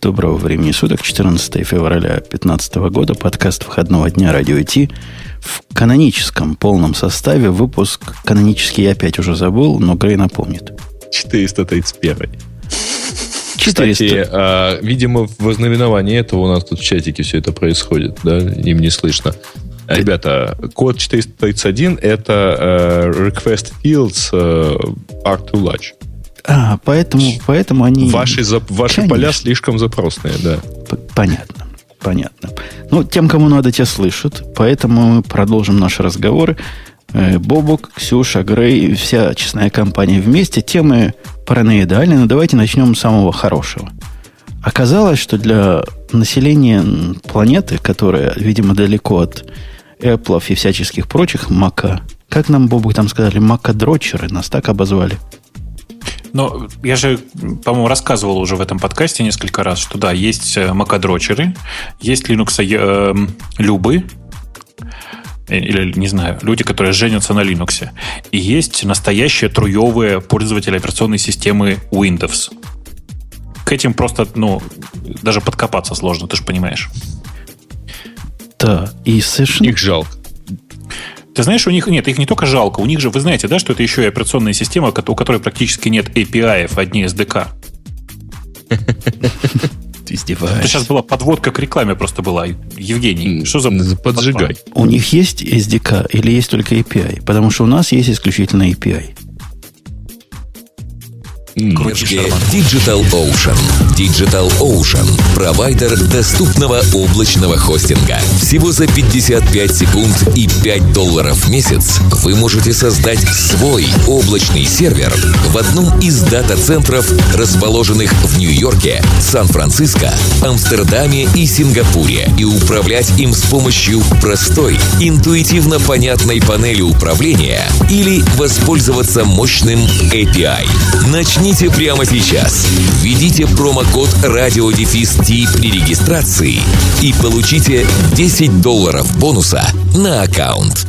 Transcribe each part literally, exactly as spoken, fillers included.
Доброго времени суток, четырнадцатого февраля две тысячи пятнадцатого года, подкаст выходного дня Радио Ти. В каноническом полном составе выпуск канонический я опять уже забыл, но Грей напомнит. четыреста тридцать первый. четыреста. Кстати, а, видимо, в ознаменовании этого у нас тут в чатике все это происходит, да? Им не слышно. Да. Ребята, код четыреста тридцать один это uh, request fields uh, are too large. А, поэтому, поэтому они... Ваши, ваши поля слишком запросные, да. Понятно, понятно. Ну, тем, кому надо, те слышат. Поэтому мы продолжим наши разговоры. Бобок, Ксюша, Грей, вся честная компания вместе. Темы параноидальные, но давайте начнем с самого хорошего. Оказалось, что для населения планеты, которая, видимо, далеко от Apple и всяческих прочих, мака... Как нам, Бобок, там сказали? Макодрочеры, нас так обозвали. Но я же, по-моему, рассказывал уже в этом подкасте несколько раз, что да, есть макодрочеры, есть Linux э, любы, или, не знаю, люди, которые женятся на Linux, и есть настоящие труевые пользователи операционной системы Windows. К этим просто, ну, даже подкопаться сложно, ты же понимаешь. Да, и совершенно... Их жалко. Ты знаешь, у них нет, их не только жалко, у них же, вы знаете, да, что это еще и операционная система, у которой практически нет эй пи ай-ев, одни эс ди кей. Ты издеваешься. Это сейчас была подводка к рекламе просто была. Евгений, что за... Поджигай. У них есть эс ди кей или есть только эй пи ай? Потому что у нас есть исключительно эй пи ай. Digital Ocean. Digital Ocean. Провайдер доступного облачного хостинга. Всего за пятьдесят пять секунд и пять долларов в месяц вы можете создать свой облачный сервер в одном из дата-центров, расположенных в Нью-Йорке, Сан-Франциско, Амстердаме и Сингапуре, и управлять им с помощью простой, интуитивно понятной панели управления или воспользоваться мощным эй пи ай. Начните Начните прямо сейчас. Введите промокод радиодефис-ти при регистрации и получите десять долларов бонуса на аккаунт.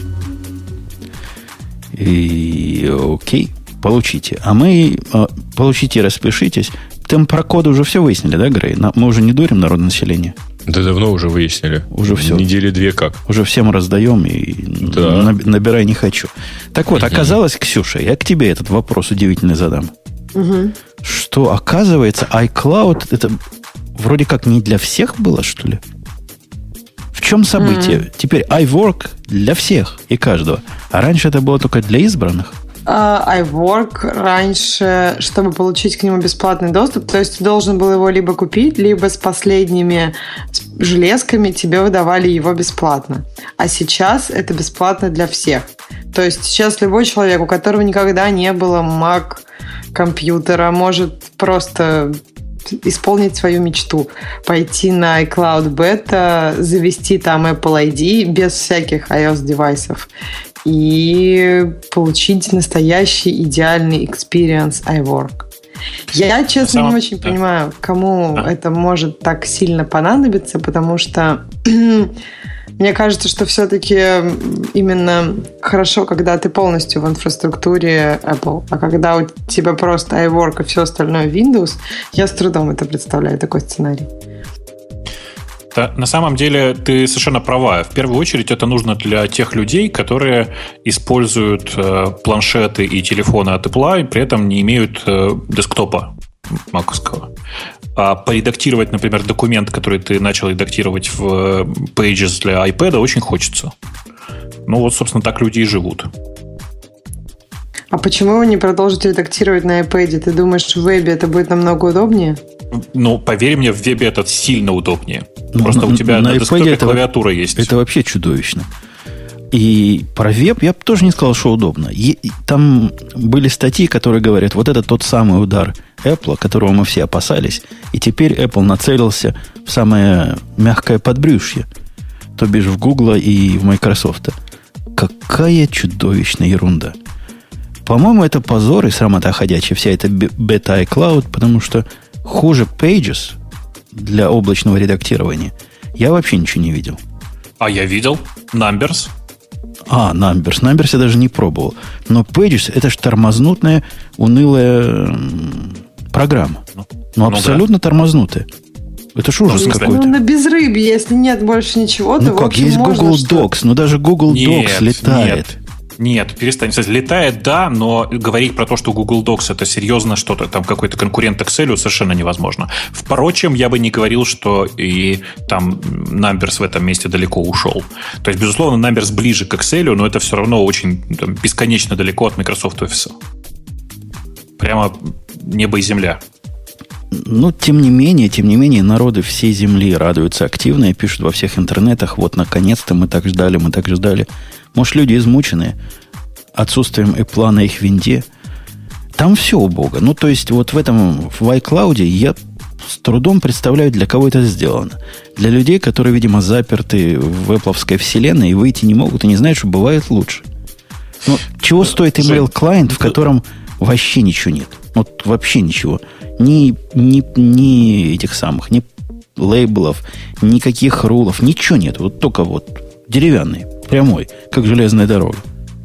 И, окей, получите. А мы а, получите и распишитесь. Там про коды уже все выяснили, да, Грей? Мы уже не дурим народное население. Да давно уже выяснили. Уже все. Недели две как. Уже всем раздаем и да. Набирай не хочу. Так вот, угу. Оказалось, Ксюша, я к тебе этот вопрос удивительный задам. Угу. Что, оказывается, iCloud это вроде как не для всех было, что ли? В чем событие? Mm. Теперь iWork для всех и каждого. А раньше это было только для избранных. Uh, iWork раньше, чтобы получить к нему бесплатный доступ, то есть ты должен был его либо купить, либо с последними железками тебе выдавали его бесплатно. А сейчас это бесплатно для всех. То есть сейчас любой человек, у которого никогда не было Mac компьютера, может просто исполнить свою мечту, пойти на iCloud Beta, завести там Apple ай ди без всяких iOS-девайсов и получить настоящий идеальный experience iWork. Я, честно, Сам... не очень да. понимаю, кому а. это может так сильно понадобиться, потому что мне кажется, что все-таки именно хорошо, когда ты полностью в инфраструктуре Apple, а когда у тебя просто iWork и все остальное Windows, я с трудом это представляю, такой сценарий. Да, на самом деле ты совершенно права. В первую очередь это нужно для тех людей, которые используют э, планшеты и телефоны от Apple, и при этом не имеют э, десктопа маковского. А поредактировать, например, документ, который ты начал редактировать в Pages для iPad, очень хочется. Ну вот, собственно, так люди и живут. А почему вы не продолжите редактировать на iPad? Ты думаешь, в вебе это будет намного удобнее? Ну, поверь мне, в вебе это сильно удобнее. Ну, Просто на, у тебя на, на десктопе это, клавиатура есть. Это вообще чудовищно. И про веб я бы тоже не сказал, что удобно. И, там были статьи, которые говорят, вот это тот самый удар Apple, которого мы все опасались, и теперь Apple нацелился в самое мягкое подбрюшье, то бишь в Google и в Microsoft. Какая чудовищная ерунда. По-моему, это позор и срамота ходячая, вся эта бета iCloud, потому что хуже Pages для облачного редактирования я вообще ничего не видел. А я видел. Numbers. А, Numbers. Numbers я даже не пробовал. Но Pages — это же тормознутная, унылая программа. Ну, абсолютно да. тормознутые. Это ж ужас ну, какой-то. Ну, на безрыбье, если нет больше ничего, ну, то, как, в общем, есть можно Google что... Docs, но даже Google нет, Docs летает. Нет. Нет, перестань. Кстати, летает, да, но говорить про то, что Google Docs это серьезно что-то, там какой-то конкурент Excel, совершенно невозможно. Впрочем, я бы не говорил, что и там Numbers в этом месте далеко ушел. То есть, безусловно, Numbers ближе к Excel, но это все равно очень там, бесконечно далеко от Microsoft Office. Прямо небо и земля. Ну, тем не менее, тем не менее, народы всей земли радуются активно и пишут во всех интернетах, вот, наконец-то мы так ждали, мы так ждали. Может, люди измученные отсутствием Apple на их винде. Там все убого. Ну, то есть, вот в этом, в iCloud я с трудом представляю, для кого это сделано. Для людей, которые, видимо, заперты в Apple-овской вселенной и выйти не могут, и не знают, что бывает лучше. Ну, чего стоит email-клиент, в котором вообще ничего нет? Вот вообще ничего. Ни, ни, ни этих самых, ни лейблов, никаких рулов, ничего нет. Вот только вот деревянный, прямой, как железная дорога.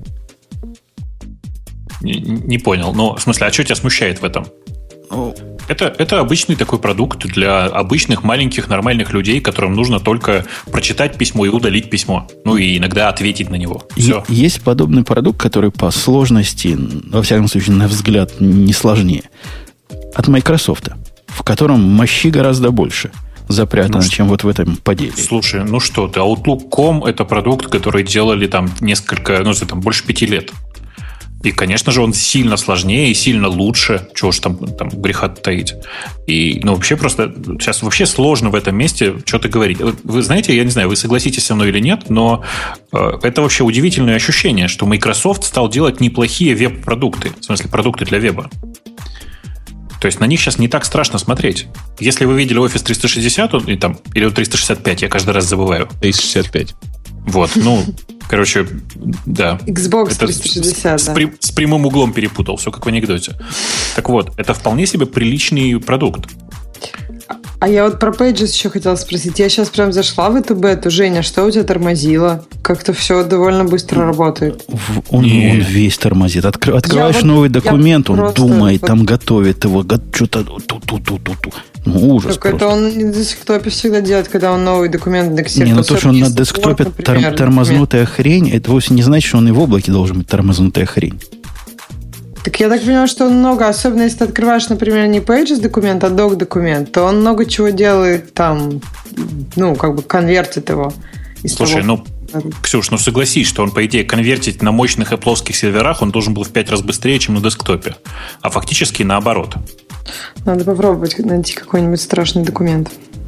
Не, не понял. Ну, в смысле, а что тебя смущает в этом? Ну, это, это обычный такой продукт для обычных маленьких нормальных людей, которым нужно только прочитать письмо и удалить письмо. Ну и иногда ответить на него. Все. Есть подобный продукт, который по сложности, во всяком случае, на взгляд, не сложнее. От Microsoft, в котором мощи гораздо больше запрятано, ну, чем вот в этом поделе. Слушай, ну что ты, Outlook точка ком это продукт, который делали там несколько, ну, там больше пяти лет. И, конечно же, он сильно сложнее и сильно лучше. Чего ж там, там греха таить. И, ну, вообще просто... Сейчас вообще сложно в этом месте что-то говорить. Вы знаете, я не знаю, вы согласитесь со мной или нет, но э, это вообще удивительное ощущение, что Microsoft стал делать неплохие веб-продукты. В смысле, продукты для веба. То есть на них сейчас не так страшно смотреть. Если вы видели Office триста шестьдесят или, там, или триста шестьдесят пять, я каждый раз забываю. триста шестьдесят пять. Вот, ну, короче, да. Xbox это триста шестьдесят, с, да. С, при, с прямым углом перепутал, все как в анекдоте. Так вот, это вполне себе приличный продукт. А я вот про Pages еще хотела спросить. Я сейчас прям зашла в эту бету. Женя, что у тебя тормозило? Как-то все довольно быстро работает. Он, он весь тормозит. Откр, открываешь я новый вот, документ, он думает, вот... там готовит его, что-то ту-ту-ту-ту-ту. Ну, ужас. Так это он на десктопе всегда делает, когда он новый документ доксирует. Не, ну то, что он на десктопе вот, например, тормознутая хрень, это вовсе не значит, что он и в облаке должен быть тормознутая хрень. Так я так понимаю, что он много, особенно если ты открываешь, например, не Pages документ, а Doc документ, то он много чего делает там, ну, как бы конвертит его. Слушай, того... ну, Ксюш, ну согласись, что он, по идее, конвертить на мощных Apple-овских серверах он должен был в пять раз быстрее, чем на десктопе. А фактически наоборот. Надо попробовать найти какой-нибудь страшный документ.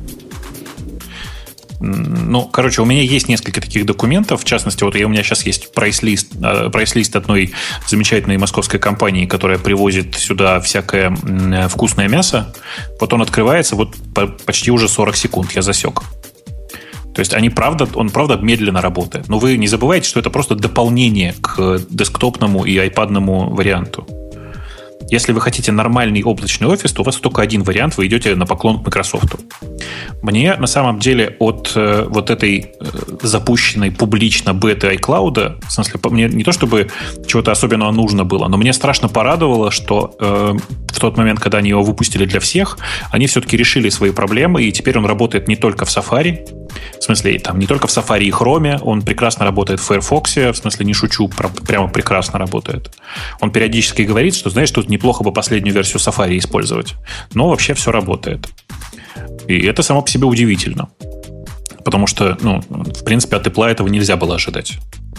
Ну, короче, у меня есть несколько таких документов. В частности, вот у меня сейчас есть прайс-лист, прайс-лист одной замечательной московской компании, которая привозит сюда всякое вкусное мясо. Вот он открывается вот почти уже сорок секунд, я засек. То есть они правда, он правда медленно работает. Но вы не забывайте, что это просто дополнение к десктопному и айпадному варианту. Если вы хотите нормальный облачный офис, то у вас только один вариант, вы идете на поклон к Microsoft. Мне на самом деле от э, вот этой э, запущенной публично беты iCloud, в смысле, мне не то чтобы чего-то особенного нужно было, но мне страшно порадовало, что э, в тот момент, когда они его выпустили для всех, они все-таки решили свои проблемы, и теперь он работает не только в Safari, в смысле, там не только в Safari и Chrome, он прекрасно работает в Firefox, в смысле, не шучу, прямо прекрасно работает. Он периодически говорит, что, знаешь, тут неплохо бы последнюю версию Safari использовать. Но вообще все работает. И это само по себе удивительно. Потому что, ну, в принципе, от Apple этого нельзя было ожидать.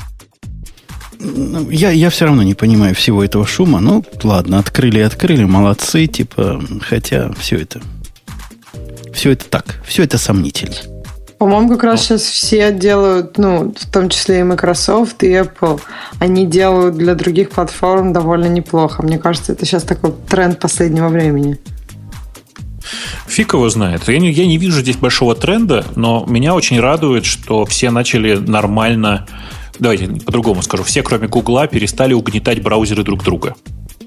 Я, я все равно не понимаю всего этого шума. Ну, ладно, открыли и открыли, молодцы, типа, хотя все это... Все это так, все это сомнительно. По-моему, как раз сейчас все делают, ну, в том числе и Microsoft, и Apple, они делают для других платформ довольно неплохо. Мне кажется, это сейчас такой тренд последнего времени. Фиг его знает. Я не, я не вижу здесь большого тренда, но меня очень радует, что все начали нормально... Давайте по-другому скажу. Все, кроме Гугла, перестали угнетать браузеры друг друга.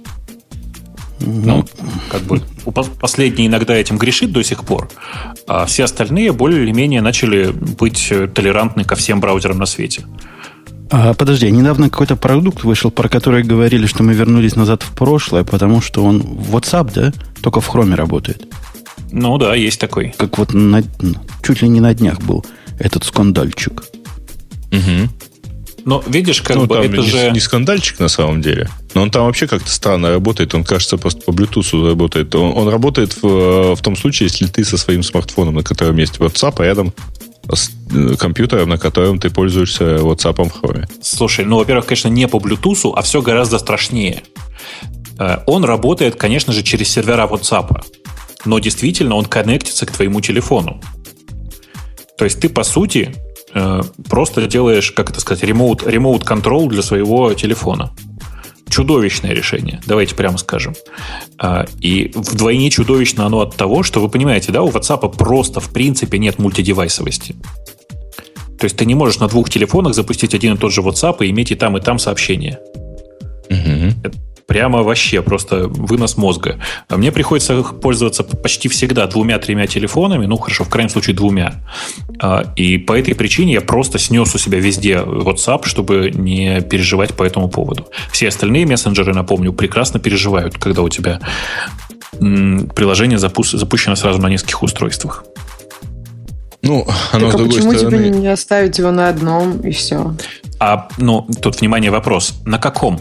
Ну, как бы последний иногда этим грешит до сих пор, а все остальные более или менее начали быть толерантны ко всем браузерам на свете. А, подожди, недавно какой-то продукт вышел, про который говорили, что мы вернулись назад в прошлое, потому что он WhatsApp, да, только в Chrome работает. Ну да, есть такой. Как вот на, чуть ли не на днях был этот скандальчик. Угу. Но видишь, как ну, бы там это не, же... не скандальчик на самом деле. Но он там вообще как-то странно работает. Он, кажется, просто по Bluetooth работает. Он, он работает в, в том случае, если ты со своим смартфоном, на котором есть WhatsApp, рядом с компьютером, на котором ты пользуешься WhatsApp в Chrome. Слушай, ну, во-первых, конечно, не по Bluetooth, а все гораздо страшнее. Он работает, конечно же, через сервера WhatsApp. Но действительно он коннектится к твоему телефону. То есть ты, по сути, просто делаешь, как это сказать, remote, remote control для своего телефона. Чудовищное решение, давайте прямо скажем. И вдвойне чудовищно оно от того, что вы понимаете, да, у WhatsApp просто в принципе нет мультидевайсовости. То есть ты не можешь на двух телефонах запустить один и тот же WhatsApp и иметь и там, и там сообщения. Угу. Прямо вообще просто вынос мозга. Мне приходится пользоваться почти всегда двумя-тремя телефонами, ну хорошо, в крайнем случае двумя. И по этой причине я просто снес у себя везде WhatsApp, чтобы не переживать по этому поводу. Все остальные мессенджеры, напомню, прекрасно переживают, когда у тебя приложение запущено сразу на нескольких устройствах. Ну, оно так, с а другой почему стороны... тебе не оставить его на одном и все? А, ну, тут, внимание, вопрос. На каком?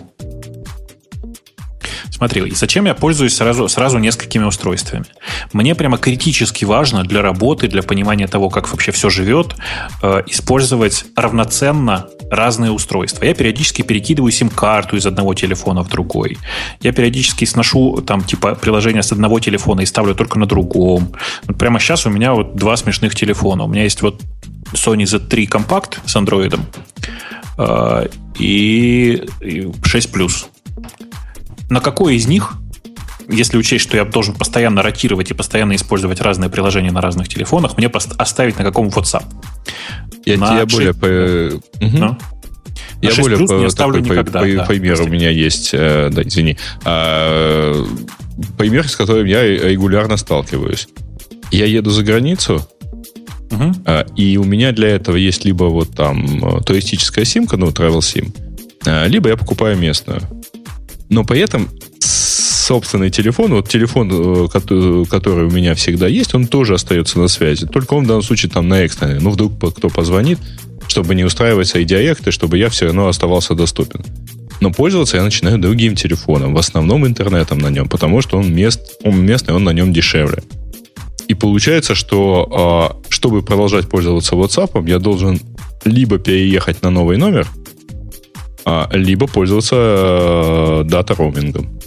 Смотри, зачем я пользуюсь сразу, сразу несколькими устройствами? Мне прямо критически важно для работы, для понимания того, как вообще все живет, э, использовать равноценно разные устройства. Я периодически перекидываю сим-карту из одного телефона в другой. Я периодически сношу там типа приложение с одного телефона и ставлю только на другом. Вот прямо сейчас у меня вот два смешных телефона. У меня есть вот Sony зет три Compact с андроидом э, и, и шесть плюс. На какой из них, если учесть, что я должен постоянно ротировать и постоянно использовать разные приложения на разных телефонах, мне оставить на каком WhatsApp? Я, на я более по... Угу. Ну? Я более по, не ставлю такой, никогда. По, да, пример у меня есть, э, да, извини, а, пример, с которым я регулярно сталкиваюсь. Я еду за границу, угу. а, и у меня для этого есть либо вот там туристическая симка, ну, travel SIM, а, либо я покупаю местную. Но при этом собственный телефон, вот телефон, который у меня всегда есть, он тоже остается на связи. Только он в данном случае там на экстренный. Ну, вдруг кто позвонит, чтобы не устраивать редирект, и чтобы я все равно оставался доступен. Но пользоваться я начинаю другим телефоном, в основном интернетом на нем, потому что он, мест, он местный, он на нем дешевле. И получается, что чтобы продолжать пользоваться WhatsApp, я должен либо переехать на новый номер, либо пользоваться дата-роумингом.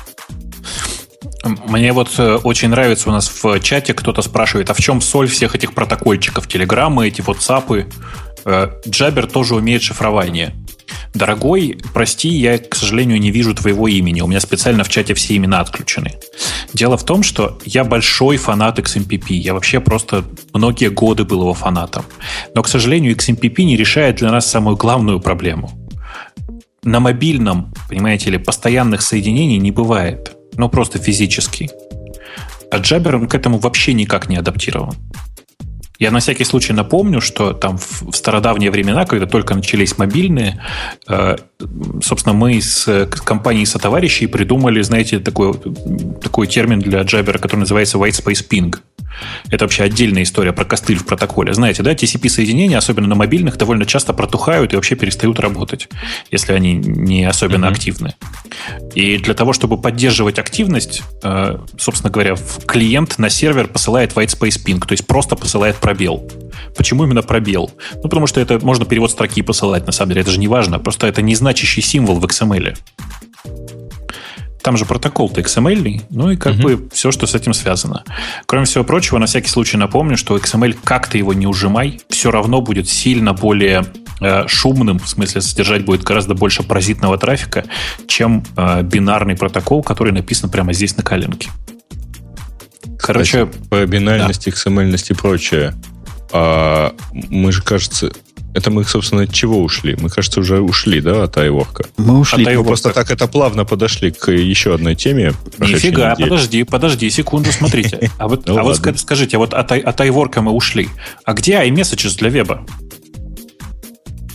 Мне вот очень нравится, у нас в чате кто-то спрашивает, а в чем соль всех этих протокольчиков? Телеграммы, эти WhatsApp. Джабер тоже умеет шифрование. Дорогой, прости, я, к сожалению, не вижу твоего имени. У меня специально в чате все имена отключены. Дело в том, что я большой фанат икс эм пи пи. Я вообще просто многие годы был его фанатом. Но, к сожалению, икс эм пи пи не решает для нас самую главную проблему. На мобильном, понимаете ли, постоянных соединений не бывает. Ну, просто физически. А Jabber, он к этому вообще никак не адаптирован. Я на всякий случай напомню, что там в стародавние времена, когда только начались мобильные, э, собственно, мы с компанией сотоварищей придумали, знаете, такой, такой термин для Jabber, который называется white space ping. Это вообще отдельная история про костыль в протоколе. Знаете, да, ти си пи-соединения, особенно на мобильных, довольно часто протухают и вообще перестают работать, если они не особенно mm-hmm. активны. И для того, чтобы поддерживать активность, собственно говоря, клиент на сервер посылает white space ping, то есть просто посылает пробел. Почему именно пробел? Ну, потому что это можно перевод строки посылать, на самом деле. Это же не важно, просто это незначащий символ в икс эм эл. Там же протокол-то икс эм эл, ну и как uh-huh. бы все, что с этим связано. Кроме всего прочего, на всякий случай напомню, что икс эм эл, как ты его не ужимай, все равно будет сильно более э, шумным, в смысле содержать будет гораздо больше паразитного трафика, чем э, бинарный протокол, который написан прямо здесь на коленке. Короче, кстати, по бинарности, да. икс эм эль-ности и прочее, а, мы же, кажется... Это мы, собственно, от чего ушли? Мы, кажется, уже ушли, да, от iWork? Мы ушли. Мы просто так это плавно подошли к еще одной теме. Нифига, подожди, подожди, секунду, смотрите. А вот, ну, а вот скажите, вот от, от iWork мы ушли. А где iMessages для веба?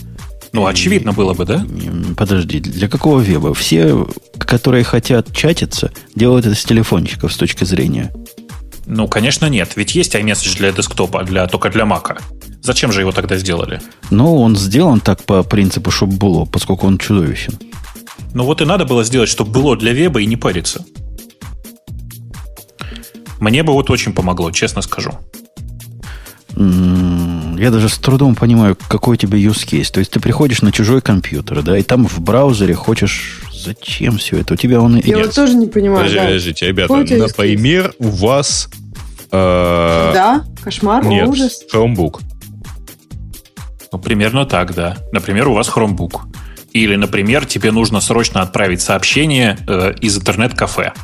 Ну, очевидно было бы, да? Подожди, для какого веба? Все, которые хотят чатиться, делают это с телефончиков с точки зрения. Ну, конечно, нет. Ведь есть iMessage для десктопа, для, только для Mac. Зачем же его тогда сделали? Ну, он сделан так по принципу, чтобы было, поскольку он чудовищен. Ну, вот и надо было сделать, чтобы было для веба и не париться. Мне бы вот очень помогло, честно скажу. Я даже с трудом понимаю, какой у тебя use case. То есть ты приходишь на чужой компьютер, да, и там в браузере хочешь... Зачем все это? У тебя он... Я вот тоже не понимаю. Подождите, да. подождите, ребята, например, у вас... Э... Да? Кошмар? Нет, ужас? Chromebook. Ну, примерно так, да. Например, у вас Chromebook. Или, например, тебе нужно срочно отправить сообщение э, из интернет-кафе.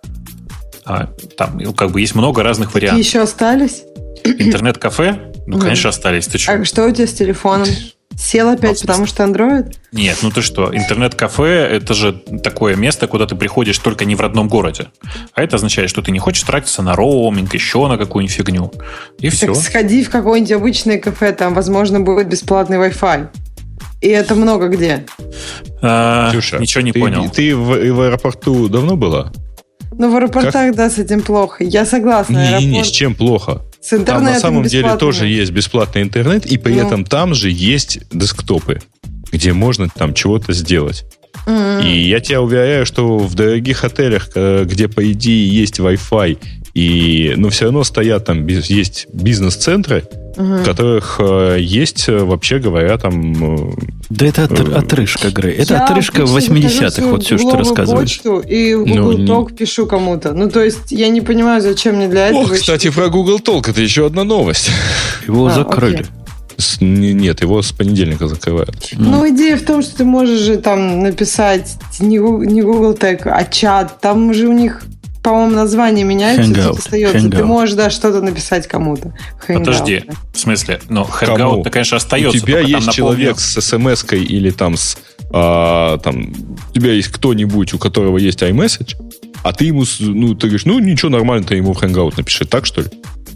А, там как бы есть много разных вариантов. Какие еще остались? Интернет-кафе? Ну, конечно, остались. Ты что? А что у тебя с телефоном? Сел опять, потому что Android? Нет, ну ты что, интернет-кафе – это же такое место, куда ты приходишь только не в родном городе. А это означает, что ты не хочешь тратиться на роуминг, еще на какую-нибудь фигню. И все. Так сходи в какое-нибудь обычное кафе, там, возможно, будет бесплатный Wi-Fi. И это много где. А, Ксюша, ничего не ты, понял. Ты в, в аэропорту давно была? Ну, в аэропортах, как? Да, с этим плохо. Я согласна. Не, аэропорт... не, с чем плохо? С интернетом там на самом деле бесплатным. тоже есть бесплатный интернет, и при ну. этом там же есть десктопы, где можно там чего-то сделать. Mm-hmm. И я тебя уверяю, что в дорогих отелях, где, по идее, есть Wi-Fi, и, но все равно стоят там, есть бизнес-центры, uh-huh. в которых э, есть, вообще говоря, там... Э, да это от, э, отрыжка, Грей. Это я отрыжка восьмидесятых, вот все, что ты рассказываешь. Я и в Google ну, Talk не... пишу кому-то. Ну, то есть, я не понимаю, зачем мне для этого... Ох, кстати, про Google Talk, это еще одна новость. Его а, закрыли. Окей. С, нет, его с понедельника закрывают. Ну, ну, идея в том, что ты можешь же там написать не Google, не Google Talk, а чат. Там же у них... По-моему, название меняется, Hangout. остается. Hangout. Ты можешь, да, что-то написать кому-то. Hangout. Подожди, в смысле? Ну, Hangout, конечно, остается. У тебя есть человек с смс-кой или там с... А, там, у тебя есть кто-нибудь, у которого есть iMessage, а ты ему, ну, ты говоришь, ну, ничего, нормально, ты ему в Hangout напиши. Так, что ли?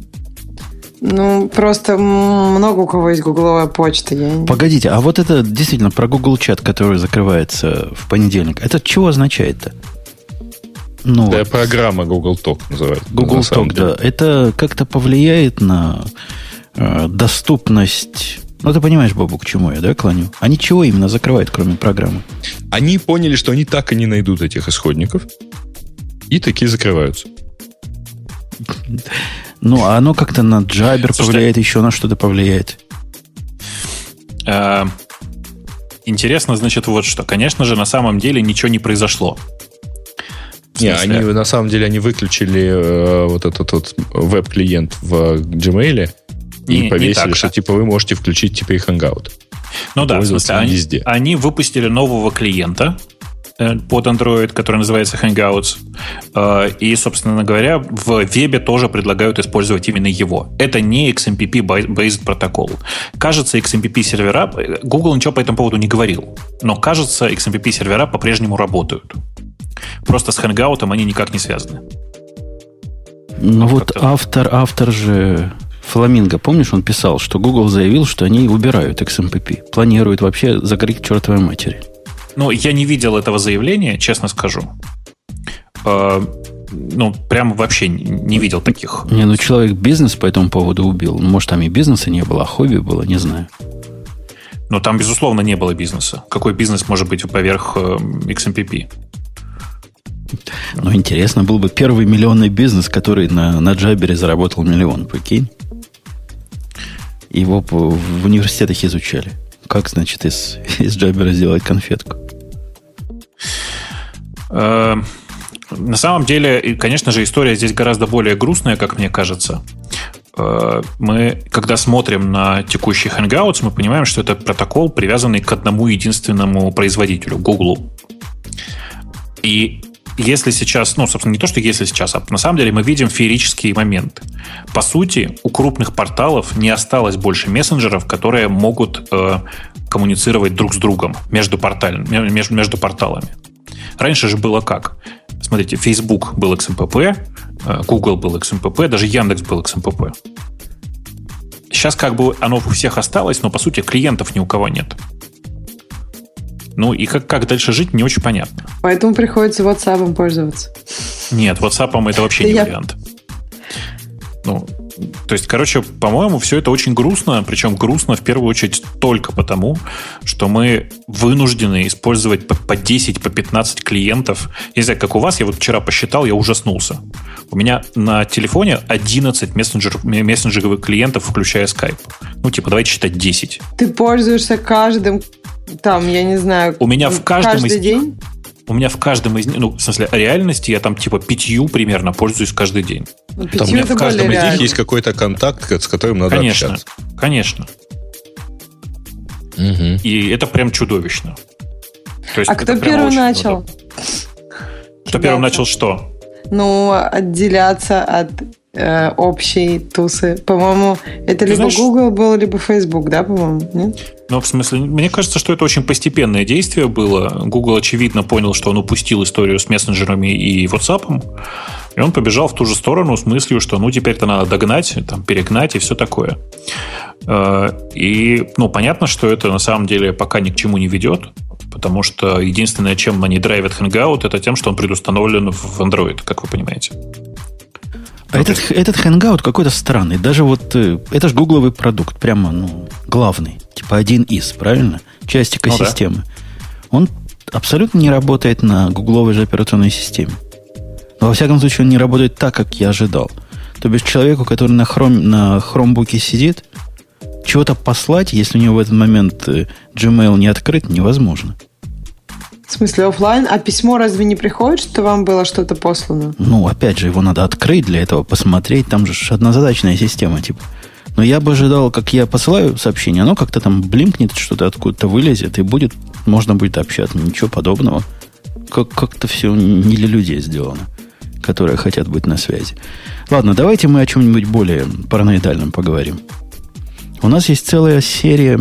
Ну, просто много у кого есть гугловая почта. Я... Погодите, а вот это действительно про Google Chat, который закрывается в понедельник, это чего означает-то? Ну, да, программа Google Talk называется. Google Talk, да. Это как-то повлияет на э, доступность... Ну, ты понимаешь, Бобу, к чему я, да, клоню? Они чего именно закрывают, кроме программы? Они поняли, что они так и не найдут этих исходников, и такие закрываются. Ну, а оно как-то на Jabber повлияет, еще на что-то повлияет. Интересно, значит, вот что. Конечно же, на самом деле ничего не произошло. Не, они на самом деле они выключили э, вот этот вот веб-клиент в Gmail и не, повесили, не что типа вы можете включить теперь Hangout. Ну да, в смысле, они, они выпустили нового клиента э, под Android, который называется Hangouts. Э, и, собственно говоря, в вебе тоже предлагают использовать именно его. Это не икс эм пи пи-based протокол. Кажется, икс эм пи пи-сервера... Google ничего по этому поводу не говорил. Но, кажется, икс эм пи пи-сервера по-прежнему работают. Просто с Hangout они никак не связаны. Ну вот автор, автор же Фламинго, помнишь, он писал, что Google заявил, что они убирают икс эм пи пи. Планируют вообще закрыть к чертовой матери. Ну, я не видел этого заявления, честно скажу. Э, ну, прям вообще не видел таких. Не, ну человек бизнес по этому поводу убил. Может, там и бизнеса не было, а хобби было, не знаю. Ну, там, безусловно, не было бизнеса. Какой бизнес может быть поверх э, икс эм пи пи? Ну, интересно, был бы первый миллионный бизнес, который на, на Jabber заработал миллион, прикинь. Его в университетах изучали. Как, значит, из, из Jabber сделать конфетку? Э, на самом деле, конечно же, история здесь гораздо более грустная, как мне кажется. Э, мы, когда смотрим на текущий Hangouts, мы понимаем, что это протокол, привязанный к одному единственному производителю, Google. И если сейчас, ну, собственно, не то, что если сейчас, а на самом деле мы видим феерические моменты. По сути, у крупных порталов не осталось больше мессенджеров, которые могут э, коммуницировать друг с другом между, порталь, между, между порталами. Раньше же было как? Смотрите, Facebook был икс эм пи пи, Google был икс эм пи пи, даже Яндекс был икс эм пи пи. Сейчас как бы оно у всех осталось, но, по сути, клиентов ни у кого нет. Ну, и как, как дальше жить, не очень понятно. Поэтому приходится WhatsApp пользоваться. Нет, WhatsApp это вообще да не я... вариант. Ну, то есть, короче, по-моему, все это очень грустно, причем грустно в первую очередь только потому, что мы вынуждены использовать по, по десять, по пятнадцать клиентов. Я не знаю, как у вас, я вот вчера посчитал, я ужаснулся. У меня на телефоне одиннадцать мессенджер, мессенджеровых клиентов, включая Skype. Ну, типа, давайте считать десять. Ты пользуешься каждым, там, я не знаю, у меня в каждом каждый из... день? У меня в каждом из них, ну, в смысле, реальности я там типа пятью примерно пользуюсь каждый день. Ну, там в каждом из них есть какой-то контакт, с которым надо конечно, общаться. Конечно, конечно. Угу. И это прям чудовищно. То есть а кто первым начал? Удобно. Кто первым начал что? Ну, отделяться от э, общей тусы. По-моему, это Ты либо знаешь, Google был, либо Facebook, да, по-моему? Нет? Ну, в смысле, мне кажется, что это очень постепенное действие было. Google, очевидно, понял, что он упустил историю с мессенджерами и WhatsApp, и он побежал в ту же сторону с мыслью, что ну теперь-то надо догнать, там, перегнать и все такое. И, ну, понятно, что это на самом деле пока ни к чему не ведет, потому что единственное, чем они драйвят Hangout, это тем, что он предустановлен в Android, как вы понимаете. А этот, этот Hangout какой-то странный. Даже вот это же гугловый продукт, прямо ну, главный. Типа один из, правильно? Часть экосистемы. Ну, да. Он абсолютно не работает на гугловой же операционной системе. Но, во всяком случае, он не работает так, как я ожидал. То бишь, человеку, который на, хром, на хромбуке сидит, чего-то послать, если у него в этот момент Gmail не открыт, невозможно. В смысле офлайн? А письмо разве не приходит, что вам было что-то послано? Ну, опять же, его надо открыть для этого, посмотреть. Там же однозадачная система, типа. Но я бы ожидал, как я посылаю сообщение, оно как-то там блимкнет, что-то откуда-то вылезет, и будет, можно будет общаться. Ничего подобного. Как- как-то все не для людей сделано, которые хотят быть на связи. Ладно, давайте мы о чем-нибудь более параноидальном поговорим. У нас есть целая серия...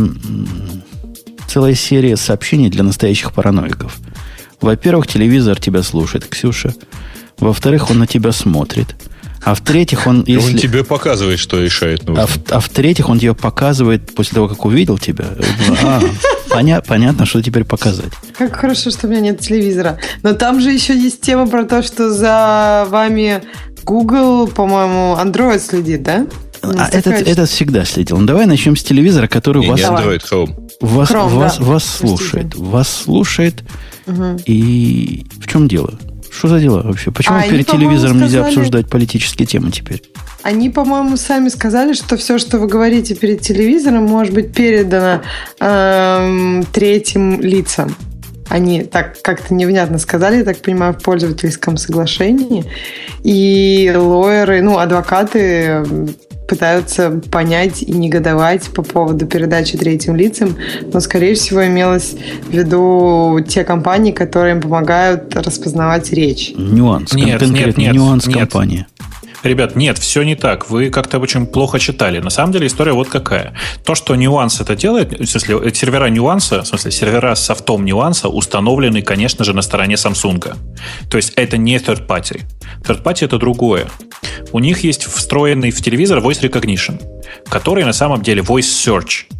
Целая серия сообщений для настоящих параноиков. Во-первых, телевизор тебя слушает, Ксюша. Во-вторых, он на тебя смотрит. А в-третьих, он... Если... Он тебе показывает, что решает нужно. А, в... а в-третьих, он тебе показывает после того, как увидел тебя. А, поня... понятно, что теперь показать. Как хорошо, что у меня нет телевизора. Но там же еще есть тема про то, что за вами Google, по-моему, Android следит, да? А этот, этот всегда следил. Ну, давай начнем с телевизора, который не, вас... Не Android, Chrome. Вас, Chrome, вас, да. вас слушает. Вас слушает. Угу. И в чем дело? Что за дела вообще? Почему а перед они, телевизором нельзя сказали... обсуждать политические темы теперь? Они, по-моему, сами сказали, что все, что вы говорите перед телевизором, может быть передано эм, третьим лицам. Они так как-то невнятно сказали, я так понимаю, в пользовательском соглашении. И лоеры, ну, адвокаты пытаются понять и негодовать по поводу передачи третьим лицам, но, скорее всего, имелось в виду те компании, которые им помогают распознавать речь. Нюанс. Нет, конкретный нет, нет, нюанс нет. компании. Ребят, нет, все не так. Вы как-то очень плохо читали. На самом деле история вот какая. То, что Нюанс это делает, в смысле, сервера Нюанса, в смысле, сервера с софтом Нюанса установлены, конечно же, на стороне Samsung. То есть это не third party. Third party это другое. У них есть встроенный в телевизор voice recognition, который на самом деле voice search.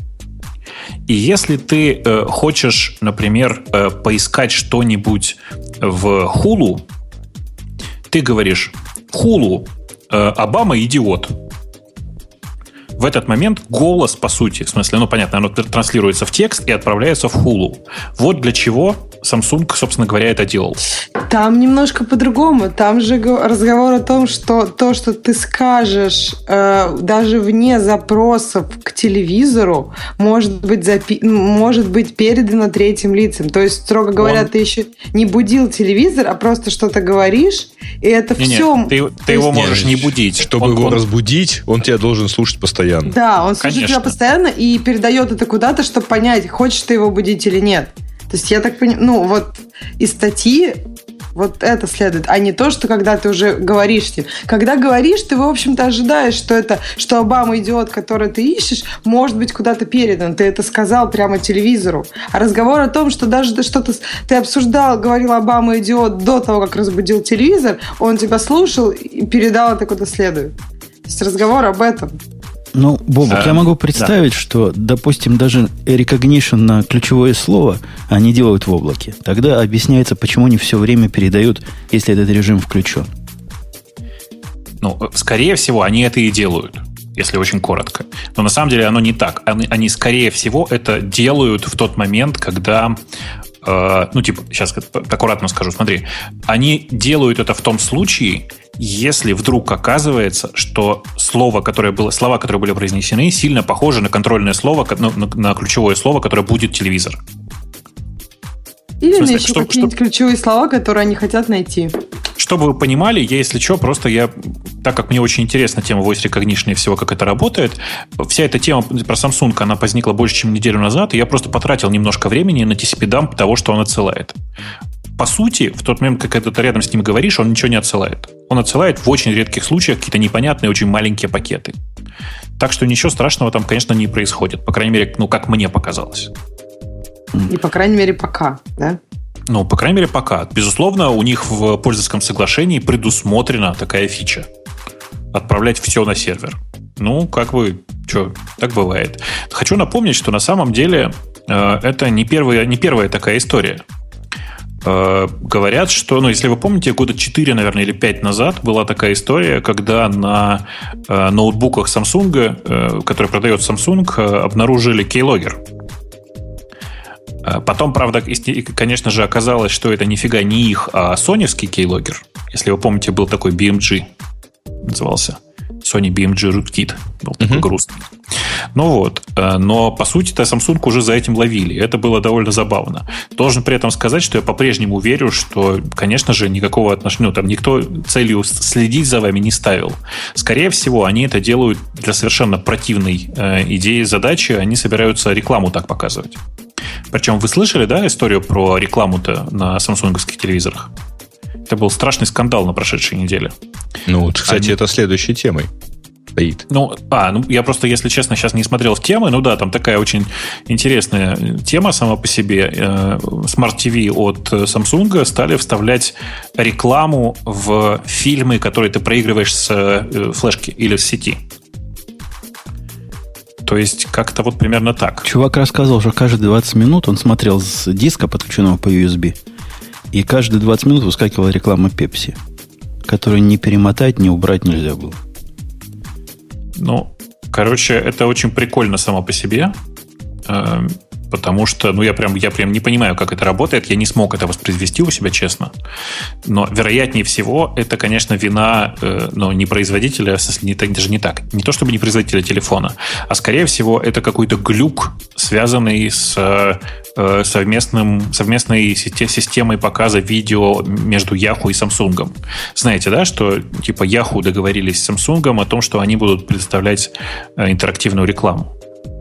И если ты э, хочешь, например, э, поискать что-нибудь в Hulu, ты говоришь: Hulu, э, Обама идиот. В этот момент голос, по сути, в смысле, ну, понятно, оно транслируется в текст и отправляется в Hulu. Вот для чего Samsung, собственно говоря, это делал. Там немножко по-другому. Там же разговор о том, что то, что ты скажешь э, даже вне запросов к телевизору, может быть, запи- может быть передано третьим лицам. То есть, строго говоря, Он... ты еще не будил телевизор, а просто что-то говоришь, и это не, все... Нет, ты, ты его можешь не будить. Чтобы он, его он... разбудить, он тебя должен слушать постоянно. Да, он слушает тебя постоянно и передает это куда-то, чтобы понять, хочешь ты его будить или нет. То есть я так понимаю, ну вот из статьи вот это следует, а не то, что когда ты уже говоришь с ним. Когда говоришь, ты, в общем-то, ожидаешь, что это, что Обама идиот, который ты ищешь, может быть куда-то передан. Ты это сказал прямо телевизору. А разговор о том, что даже ты что-то ты обсуждал, говорил Обама идиот до того, как разбудил телевизор, он тебя слушал и передал это куда следует. То есть разговор об этом. Ну, Бобок, а, я могу представить, да. что, допустим, даже recognition на ключевое слово они делают в облаке. Тогда объясняется, почему они все время передают, если этот режим включен. Ну, скорее всего, они это и делают, если очень коротко. Но на самом деле оно не так. Они, они скорее всего, это делают в тот момент, когда... Э, ну, типа, сейчас аккуратно скажу, смотри. Они делают это в том случае, если вдруг оказывается, что слово, которое было, слова, которые были произнесены, сильно похожи на контрольное слово, на, на, на ключевое слово, которое будет телевизор. Или смысле, еще что, какие-нибудь что... ключевые слова, которые они хотят найти. Чтобы вы понимали, я, если что, просто я, так как мне очень интересна тема voice recognition и всего, как это работает, вся эта тема про Samsung, она возникла больше, чем неделю назад, и я просто потратил немножко времени на ти си пи-дамп того, что он отсылает. По сути, в тот момент, как ты рядом с ним говоришь, он ничего не отсылает. Он отсылает в очень редких случаях какие-то непонятные, очень маленькие пакеты. Так что ничего страшного там, конечно, не происходит. По крайней мере, ну, как мне показалось. И, по крайней мере, пока, да? Ну, по крайней мере, пока. Безусловно, у них в пользовательском соглашении предусмотрена такая фича. Отправлять все на сервер. Ну, как бы, что, так бывает. Хочу напомнить, что на самом деле э, это не первая, не первая такая история. Э, говорят, что, ну, если вы помните, года четыре, наверное, или пять назад была такая история, когда на э, ноутбуках Samsung, э, который продает Samsung, э, обнаружили keylogger. Потом, правда, конечно же, оказалось, что это нифига не их, а соневский keylogger. Если вы помните, был такой би эм джи, назывался. Sony би эм джи Rootkit. Был uh-huh. такой грустный. Ну вот. Но, по сути-то, Samsung уже за этим ловили. Это было довольно забавно. Должен при этом сказать, что я по-прежнему верю, что, конечно же, никакого отношения... Ну, там никто целью следить за вами не ставил. Скорее всего, они это делают для совершенно противной э, идеи, задачи. Они собираются рекламу так показывать. Причем вы слышали, да, историю про рекламу-то на самсунговских телевизорах? Это был страшный скандал на прошедшей неделе. Ну, вот, кстати, Они... это следующей темой стоит. Ну, а, ну, я просто, если честно, сейчас не смотрел в темы. Ну да, там такая очень интересная тема сама по себе. Smart ти ви от Samsung стали вставлять рекламу в фильмы, которые ты проигрываешь с флешки или с сети. То есть, как-то вот примерно так. Чувак рассказывал, что каждые двадцать минут он смотрел с диска, подключенного по ю эс би, и каждые двадцать минут выскакивала реклама Pepsi, которую ни перемотать, ни убрать нельзя было. Ну, короче, это очень прикольно само по себе, э, потому что, ну, я прям, я прям не понимаю, как это работает, я не смог это воспроизвести у себя, честно. Но, вероятнее всего, это, конечно, вина, э, ну, не производителя, не, даже не так, не то чтобы не производителя телефона, а, скорее всего, это какой-то глюк, связанный с э, совместным, совместной системой показа видео между Yahoo и Samsung. Знаете, да, что типа Yahoo договорились с Samsung о том, что они будут предоставлять э, интерактивную рекламу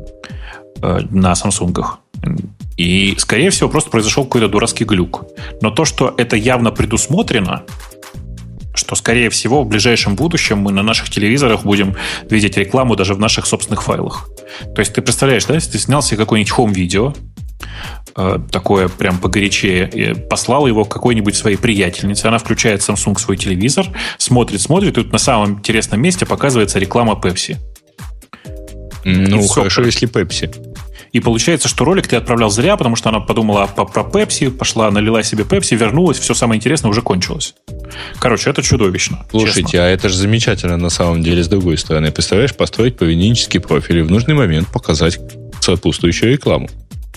на Самсунгах. И, скорее всего, просто произошел какой-то дурацкий глюк. Но то, что это явно предусмотрено, что, скорее всего, в ближайшем будущем мы на наших телевизорах будем видеть рекламу даже в наших собственных файлах. То есть ты представляешь, да, если ты снял себе какое-нибудь хоум-видео, э, такое прям погорячее, послал его к какой-нибудь своей приятельнице, она включает Samsung в свой телевизор, смотрит, смотрит, и тут на самом интересном месте показывается реклама Pepsi. Ну, и хорошо, все, если Pepsi. И получается, что ролик ты отправлял зря, потому что она подумала про Pepsi, пошла, налила себе Pepsi, вернулась, все самое интересное уже кончилось. Короче, это чудовищно. Слушайте, честно. А это же замечательно на самом деле с другой стороны. Представляешь, построить поведенческий профиль и в нужный момент показать сопутствующую рекламу.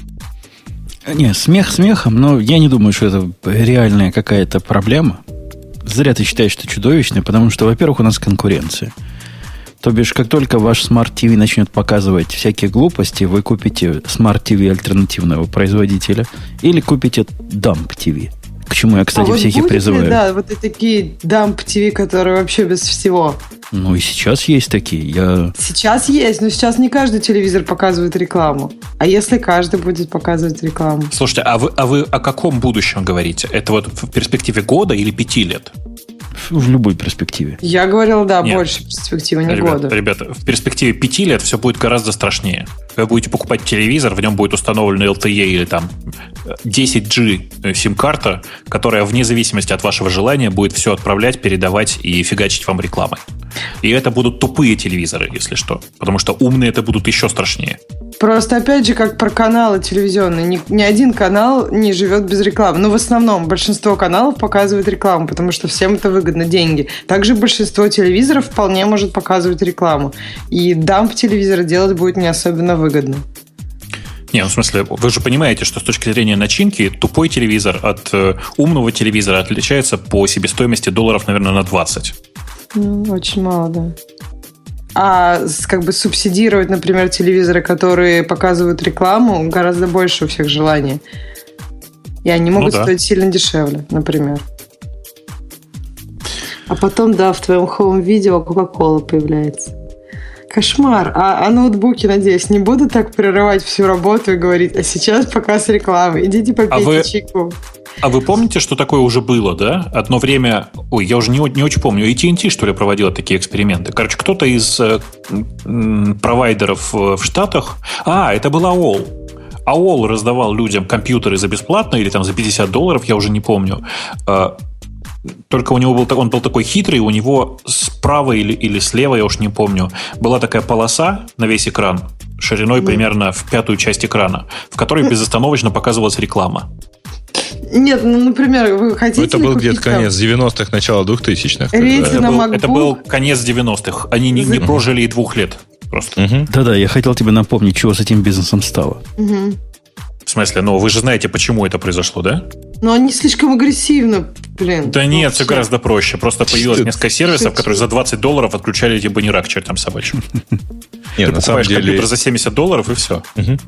Не, смех смехом, но я не думаю, что это реальная какая-то проблема. Зря ты считаешь, что чудовищное, потому что, во-первых, у нас конкуренция. То бишь, как только ваш Smart ти ви начнет показывать всякие глупости, вы купите Smart ти ви альтернативного производителя или купите Dump ти ви. К чему я, кстати, а всех вот и призываю. Ли, да, вот и такие Dump ти ви, которые вообще без всего. Ну и сейчас есть такие. Я... Сейчас есть, но сейчас не каждый телевизор показывает рекламу. А если каждый будет показывать рекламу? Слушайте, а вы, а вы о каком будущем говорите? Это вот в перспективе года или пяти лет? в любой перспективе. Я говорил, да, Нет. больше перспективы, не Ребята, года. ребята, в перспективе пяти лет все будет гораздо страшнее. Вы будете покупать телевизор, в нем будет установлена эл ти и или там десять джи сим-карта, которая вне зависимости от вашего желания будет все отправлять, передавать и фигачить вам рекламой. И это будут тупые телевизоры, если что. Потому что умные это будут еще страшнее. Просто, опять же, как про каналы телевизионные. Ни, ни один канал не живет без рекламы. Но в основном большинство каналов показывают рекламу, потому что всем это выгодно, деньги. Также большинство телевизоров вполне может показывать рекламу. И дамп телевизора делать будет не особенно выгодно. Не, ну в смысле, вы же понимаете, что с точки зрения начинки тупой телевизор от э, умного телевизора отличается по себестоимости долларов, наверное, на двадцать. Ну, очень мало, да. А как бы субсидировать, например, телевизоры, которые показывают рекламу, гораздо больше у всех желаний. И они могут ну, да. стоить сильно дешевле, например. А потом, да, в твоем хоум-видео Кока-Кола появляется. Кошмар. А, а ноутбуки, надеюсь, не будут так прерывать всю работу и говорить, а сейчас показ рекламы. Идите попейте а вы... чайку. А вы помните, что такое уже было, да? Одно время... Ой, я уже не, не очень помню. эй ти энд ти, что ли, проводила такие эксперименты. Короче, кто-то из э, м, провайдеров в Штатах... А, это была эй о эл. эй о эл раздавал людям компьютеры за бесплатно или там за пятьдесят долларов, я уже не помню. Э, только у него был, он был такой хитрый, у него справа или, или слева, я уж не помню, была такая полоса на весь экран, шириной mm. примерно в пятую часть экрана, в которой безостановочно показывалась реклама. Нет, ну, например, вы хотите... Это был где-то конец девяностых, начало двухтысячных. Это был, это был конец девяностых. Они не, не прожили и двух лет просто. Угу. Да-да, я хотел тебе напомнить, чего с этим бизнесом стало. Угу. В смысле, ну вы же знаете, почему это произошло, да? Но они слишком агрессивно, блин. Да нет, все гораздо проще. Просто появилось несколько сервисов, которые за двадцать долларов отключали эти баннера к чертям собачьим. Ты покупаешь компьютер за семьдесят долларов и все.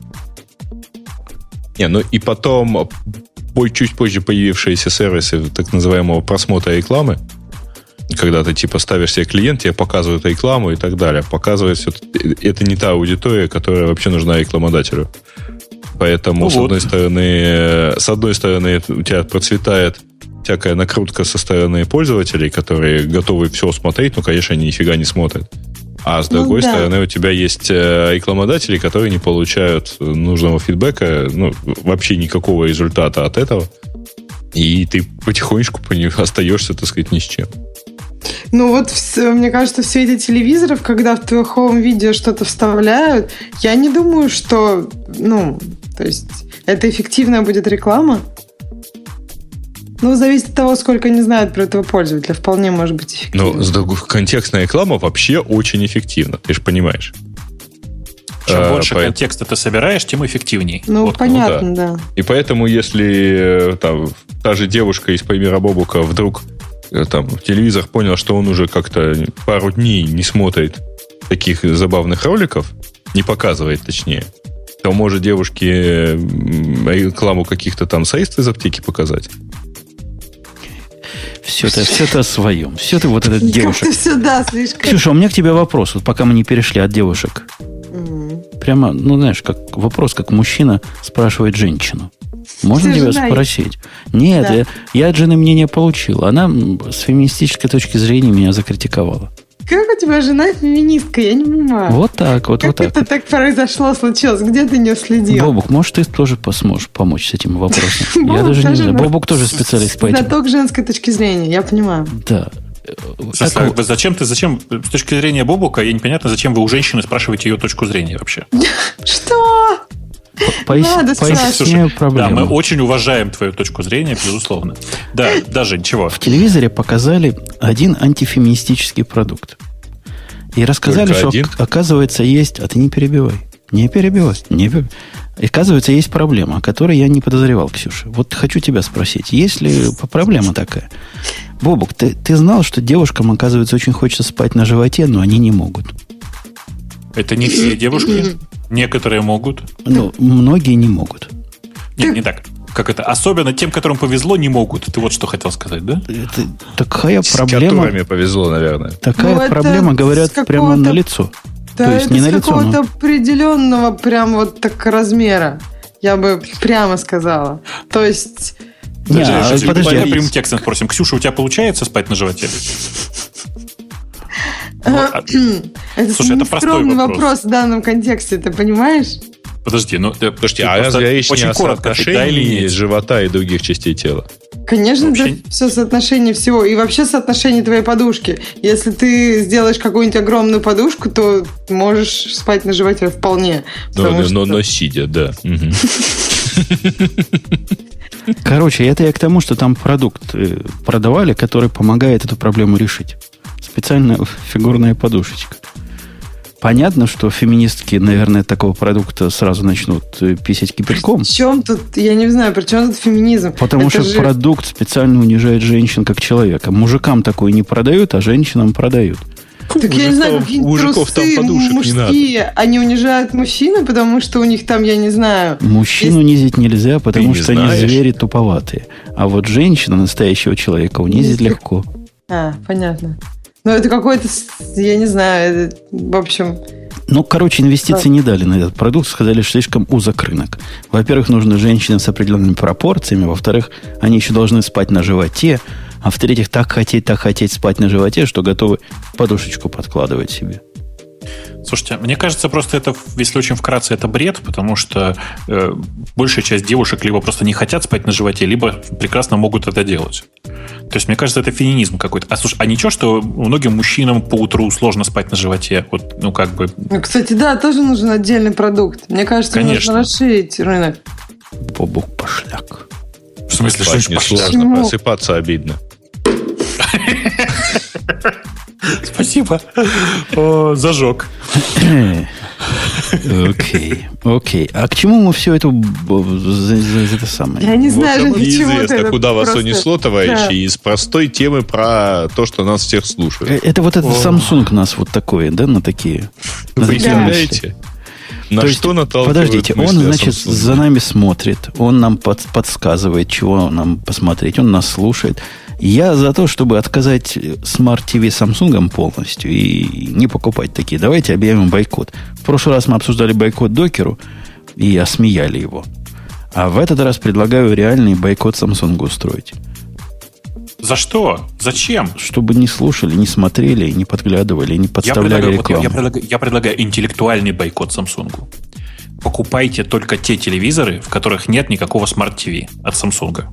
Не, ну и потом... чуть позже появившиеся сервисы так называемого просмотра рекламы, когда ты типа ставишь себе клиент, тебе показывают рекламу и так далее. Показывает все, это не та аудитория, которая вообще нужна рекламодателю. Поэтому, ну с, вот. одной стороны, с одной стороны, у тебя процветает всякая накрутка со стороны пользователей, которые готовы все смотреть, но, конечно, они нифига не смотрят. А с другой ну, да. стороны, у тебя есть рекламодатели, которые не получают нужного фидбэка, ну, вообще никакого результата от этого. И ты потихонечку остаешься, так сказать, ни с чем. Ну вот, мне кажется, все эти телевизоров, когда в твое хоум-видео что-то вставляют, я не думаю, что, ну, то есть, это эффективная будет реклама. Ну, зависит от того, сколько они знают про этого пользователя. Вполне может быть эффективно. Ну, контекстная реклама вообще очень эффективна. Ты же понимаешь. Чем а, больше по... контекста ты собираешь, тем эффективнее. Ну, вот, понятно, ну, да. да. И поэтому, если там, та же девушка из «Пойми Робобука» вдруг там, в телевизор понял, что он уже как-то пару дней не смотрит таких забавных роликов, не показывает, точнее, то может девушке рекламу каких-то там средств из аптеки показать. Все это, все это о своем. Все это вот этот девушек. Как-то сюда слишком. Ксюша, у меня к тебе вопрос. Вот пока мы не перешли от девушек. Mm. Прямо, ну, знаешь, как вопрос, как мужчина спрашивает женщину. Можно тебя спросить? Нет, да. я, я от жены мнение получил. Она с феминистической точки зрения меня закритиковала. Как у тебя жена феминистка? Я не понимаю. Вот так, вот, как вот так. Как это так произошло, случилось? Где ты не следил? Бобук, может, ты тоже сможешь помочь с этим вопросом? Я даже не знаю. Бобук тоже специалист по этим. Знаток женской точки зрения, я понимаю. Да. Как вы, зачем ты, зачем, с точки зрения Бобука, я непонятно, зачем вы у женщины спрашиваете ее точку зрения вообще? Что? Пояс... Поясняю проблему. Да, мы очень уважаем твою точку зрения, безусловно. Да, даже ничего. В телевизоре показали один антифеминистический продукт. И рассказали, Только что, один? оказывается, есть... А ты не перебивай. Не перебивай. Не перебивай. И, оказывается, есть проблема, о которой я не подозревал, Ксюша. Вот хочу тебя спросить. Есть ли проблема такая? Бобук, ты, ты знал, что девушкам, оказывается, очень хочется спать на животе, но они не могут? Это не все девушки. Некоторые могут. Ну, многие не могут. Нет, не так. Как это? Особенно тем, которым повезло, не могут. Ты вот что хотел сказать, да? Это такая С проблема. С которыми повезло, наверное. Такая ну, проблема, говорят, прямо на лицо. Да, То есть это не с на лицо, какого-то но... определенного прям вот так размера. Я бы прямо сказала. То есть Не, а, подожди, подожди, прямым текстом спросим. Ксюша, у тебя получается спать на животе? Это Слушай, это простой вопрос. вопрос в данном контексте, ты понимаешь? Подожди, ну... Подожди, а разве речь не о соотношении живота и других частей тела? Конечно, вообще... это все соотношение всего. И вообще соотношение твоей подушки. Если ты сделаешь какую-нибудь огромную подушку, то можешь спать на животе вполне. Но, но, что... но, но сидя, да. Короче, это я к тому, что там продукт продавали, который помогает эту проблему решить. Специальная фигурная подушечка. Понятно, что феминистки, наверное, такого продукта сразу начнут писать кипятком. В чем тут, я не знаю, при чем тут феминизм? Потому Это что же... продукт специально унижает женщин как человека. Мужикам такое не продают, а женщинам продают. Так мужиков, я не знаю, какие-нибудь трусы мужские, они унижают мужчины, потому что у них там, я не знаю... Мужчин есть... унизить нельзя, потому что знаешь. Они звери туповатые. А вот женщина, настоящего человека, унизить не... легко. А, понятно. Ну, это какой-то, я не знаю, это, в общем... Ну, короче, инвестиции да. не дали на этот продукт, сказали, что слишком узок рынок. Во-первых, нужны женщины с определенными пропорциями, во-вторых, они еще должны спать на животе, а в-третьих, так хотеть, так хотеть спать на животе, что готовы подушечку подкладывать себе. Слушайте, мне кажется, просто это, если очень вкратце, это бред, потому что э, большая часть девушек либо просто не хотят спать на животе, либо прекрасно могут это делать. То есть, мне кажется, это феминизм какой-то. А слушай, а ничего, что многим мужчинам по утру сложно спать на животе? Вот, ну, как бы... Ну, кстати, да, тоже нужен отдельный продукт. Мне кажется, Конечно. нужно расширить рынок. Бобук пошляк. В смысле, спать что не пошляк? сложно, просыпаться обидно. Спасибо. О, зажег. Окей, окей. А к чему мы все это, это самое? Я не вот знаю, же неизвестно, это куда вас просто... унесло, товарищи, да. из простой темы про то, что нас всех слушают. Это вот этот Samsung нас вот такое, да, на такие... Вы представляете? На То что есть, наталкивают подождите, он, значит, Samsung? за нами смотрит, он нам под, подсказывает, чего нам посмотреть, он нас слушает. Я за то, чтобы отказать Smart ти ви Samsung полностью и не покупать такие. Давайте объявим бойкот. В прошлый раз мы обсуждали бойкот докеру и осмеяли его. А в этот раз предлагаю реальный бойкот Samsung устроить. За что? Зачем? Чтобы не слушали, не смотрели, не подглядывали, не подставляли я рекламу. Вот я, предлагаю, я предлагаю интеллектуальный бойкот Samsung. Покупайте только те телевизоры, в которых нет никакого Smart ти ви от Samsung.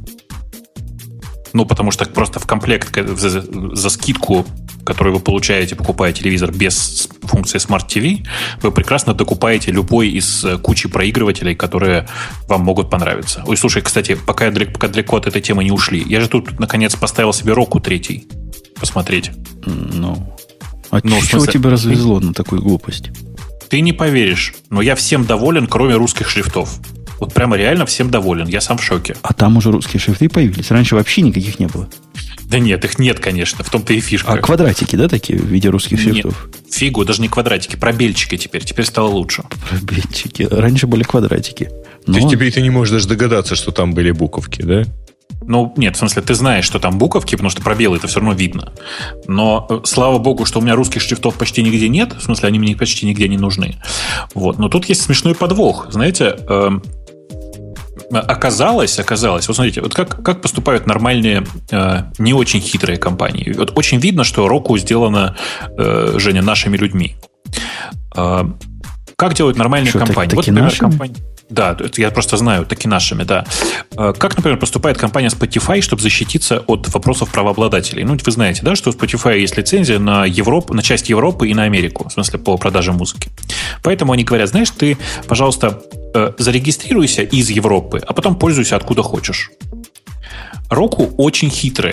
Ну, потому что просто в комплект за, за скидку, которую вы получаете, покупая телевизор без функции Smart ти ви, вы прекрасно докупаете любой из кучи проигрывателей, которые вам могут понравиться. Ой, слушай, кстати, пока, я далеко, пока далеко от этой темы не ушли, я же тут, наконец, поставил себе Roku третий посмотреть. Ну, а ну, чего тебя развезло на такую глупость? Ты не поверишь, но я всем доволен, кроме русских шрифтов. Вот прямо реально всем доволен. Я сам в шоке. А там уже русские шрифты появились? Раньше вообще никаких не было. Да нет, их нет, конечно. В том-то и фишка. А квадратики, да, такие в виде русских шрифтов? Нет, фигу, даже не квадратики, пробельчики теперь. Теперь стало лучше. Пробельчики. Раньше были квадратики. Но... То есть теперь ты не можешь даже догадаться, что там были буковки, да? Ну, нет, в смысле, ты знаешь, что там буковки, потому что пробелы это все равно видно. Но, слава богу, что у меня русских шрифтов почти нигде нет. В смысле, они мне почти нигде не нужны. Вот. Но тут есть смешной подвох. Знаете, э, оказалось, оказалось, вот смотрите, вот как, как поступают нормальные, э, не очень хитрые компании. Вот очень видно, что Roku сделано, э, Женя, нашими людьми. Э, как делают нормальные что, компании? Так, вот, например, компания... Да, это я просто знаю, таки нашими, да. Как, например, поступает компания Spotify, чтобы защититься от вопросов правообладателей? Ну, вы знаете, да, что у Spotify есть лицензия на Европу, на часть Европы и на Америку, в смысле, по продаже музыки. Поэтому они говорят, знаешь, ты, пожалуйста, зарегистрируйся из Европы, а потом пользуйся откуда хочешь. Roku очень хитрые.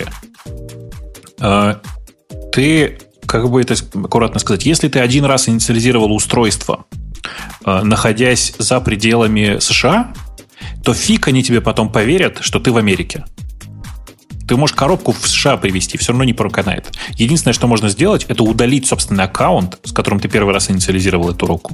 Ты, как бы это аккуратно сказать, если ты один раз инициализировал устройство, находясь за пределами США, то фиг они тебе потом поверят, что ты в Америке. Ты можешь коробку в США привезти, все равно не проканает. Единственное, что можно сделать, это удалить собственный аккаунт, с которым ты первый раз инициализировал эту Roku.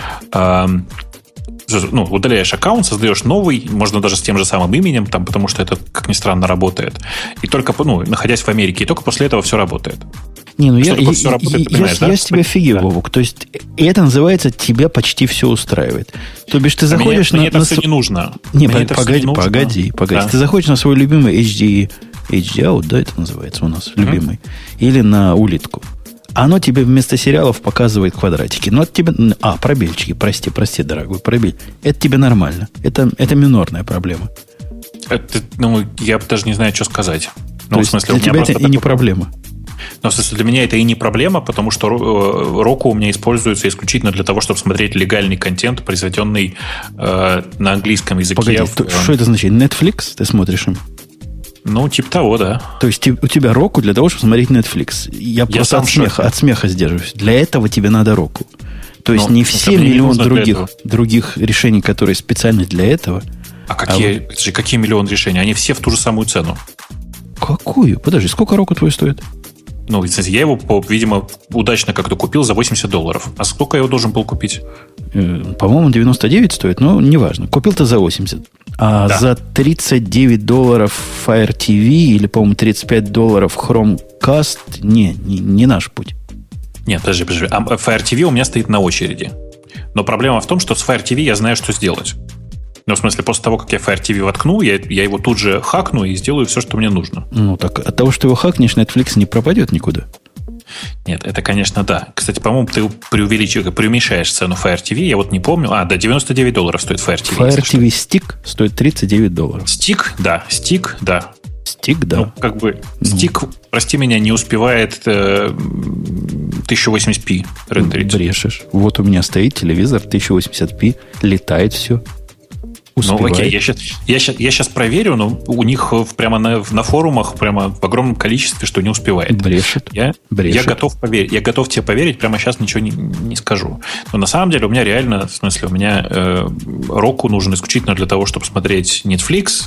Ну, удаляешь аккаунт, создаешь новый, можно даже с тем же самым именем, там, потому что это, как ни странно, работает. И только, ну, находясь в Америке, и только после этого все работает. Не, ну я, я, я, работает, я, я, да? я с тебя офигел, да. Вовок. То есть, это называется, тебя почти все устраивает. То бишь, ты заходишь а мне, на... Мне на... это все не нужно. Не, мне погоди, погоди, не погоди, погоди. Да. Ты заходишь на свой любимый эйч ди, эйч ди Out, да, это называется у нас, mm-hmm. любимый. Или на улитку. Оно тебе вместо сериалов показывает квадратики. Ну, это тебе... А, пробельчики, прости, прости, дорогой, пробель. Это тебе нормально. Это, это минорная проблема. Это, ну, я даже не знаю, что сказать. Ну, То в смысле, для тебя это и не проблема. Но, в смысле, для меня это и не проблема, потому что Roku у меня используется исключительно для того, чтобы смотреть легальный контент, произведенный э, на английском языке. Погоди, в, то, что это значит? Netflix ты смотришь им? Ну, типа того, да. То есть у тебя Roku для того, чтобы смотреть Netflix. Я, Я просто от смеха, от смеха сдерживаюсь. Для этого тебе надо Roku. То есть Но, не все миллион других, других решений, которые специально для этого. А какие, а вот... какие миллион решений? Они все в ту же самую цену. Какую? Подожди, сколько Roku твой стоит? Ну, кстати, я его, видимо, удачно как-то купил за восемьдесят долларов. А сколько я его должен был купить? По-моему, девяносто девять стоит, но неважно. Купил-то за восемьдесят. А да. За тридцать девять долларов Fire ти ви или, по-моему, тридцать пять долларов Chromecast не, не, не наш путь. Нет, подожди, подожди. А Fire ти ви у меня стоит на очереди. Но проблема в том, что с Fire ти ви я знаю, что сделать. Ну, в смысле, после того, как я Fire ти ви воткну, я, я его тут же хакну и сделаю все, что мне нужно. Ну, так от того, что его хакнешь, Netflix не пропадет никуда. Нет, это, конечно, да. Кстати, по-моему, ты преувеличиваешь, преуменьшаешь цену Fire ти ви. Я вот не помню. А, да, девяносто девять долларов стоит Fire ти ви. Fire ти ви Stick стоит тридцать девять долларов. Stick, да. Stick, да. Stick, да. Ну, как бы, Stick, ну. прости меня, не успевает э, тысяча восемьдесят пи рендерить. Брешешь. Вот у меня стоит телевизор тысяча восемьдесят пи, летает все. Успевает. Ну, окей, я сейчас, я, сейчас, я сейчас проверю, но у них прямо на, на форумах прямо в огромном количестве, что не успевает. Брешет. Я, Брешет. я, готов, поверить, я готов тебе поверить, прямо сейчас ничего не, не скажу. Но на самом деле у меня реально, в смысле, у меня э, Roku нужен исключительно для того, чтобы смотреть Netflix,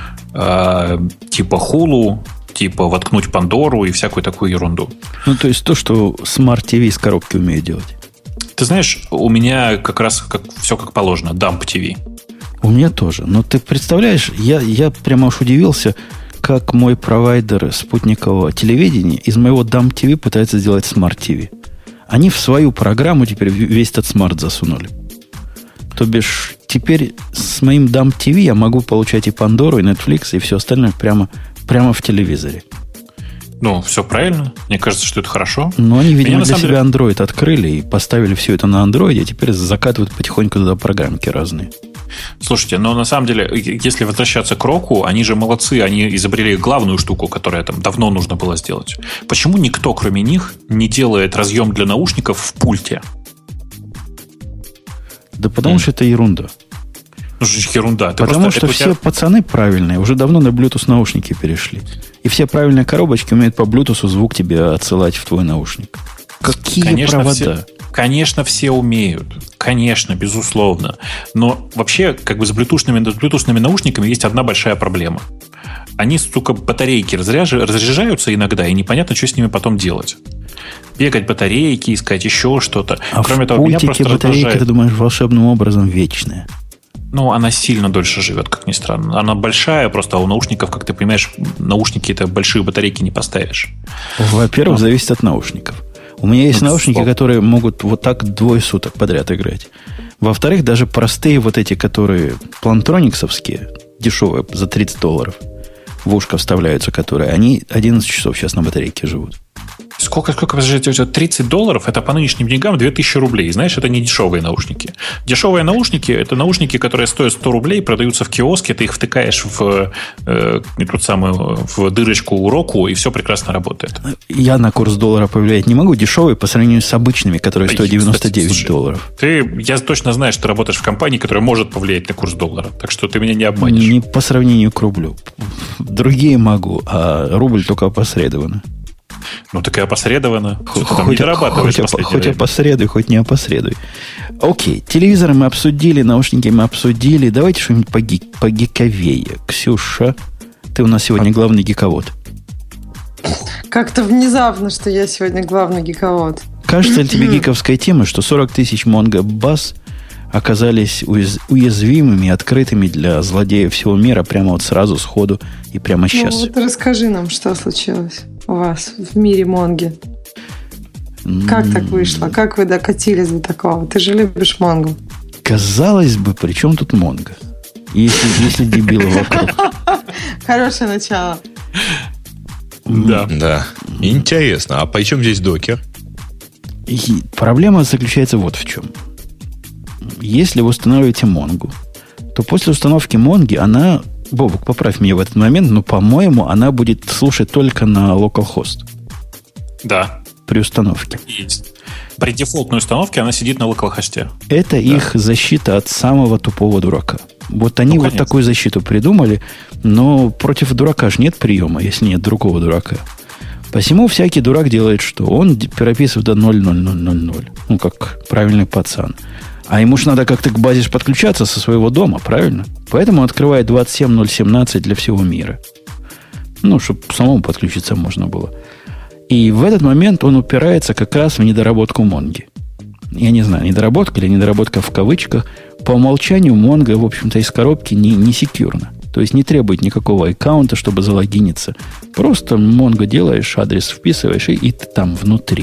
э, типа Hulu, типа воткнуть Пандору и всякую такую ерунду. Ну, то есть то, что Smart ти ви из коробки умеет делать. Ты знаешь, у меня как раз как, все как положено, Dump ти ви. У меня тоже. Но ты представляешь, я, я прямо уж удивился, как мой провайдер спутникового телевидения из моего Dump ти ви пытается сделать Smart ти ви. Они в свою программу теперь весь этот Smart засунули. То бишь, теперь с моим Dump ти ви я могу получать и Пандору, и Netflix, и все остальное прямо, прямо в телевизоре. Ну, все правильно. Мне кажется, что это хорошо. Но они, видимо, Меня, для себя деле... Android открыли и поставили все это на Android, и теперь закатывают потихоньку туда программки разные. Слушайте, но на самом деле, если возвращаться к Roku, они же молодцы, они изобрели главную штуку, которая там давно нужно было сделать. Почему никто, кроме них, не делает разъем для наушников в пульте? Да потому mm. что это ерунда. Ну, что ерунда. Ты Потому просто, что все тебя... пацаны правильные уже давно на Bluetooth наушники перешли. И все правильные коробочки умеют по Bluetooth звук тебе отсылать в твой наушник. Какие конечно, провода? Все, конечно, все умеют. Конечно, безусловно. Но вообще, как бы с блютусными, с блютусными наушниками есть одна большая проблема. Они, сука, батарейки разряж... разряжаются иногда, и непонятно, что с ними потом делать. Бегать батарейки, искать еще что-то. А Кроме в того, меня просто батарейка, раздражает... ты думаешь, волшебным образом вечная? Ну, она сильно дольше живет, как ни странно. Она большая, просто а у наушников, как ты понимаешь, наушники это большие батарейки не поставишь. Во-первых, а. зависит от наушников. У меня есть ну, наушники, стоп. которые могут вот так двое суток подряд играть. Во-вторых, даже простые вот эти, которые плантрониксовские, дешевые, за тридцать долларов, в ушко вставляются, которые, они одиннадцать часов сейчас на батарейке живут. Сколько, сколько, подождите, тридцать долларов, это по нынешним деньгам две тысячи рублей. Знаешь, это не дешевые наушники. Дешевые наушники, это наушники, которые стоят сто рублей, продаются в киоске, ты их втыкаешь в, э, тот самый, в дырочку у Roku, и все прекрасно работает. Я на курс доллара повлиять не могу. Дешевые по сравнению с обычными, которые стоят девяносто девять Слушай, долларов. Ты, я точно знаю, что ты работаешь в компании, которая может повлиять на курс доллара. Так что ты меня не обманешь. Не по сравнению к рублю. Другие могу, а рубль только опосредованно. Ну, так и опосредованно. Хоть, хоть, хоть, хоть опосредуй, хоть не опосредуй. Окей, телевизоры мы обсудили, наушники мы обсудили. Давайте что-нибудь поги- погиковее. Ксюша, ты у нас сегодня главный гиковод. Как-то внезапно, что я сегодня главный гиковод. Кажется ли тебе гиковская тема, что сорок тысяч Mongo Bus оказались уяз- уязвимыми, открытыми для злодеев всего мира прямо вот сразу, сходу и прямо сейчас? Ну, вот расскажи нам, что случилось у вас в мире Монги. Как так вышло? Как вы докатились до такого? Ты же любишь Mongo. Казалось бы, при чем тут Mongo? Если, если дебилы вокруг. Хорошее начало. Да. Да. Интересно. А при чем здесь докер? И проблема заключается вот в чем. Если вы устанавливаете Mongo, то после установки Mongo она... Бобок, поправь меня в этот момент, но, по-моему, она будет слушать только на localhost. Да. При установке. Есть. При дефолтной установке она сидит на локалхосте. Это да. Их защита от самого тупого дурака. Вот они ну, вот такую защиту придумали, но против дурака же нет приема, если нет другого дурака. Посему всякий дурак делает что? Он переписывает до ноль ноль ноль ноль ноль. Ну, как правильный пацан. А ему же надо как-то к базе подключаться со своего дома, правильно? Поэтому он открывает двадцать семь ноль семнадцать для всего мира. Ну, чтобы самому подключиться можно было. И в этот момент он упирается как раз в недоработку Монги. Я не знаю, недоработка или недоработка в кавычках. По умолчанию Mongo, в общем-то, из коробки не, не секьюрно. То есть не требует никакого аккаунта, чтобы залогиниться. Просто Mongo делаешь, адрес вписываешь, и, и ты там внутри.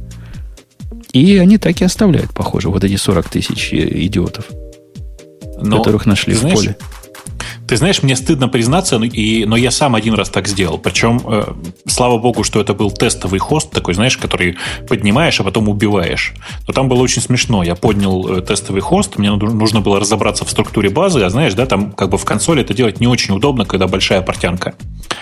И они так и оставляют, похоже, вот эти сорок тысяч идиотов, но, которых нашли в знаешь, поле. Ты знаешь, мне стыдно признаться, но, и, но я сам один раз так сделал. Причем, э, слава богу, что это был тестовый хост такой, знаешь, который поднимаешь, а потом убиваешь. Но там было очень смешно. Я поднял э, тестовый хост, мне нужно было разобраться в структуре базы, а знаешь, да, там как бы в консоли это делать не очень удобно, когда большая портянка.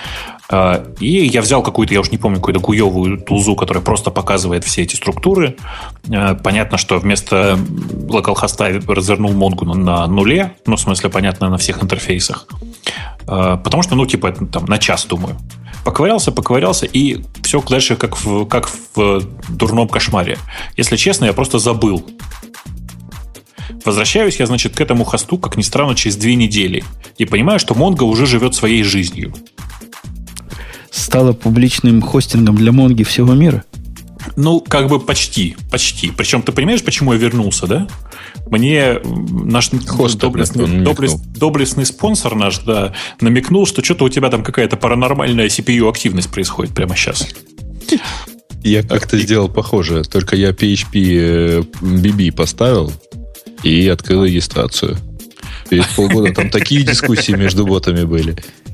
И я взял какую-то, я уж не помню, какую-то гуевую тулзу, которая просто показывает все эти структуры. Понятно, что вместо локалхоста развернул Mongo на нуле, ну, в смысле, понятно, на всех интерфейсах. Потому что, ну, типа, там, на час, думаю. Поковырялся, поковырялся, и все дальше как в, как в дурном кошмаре. Если честно, я просто забыл. Возвращаюсь я, значит, к этому хосту, как ни странно, через две недели. И понимаю, что Mongo уже живет своей жизнью. Стало публичным хостингом для Монги всего мира? Ну, как бы почти, почти. Причем ты понимаешь, почему я вернулся, да? Мне наш Хост, доблестный, доблест, доблестный спонсор наш, да, намекнул, что что-то у тебя там какая-то паранормальная си пи ю-активность происходит прямо сейчас. Я как-то сделал похожее, только я пи эйч пи би би поставил и открыл регистрацию. Перед полгода там такие дискуссии между ботами были.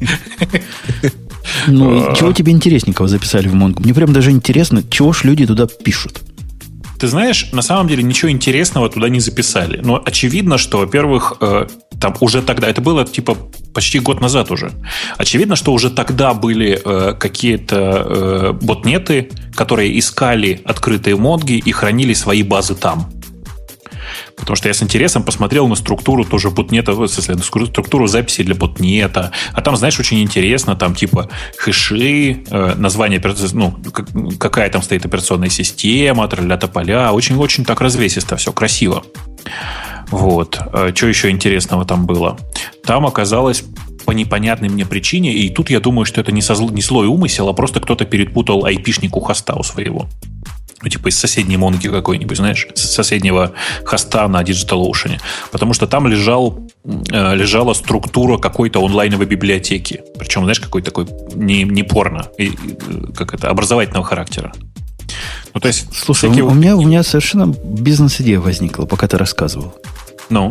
Ну, чего тебе интересненького записали в Mongo? Мне прям даже интересно, чего ж люди туда пишут. Ты знаешь, на самом деле ничего интересного туда не записали. Но очевидно, что, во-первых, э, там уже тогда, это было типа почти год назад уже. Очевидно, что уже тогда были э, какие-то э, ботнеты, которые искали открытые Монги и хранили свои базы там. Потому что я с интересом посмотрел на структуру тоже ботнета, в смысле, на структуру записи для ботнета. А там, знаешь, очень интересно, там типа хэши, э, название, ну, какая там стоит операционная система, тролля тополя. Очень-очень так развесисто все, красиво. Вот. Что еще интересного там было? Там оказалось по непонятной мне причине, и тут я думаю, что это не, со зл... не злой умысел, а просто кто-то перепутал айпишник у хоста у своего. Ну, типа из соседней Монги какой-нибудь, знаешь, с соседнего хоста на DigitalOcean. Потому что там лежал, э, лежала структура какой-то онлайновой библиотеки. Причем, знаешь, какой такой не, не порно, и, как это, образовательного характера. Ну, то есть, слушай, всякие... у, меня, у меня совершенно бизнес-идея возникла, пока ты рассказывал. Ну?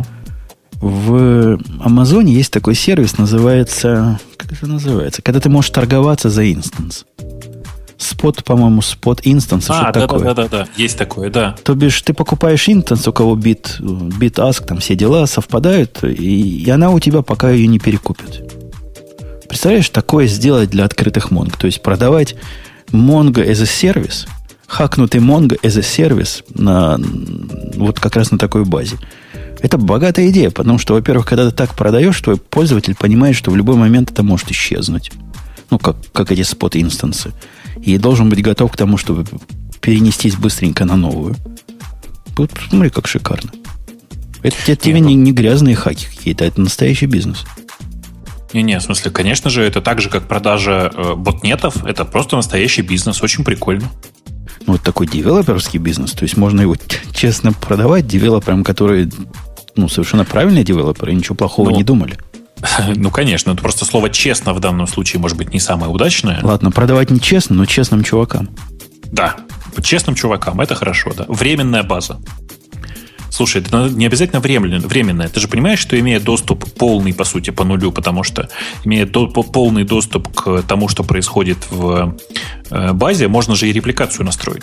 В Амазоне есть такой сервис, называется... Как это называется? Когда ты можешь торговаться за инстанс. Спот, по-моему, спот инстанс, а, что-то да, такое. Да, да, да, да, есть такое, да. То бишь, ты покупаешь инстанс, у кого бит, бит аск, там все дела совпадают, и, и она у тебя пока ее не перекупит. Представляешь, такое сделать для открытых Mongo? То есть продавать Mongo as a service, хакнутый Mongo as a service на, вот как раз на такой базе. Это богатая идея, потому что, во-первых, когда ты так продаешь, твой пользователь понимает, что в любой момент это может исчезнуть. Ну, как, как эти спот-инстансы. И должен быть готов к тому, чтобы перенестись быстренько на новую. Вот смотри, как шикарно. Это, это тебе не, не грязные хаки какие-то, это настоящий бизнес. Не-не, в смысле, конечно же, это так же, как продажа э, ботнетов. Это просто настоящий бизнес, очень прикольно. Ну, вот такой девелоперский бизнес. То есть можно его честно продавать девелоперам, которые, ну, совершенно правильные девелоперы, ничего плохого ну, не думали. Ну, конечно, это просто слово «честно» в данном случае может быть не самое удачное. Ладно, продавать нечестно, но честным чувакам. Да, честным чувакам это хорошо, да. Временная база. Слушай, это не обязательно временная. Ты же понимаешь, что имея доступ полный, по сути, по нулю, потому что имея до, полный доступ к тому, что происходит в базе, можно же и репликацию настроить.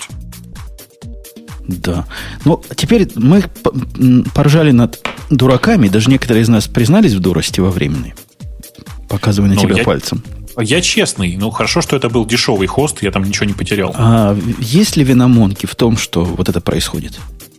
Да. Ну, теперь мы поржали над дураками, даже некоторые из нас признались в дурости во временной, показывая на Но тебя я... пальцем. Я честный. Ну, хорошо, что это был дешевый хост, я там ничего не потерял. А есть ли вина Монги в том, что вот это происходит?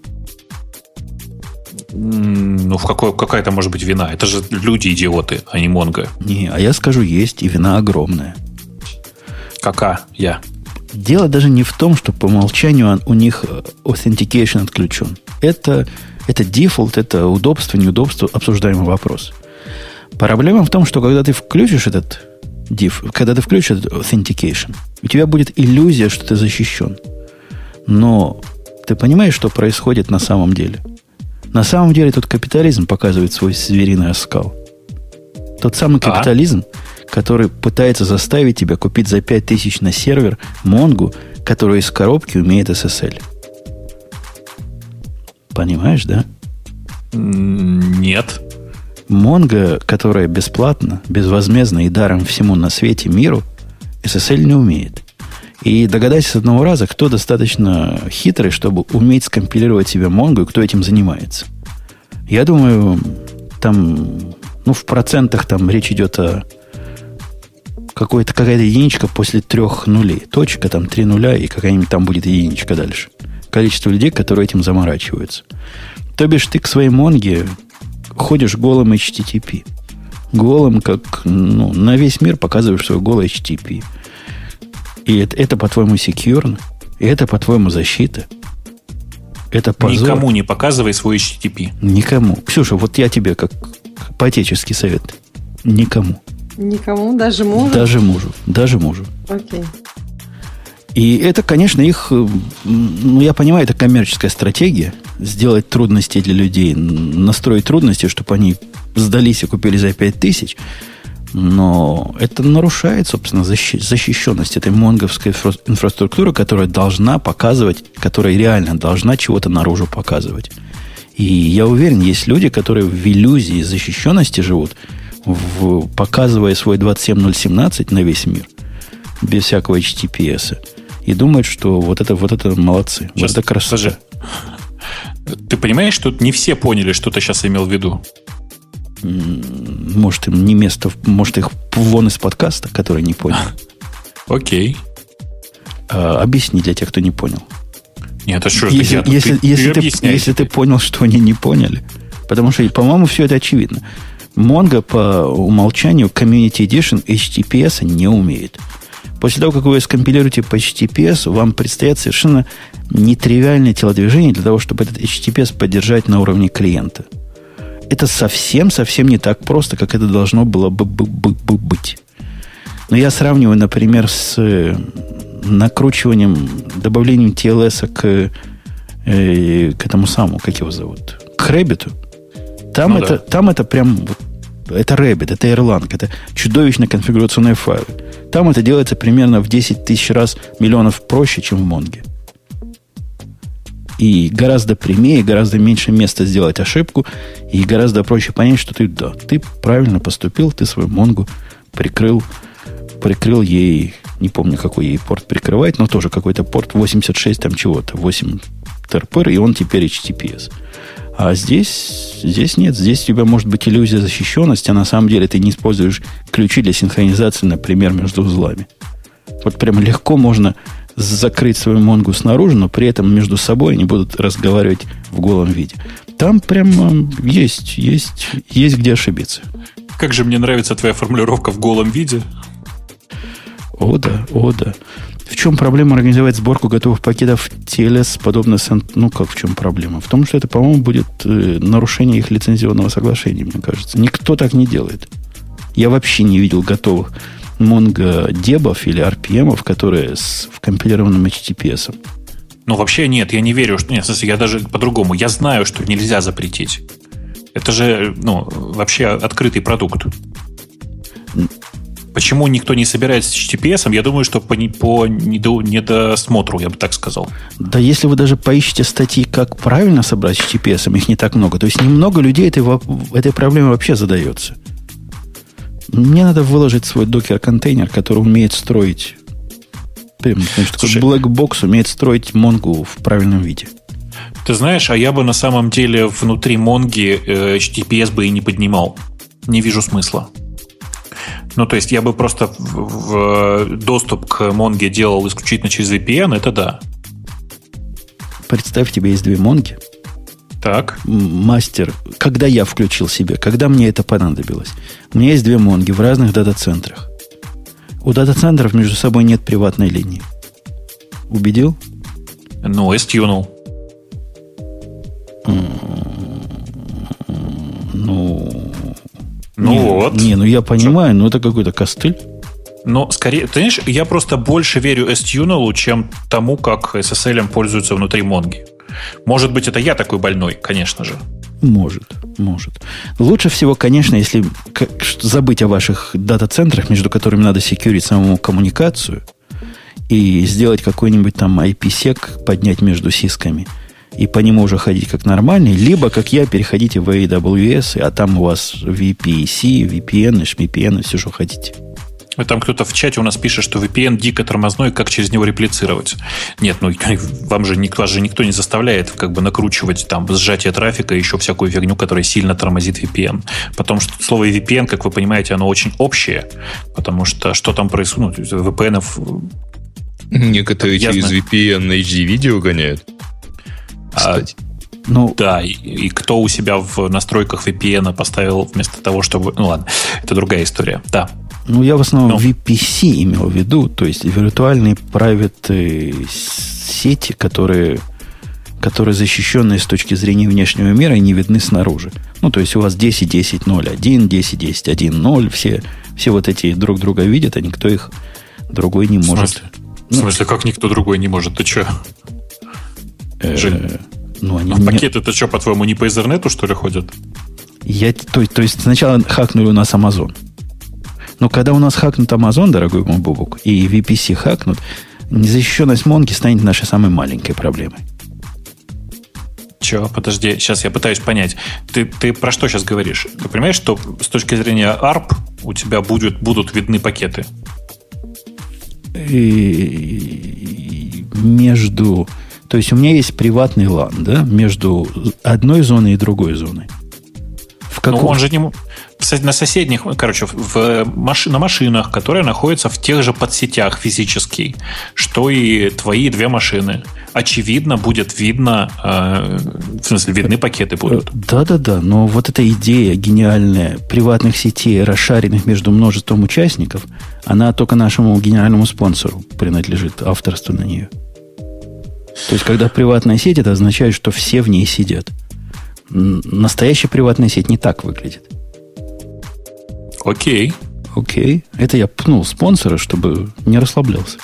Ну, в какой, какая-то может быть вина? Это же люди идиоты, а не Монго. Не, а я скажу, есть, и вина огромная. Какая? Я. Дело даже не в том, что по умолчанию у них authentication отключен. Это, это default, это удобство, неудобство, обсуждаемый вопрос. Проблема в том, что когда ты включишь этот diff, когда ты включишь этот authentication, у тебя будет иллюзия, что ты защищен. Но ты понимаешь, что происходит на самом деле? На самом деле тут капитализм показывает свой звериный оскал. Тот самый капитализм, а? который пытается заставить тебя купить за пять тысяч на сервер Монгу, который из коробки умеет эс эс эль. Понимаешь, да? Нет. Монго, которая бесплатно, безвозмездно и даром всему на свете миру, эс эс эль не умеет. И догадайся с одного раза, кто достаточно хитрый, чтобы уметь скомпилировать себе Монго, и кто этим занимается. Я думаю, там, ну, в процентах там речь идет о какой-то, какая-то единичка после трех нулей. Точка, там три нуля, и какая-нибудь там будет единичка дальше. Количество людей, которые этим заморачиваются. То бишь, ты к своей Монге ходишь голым эйч ти ти пи. Голым, как, ну, на весь мир показываешь свой голый эйч ти ти пи. И это, это по-твоему, секьюрно? И это, по-твоему, защита? Это позор? Никому не показывай свой эйч ти ти пи. Никому. Ксюша, вот я тебе как по-отечески совет. Никому. Никому? Даже мужу? Даже мужу. Даже мужу. Окей. И это, конечно, их... Ну, я понимаю, это коммерческая стратегия. Сделать трудности для людей. Настроить трудности, чтобы они сдались и купили за пять тысяч. Но это нарушает, собственно, защищенность этой монговской инфраструктуры, которая должна показывать, которая реально должна чего-то наружу показывать. И я уверен, есть люди, которые в иллюзии защищенности живут, в, показывая свой двадцать семь ноль семнадцать на весь мир, без всякого эйч ти ти пи эс, и думают, что вот это, вот это молодцы. Сейчас, вот это красота. Скажи, ты понимаешь, что не все поняли, что ты сейчас имел в виду? Может, им не место, может, их вон из подкаста, который не понял. Окей. А, объясни для тех, кто не понял. Нет, это что? Если, ты, если, ты, если, ты, ты, если ты понял, что они не поняли. Потому что, по-моему, все это очевидно. Mongo по умолчанию Community Edition эйч ти ти пи эс не умеет. После того, как вы скомпилируете по эйч ти ти пи эс, вам предстоят совершенно нетривиальные телодвижения для того, чтобы этот эйч ти ти пи эс поддержать на уровне клиента. Это совсем-совсем не так просто, как это должно было бы быть. Но я сравниваю, например, с накручиванием, добавлением ти эл эс к, э, к этому самому, как его зовут, к Рэббиту. Там, ну, это, да. там это прям, это Рэббит, это Erlang, это чудовищно конфигурационные файлы. Там это делается примерно в десять тысяч раз миллионов проще, чем в Монге. И гораздо прямее, гораздо меньше места сделать ошибку, и гораздо проще понять, что ты, да, ты правильно поступил, ты свою Монгу прикрыл, прикрыл ей, не помню, какой ей порт прикрывает, но тоже какой-то порт восемьдесят шесть там чего-то, восемь ТРПР, и он теперь эйч ти ти пи эс. А здесь, здесь нет, здесь у тебя может быть иллюзия защищенности, а на самом деле ты не используешь ключи для синхронизации, например, между узлами. Вот прям легко можно закрыть свою Монгу снаружи, но при этом между собой они будут разговаривать в голом виде. Там прям есть, есть, есть где ошибиться. Как же мне нравится твоя формулировка в голом виде. О да, о да. В чем проблема организовать сборку готовых пакетов ти эл эс, подобно... Ну, как в чем проблема? В том, что это, по-моему, будет э, нарушение их лицензионного соглашения, мне кажется. Никто так не делает. Я вообще не видел готовых монго-дебов или ар пи эм, которые с вкомпилированным эйч ти ти пи эс. Ну, вообще нет, я не верю. Что... Нет, в смысле, я даже по-другому. Я знаю, что нельзя запретить. Это же, ну, вообще открытый продукт. Почему никто не собирает с эйч ти ти пи эс? Я думаю, что по, по недо, недосмотру, я бы так сказал. Да если вы даже поищете статьи, как правильно собрать с эйч ти ти пи эс, их не так много. То есть немного людей этой, этой проблемой вообще задается. Мне надо выложить свой докер-контейнер, который умеет строить... Значит, такой блэкбокс умеет строить Монгу в правильном виде. Ты знаешь, а я бы на самом деле внутри Монги эйч ти ти пи эс бы и не поднимал. Не вижу смысла. Ну, то есть я бы просто в, в доступ к Монге делал исключительно через ви пи эн, это да. Представь, тебе есть две Монги. Так. Мастер, когда я включил себе, когда мне это понадобилось. У меня есть две Монги в разных дата-центрах. У дата-центров между собой нет приватной линии. Убедил? Ну, эстюнул. Ну... Ну не, вот. Не, ну я понимаю, Что? но это какой-то костыль. Но скорее, ты знаешь, я просто больше верю эстюналу, чем тому, как эс эс эл пользуются внутри Монги. Может быть, это я такой больной, конечно же. Может, может. Лучше всего, конечно, если как, забыть о ваших дата-центрах, между которыми надо секьюрить самому коммуникацию, и сделать какой-нибудь там ай пи-сек, поднять между сисками, и по нему уже ходить как нормальный, либо, как я, переходите в эй дабл ю эс, а там у вас ви пи си, ви пи эн, эйч ми пи эн, все, что хотите. Там кто-то в чате у нас пишет, что ви пи эн дико тормозной, как через него реплицировать. Нет, ну вам же, вас же никто не заставляет как бы накручивать там сжатие трафика и еще всякую фигню, которая сильно тормозит ви пи эн. Потому что слово ви пи эн, как вы понимаете, оно очень общее, потому что что там происходит? Ну, ви пи эн-ов... Некоторые через ви пи эн эйч ди-видео гоняют. Кстати. А, ну, да, и, и кто у себя в настройках ви пи эн поставил вместо того, чтобы... Ну ладно, это другая история. Да. Ну, я в основном ну. ви пи си имел в виду, то есть виртуальные private сети, которые, которые защищенные с точки зрения внешнего мира и не видны снаружи. Ну, то есть у вас десять десять ноль один, десять десять один ноль, все, все вот эти друг друга видят, а никто их другой не может. В смысле, ну, в смысле как никто другой не может? Ты что? Ну, они а не... пакеты это что, по-твоему, не по Ethernet, что ли, ходят? Я, то, то есть сначала хакнули у нас Amazon. Но когда у нас хакнут Amazon, дорогой мой Бобук, и ви пи си хакнут, незащищенность Монги станет нашей самой маленькой проблемой. Че, подожди, сейчас я пытаюсь понять. Ты, ты про что сейчас говоришь? Ты понимаешь, что с точки зрения эй ар пи у тебя будет, будут видны пакеты? И между... То есть у меня есть приватный лан, да, между одной зоной и другой зоной. В каком... Ну, он же не... на соседних, короче, в маши... на машинах, которые находятся в тех же подсетях физически, что и твои две машины. Очевидно, будет видно, э, в смысле, видны пакеты будут. Да-да-да, но вот эта идея гениальная приватных сетей, расшаренных между множеством участников, она только нашему генеральному спонсору принадлежит, авторство на нее. То есть, когда приватная сеть, это означает, что все в ней сидят. Настоящая приватная сеть не так выглядит. Окей. Окей. Это я пнул спонсора, чтобы не расслаблялся.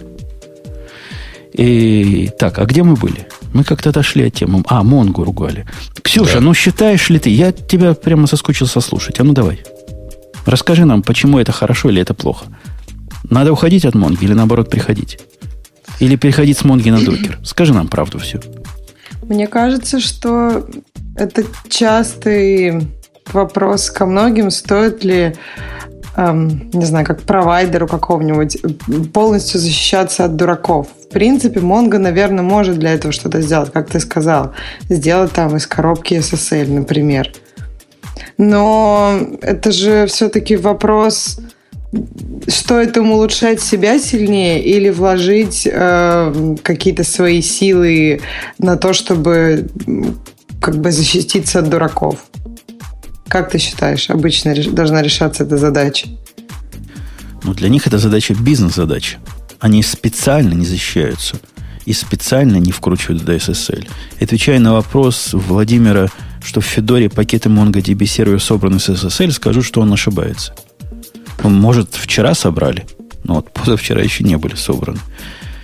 И, так, а где мы были? Мы как-то отошли от темы. А, Монгу ругали. Ксюша, да. ну считаешь ли ты? Я тебя прямо соскучился слушать. А ну давай. Расскажи нам, почему это хорошо или это плохо. Надо уходить от Монги или наоборот приходить? Или переходить с Монги на докер? Скажи нам правду всю. Мне кажется, что это частый вопрос ко многим, стоит ли, эм, не знаю, как провайдеру какого-нибудь полностью защищаться от дураков. В принципе, Mongo, наверное, может для этого что-то сделать, как ты сказал. Сделать там из коробки эс эс эл, например. Но это же все-таки вопрос... Стоит им улучшать себя сильнее или вложить э, какие-то свои силы на то, чтобы как бы защититься от дураков? Как ты считаешь, обычно реш... должна решаться эта задача? Ну, для них это задача бизнес-задача. Они специально не защищаются и специально не вкручивают до эс эс эл. Отвечая на вопрос Владимира, что в Федоре пакеты MongoDB сервер собраны с эс эс эл, скажу, что он ошибается. Может, вчера собрали, но вот позавчера еще не были собраны.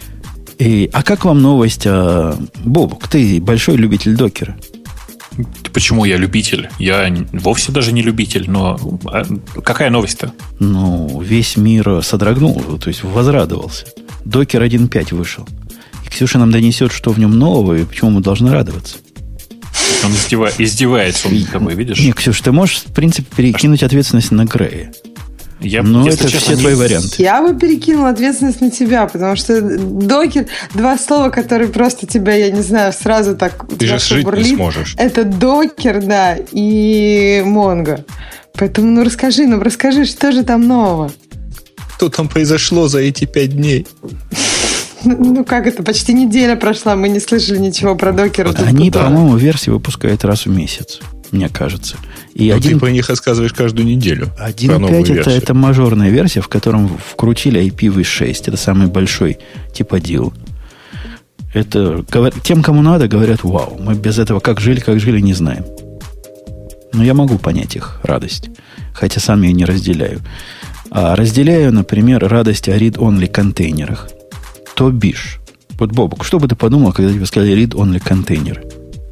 И, а как вам новость о... Бобук, ты большой любитель докера. почему я любитель? Я вовсе даже не любитель, но какая новость-то? Ну, весь мир содрогнул, то есть возрадовался. Докер один точка пять вышел. И Ксюша нам донесет, что в нем нового, и почему мы должны радоваться. Он издевается, издевается он тобой, видишь? Не, Ксюш, ты можешь, в принципе, перекинуть ответственность на Грея. Я, Но это честно, все твои варианты. Я бы перекинула ответственность на тебя, потому что докер, два слова, которые просто тебя, я не знаю, сразу так... Ты же жить бурлит, не сможешь. Это докер, да, и Монго. Поэтому, ну расскажи, ну расскажи, что же там нового? Что там произошло за эти пять дней? Ну как это, почти неделя прошла, мы не слышали ничего про докер. Они, по-моему, версии выпускают раз в месяц, мне кажется. И Но один... ты про них рассказываешь каждую неделю. один точка пять это, это мажорная версия, в котором вкрутили ай пи ви шесть. Это самый большой типа дил. Это тем, кому надо, говорят, вау, мы без этого как жили, как жили, не знаем. Но я могу понять их радость. Хотя сам ее не разделяю. А разделяю, например, радость о read-only контейнерах. То бишь. Вот, Бобок, что бы ты подумал, когда тебе сказали read-only контейнеры?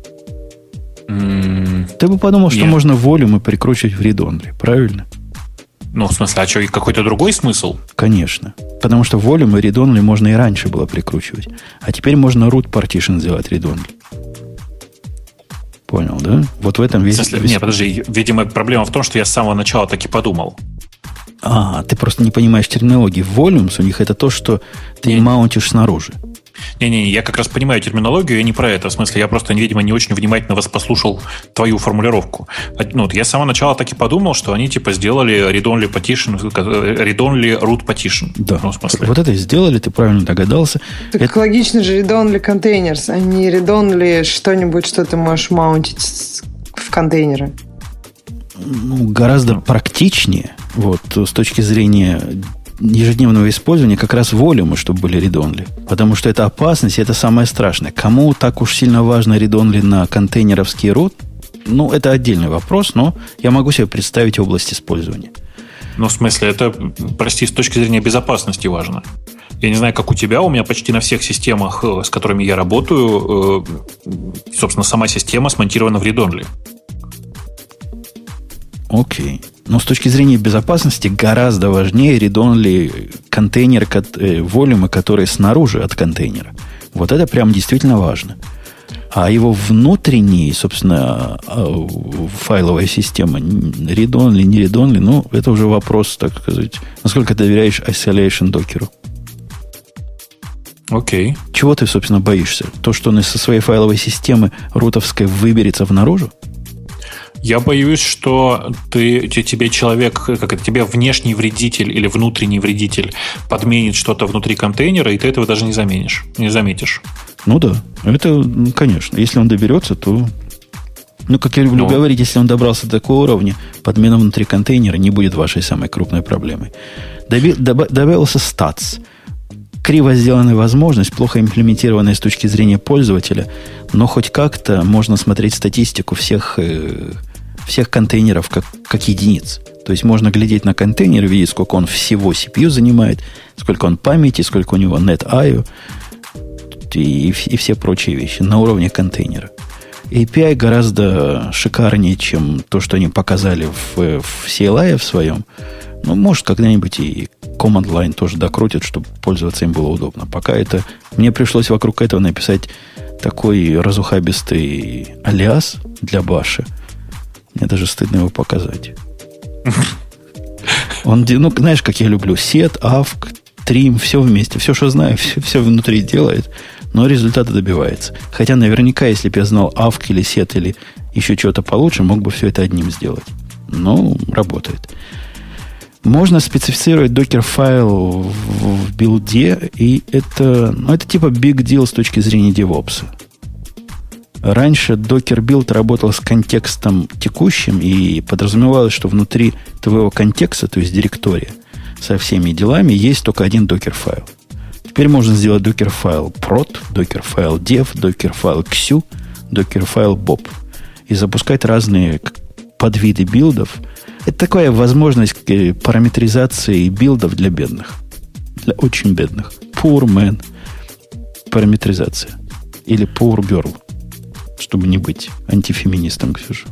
Ты бы подумал, что Нет. можно волюмы прикручивать в read-only, правильно? Ну, в смысле, а что, какой-то другой смысл? Конечно. Потому что волюмы read-only можно и раньше было прикручивать. А теперь можно root partition сделать read-only. Понял, да? Вот в этом весь... В смысле, весь... Нет, подожди. Видимо, проблема в том, что я с самого начала так и подумал. А, ты просто не понимаешь терминологии. Volumes у них это то, что ты не маунтишь снаружи. Не-не, я как раз понимаю терминологию, я не про это. В смысле, я просто, видимо, не очень внимательно вас послушал твою формулировку. Ну, я с самого начала так и подумал, что они типа сделали read-only partition, read-only root partition. Да, ну, в смысле. Вот это сделали, ты правильно догадался. Так это... логично же read-only containers, а не read-only что-нибудь, что ты можешь маунтить в контейнеры. Ну, гораздо практичнее, вот, с точки зрения ежедневного использования, как раз волюмы, чтобы были read-only. Потому что это опасность, и это самое страшное. Кому так уж сильно важно read-only на контейнеровский root, ну, это отдельный вопрос, но я могу себе представить область использования. Ну, в смысле, это, прости, с точки зрения безопасности важно. Я не знаю, как у тебя, у меня почти на всех системах, с которыми я работаю, собственно, сама система смонтирована в read-only. Окей. Но с точки зрения безопасности гораздо важнее read-only контейнер, волюмы, которые снаружи от контейнера. Вот это прям действительно важно. А его внутренние, собственно, файловая система, read-only, не read-only, ну, это уже вопрос, так сказать, насколько ты доверяешь isolation докеру. Окей. Чего ты, собственно, боишься? То, что он из своей файловой системы рутовской выберется в наружу? Я боюсь, что ты, тебе человек, как это, тебе внешний вредитель или внутренний вредитель подменит что-то внутри контейнера, и ты этого даже не заменишь, не заметишь. Ну да, это, конечно. Если он доберется, то... Ну, как я люблю ну. говорить, если он добрался до такого уровня, подмена внутри контейнера не будет вашей самой крупной проблемой. Доби, доб, добавился статс. Криво сделанная возможность, плохо имплементированная с точки зрения пользователя, но хоть как-то можно смотреть статистику всех, э, всех контейнеров как, как единиц. То есть можно глядеть на контейнер и видеть, сколько он всего си пи ю занимает, сколько он памяти, сколько у него нет ай о и, и все прочие вещи на уровне контейнера. эй пи ай гораздо шикарнее, чем то, что они показали в, в си эл ай в своем. Ну, может, когда-нибудь и command line тоже докрутят, чтобы пользоваться им было удобно. Пока это... Мне пришлось вокруг этого написать такой разухабистый алиас для баша. Мне даже стыдно его показать. Он, ну, знаешь, как я люблю. Set, avk, trim, все вместе. Все, что знаю, все, все внутри делает. Но результата добивается. Хотя наверняка, если бы я знал avk или set, или еще чего-то получше, мог бы все это одним сделать. Но работает. Можно специфицировать докер-файл в, в билде, и это, ну, это типа big deal с точки зрения DevOps. Раньше докер-билд работал с контекстом текущим, и подразумевалось, что внутри твоего контекста, то есть директория, со всеми делами, есть только один докер-файл. Теперь можно сделать докер-файл prod, докер-файл dev, докер-файл xu, докер-файл bob. И запускать разные подвиды билдов. Это такая возможность параметризации билдов для бедных. Для очень бедных. Poor man параметризация. Или poor girl. чтобы не быть антифеминистом, Ксюша.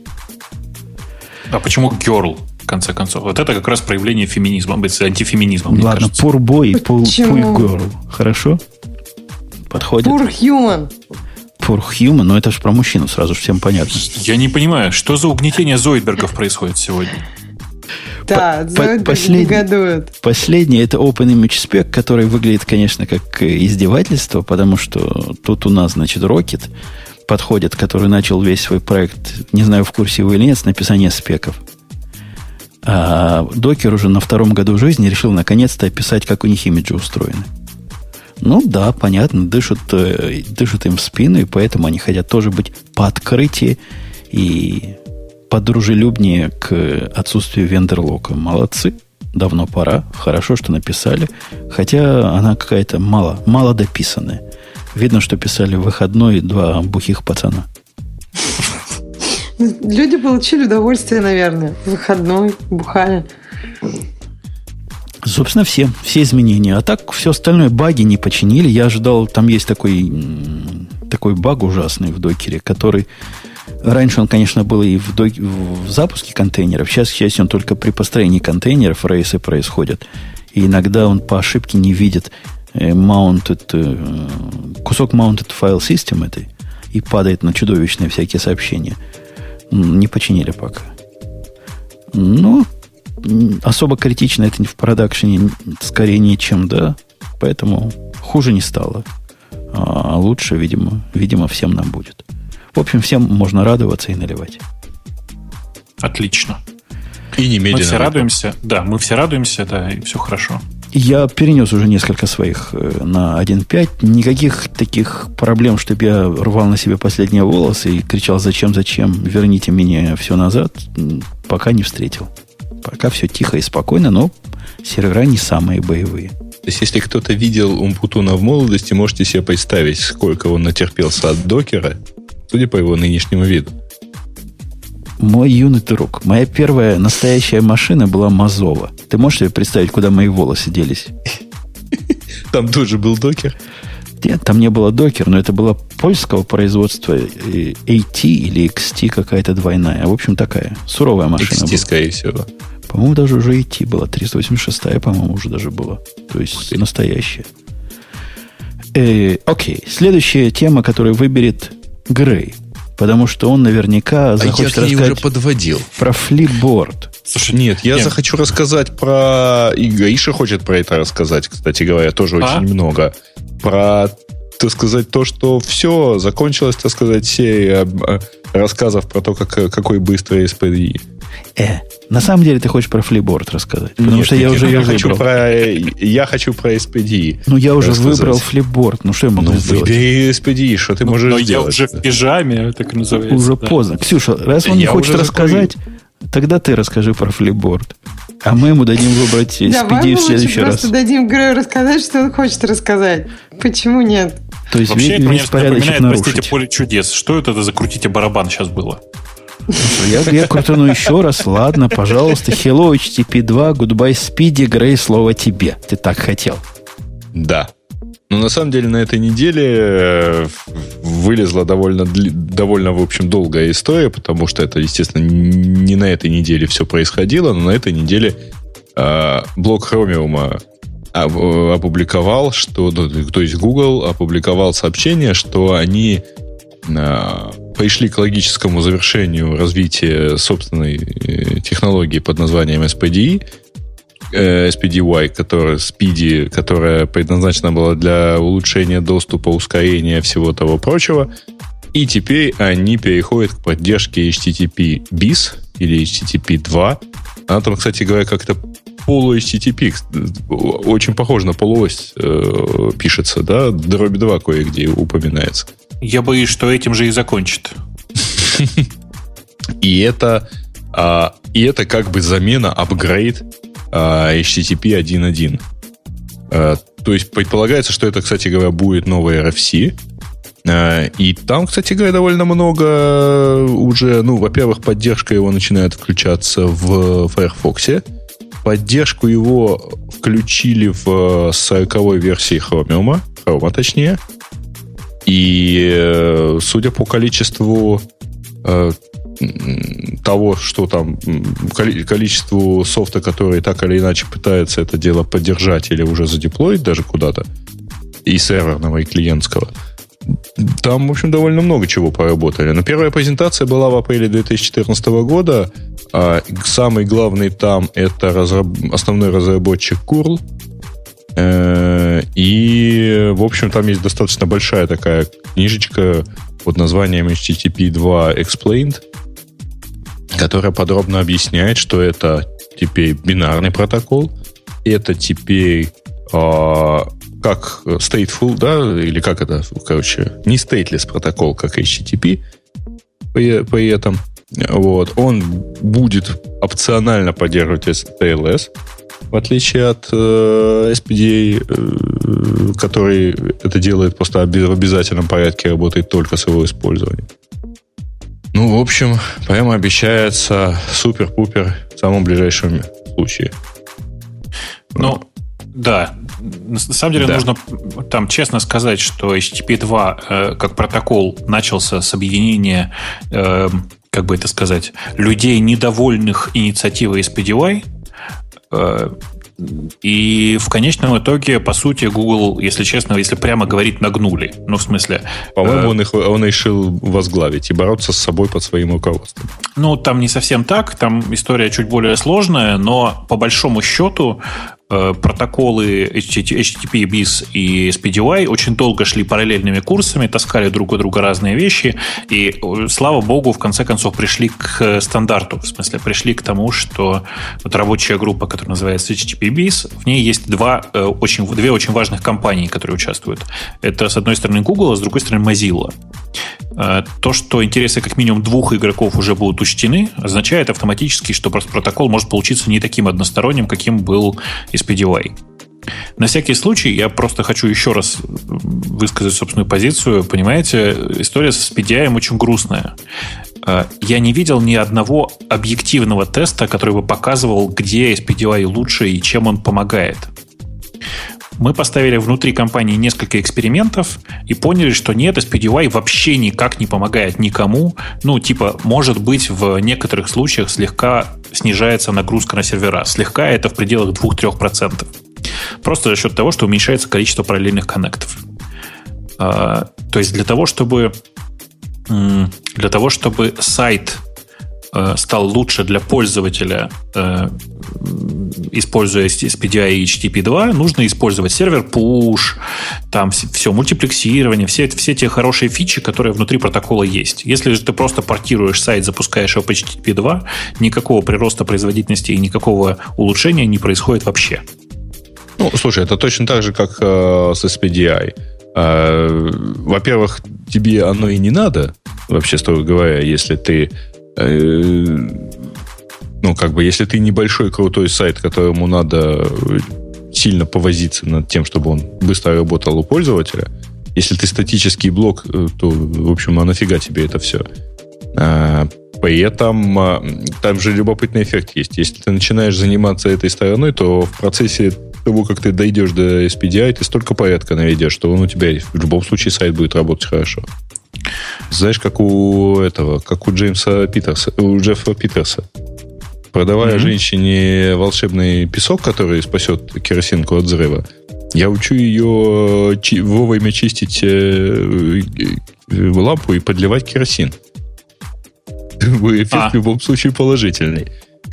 А почему girl, в конце концов? Вот это как раз проявление феминизма, быть антифеминизмом, мне Ладно, кажется. poor boy и poor, poor girl. Хорошо? Подходит? Poor human. Poor human, но это же про мужчину сразу же всем понятно. Я не понимаю, что за угнетение зоидбергов происходит сегодня? Да, зоидберги негодуют. Последний это Open Image Spec, который выглядит, конечно, как издевательство, потому что тут у нас, значит, Rocket подходит, который начал весь свой проект, не знаю, в курсе вы или нет, с написания спеков. А Docker уже на втором году жизни решил наконец-то описать, как у них имиджи устроены. Ну да, понятно, дышат, дышат им в спину, и поэтому они хотят тоже быть пооткрытие и подружелюбнее к отсутствию вендерлока. Молодцы, давно пора, хорошо, что написали, хотя она какая-то мало, мало дописанная. Видно, что писали в выходной два бухих пацана. Люди получили удовольствие, наверное. Выходной, бухали. Собственно, все, все изменения. А так, все остальное баги не починили. Я ожидал, там есть такой, такой баг ужасный в докере, который... Раньше он, конечно, был и в, док... в запуске контейнеров. Сейчас, к счастью, он только при построении контейнеров рейсы происходят. И иногда он по ошибке не видит mounted, кусок mounted file system этой и падает на чудовищные всякие сообщения. Не починили пока. Ну, особо критично это в продакшене скорее нечем, да. Поэтому хуже не стало. А лучше, видимо, видимо, всем нам будет. В общем, всем можно радоваться и наливать. Отлично. И немедленно. Мы все радуемся. Да, мы все радуемся, да, и все хорошо. Я перенес уже несколько своих на один точка пять. Никаких таких проблем, чтобы я рвал на себе последние волосы и кричал «Зачем, зачем? Верните мне все назад», пока не встретил. Пока все тихо и спокойно, но сервера не самые боевые. То есть, если кто-то видел Умпутуна в молодости, можете себе представить, сколько он натерпелся от докера, судя по его нынешнему виду. Мой юный друг, моя первая настоящая машина была Мазова. Ты можешь себе представить, куда мои волосы делись? Там тоже был докер? Нет, там не было докер, но это было польского производства эй ти или икс ти какая-то двойная. В общем, такая суровая машина икс ти, была. скорее всего. По-моему, даже уже эй ти была. триста восемьдесят шесть, по-моему, уже даже была. То есть, настоящая. Э, окей. Следующая тема, которую выберет Грей. Потому что он наверняка захочет а я рассказать уже подводил. про флипборд. Слушай, нет, я нет. захочу рассказать про... И Гаиша хочет про это рассказать, кстати говоря, тоже а? очень много. Про, так сказать, то, что все, закончилась, так сказать, серия рассказов про то, как, какой быстрый эс пи ди и. Э, на самом деле ты хочешь про флипборд рассказать? Потому нет, что нет, я нет, уже я ее хочу выбрал. Про, я хочу про эс пи ди и. Ну, я уже рассказать. выбрал флипборд. Ну, что я могу ну, сделать? Выбери эс пи ди и, что ты ну, можешь но сделать? Но я уже в пижаме, так и называется. Уже да. поздно. Ксюша, раз он я не хочет рассказать, тогда ты расскажи про флипборд. А мы ему дадим выбрать эс пи ди и в следующий раз. Просто дадим Грею рассказать, что он хочет рассказать. Почему нет? То есть вообще, весь, весь порядочек нарушить. Простите, поле чудес. Что это за крутите барабан сейчас было? Я, я крутану еще раз. Ладно, пожалуйста. Hello, эйч ти ти пи два, goodbye, Speedy, Грей, слово тебе. Ты так хотел. Да. Но на самом деле на этой неделе вылезла довольно, довольно, в общем, долгая история, потому что это, естественно, не на этой неделе все происходило, но на этой неделе э, блог Chromium опубликовал, что, то есть Google опубликовал сообщение, что они э, пришли к логическому завершению развития собственной технологии под названием эс пи ди и, эс пи ди уай, которая, Speedy, которая предназначена была для улучшения доступа, ускорения всего того прочего. И теперь они переходят к поддержке эйч ти ти пи bis или эйч ти ти пи два. Она там, кстати говоря, как-то полу-эйч ти ти пи, очень похоже на полуось э, пишется, да? Дробь два кое-где упоминается. Я боюсь, что этим же и закончит. И это, а, и это как бы замена, апгрейд а, эйч ти ти пи один точка один. А, то есть предполагается, что это, кстати говоря, будет новый эр эф си. А, и там, кстати говоря, довольно много уже, ну, во-первых, поддержка его начинает включаться в Firefox. Поддержку его включили в сороковой версии Chromium, Chrome точнее. И судя по количеству того, что там, количеству софта, который так или иначе пытается это дело поддержать или уже задеплоить даже куда-то, и серверного, и клиентского, там, в общем, довольно много чего поработали. Но первая презентация была в апреле две тысячи четырнадцатого года. А самый главный там это разраб... основной разработчик курл. И, в общем, там есть достаточно большая такая книжечка под названием эйч ти ти пи два Explained, которая подробно объясняет, что это теперь бинарный протокол, это теперь а, как stateful, да, или как это, короче, не stateless протокол, как эйч ти ти пи при, при этом. Вот. Он будет опционально поддерживать ти эл эс, в отличие от э, эс пи ди эй, э, который это делает просто в обязательном порядке, работает только с его использованием. Ну, в общем, прямо обещается супер-пупер в самом ближайшем случае. Ну, да. На самом деле, да. Нужно там честно сказать, что эйч ти ти пи два э, как протокол начался с объединения, э, как бы это сказать, людей, недовольных инициативой эс пи ди уай. И в конечном итоге, по сути, Google, если честно, если прямо говорить, нагнули. Ну, в смысле... По-моему, э... он, их, он решил возглавить и бороться с собой под своим руководством. Ну, там не совсем так. Там история чуть более сложная, но по большому счету э, протоколы эйч ти ти пи, биз и эс пи ди уай очень долго шли параллельными курсами, таскали друг у друга разные вещи, и, слава богу, в конце концов пришли к стандарту. В смысле, пришли к тому, что вот рабочая группа, которая называется эйч ти ти пи биз, в ней есть два, э, очень, две очень важных компании, которые участвуют. Это, с одной стороны, Google, а с другой стороны, Mozilla. Э, то, что интересы как минимум двух игроков уже будут учтены, означает автоматически, что просто протокол может получиться не таким односторонним, каким был эс пи ди уай. На всякий случай я просто хочу еще раз высказать собственную позицию. Понимаете, история с эс пи ди ай очень грустная. Я не видел ни одного объективного теста, который бы показывал, где эс пи ди уай лучше и чем он помогает. Мы поставили внутри компании несколько экспериментов и поняли, что нет, эс пи ди уай вообще никак не помогает никому. Ну, типа, может быть, в некоторых случаях слегка снижается нагрузка на сервера. Слегка это в пределах двух-трёх процентов. Просто за счет того, что уменьшается количество параллельных коннектов. А, то есть для того, чтобы для того, чтобы сайт э, стал лучше для пользователя, э, используя эс пи ди ай и эйч ти ти пи два, нужно использовать сервер push, там все мультиплексирование, все, все те хорошие фичи, которые внутри протокола есть. Если же ты просто портируешь сайт, запускаешь его по эйч ти ти пи два, никакого прироста производительности и никакого улучшения не происходит вообще. Ну, слушай, это точно так же, как э, с эс пи ди ай. Э, во-первых, тебе оно и не надо, вообще, строго говоря, если ты э, ну, как бы, если ты небольшой крутой сайт, которому надо сильно повозиться над тем, чтобы он быстро работал у пользователя. Если ты статический блок, то, в общем, а нафига тебе это все? А, при этом там же любопытный эффект есть. Если ты начинаешь заниматься этой стороной, то в процессе того, как ты дойдешь до эс пи ди ай, ты столько порядка наведешь, что он у тебя в любом случае сайт будет работать хорошо. Знаешь, как у этого, как у Джеймса Питерса, у Джеффа Питерса. Продавая mm-hmm. женщине волшебный песок, который спасет керосинку от взрыва, я учу ее чи- вовремя чистить э, э, лампу и подливать керосин. Эффект а. в любом случае положительный.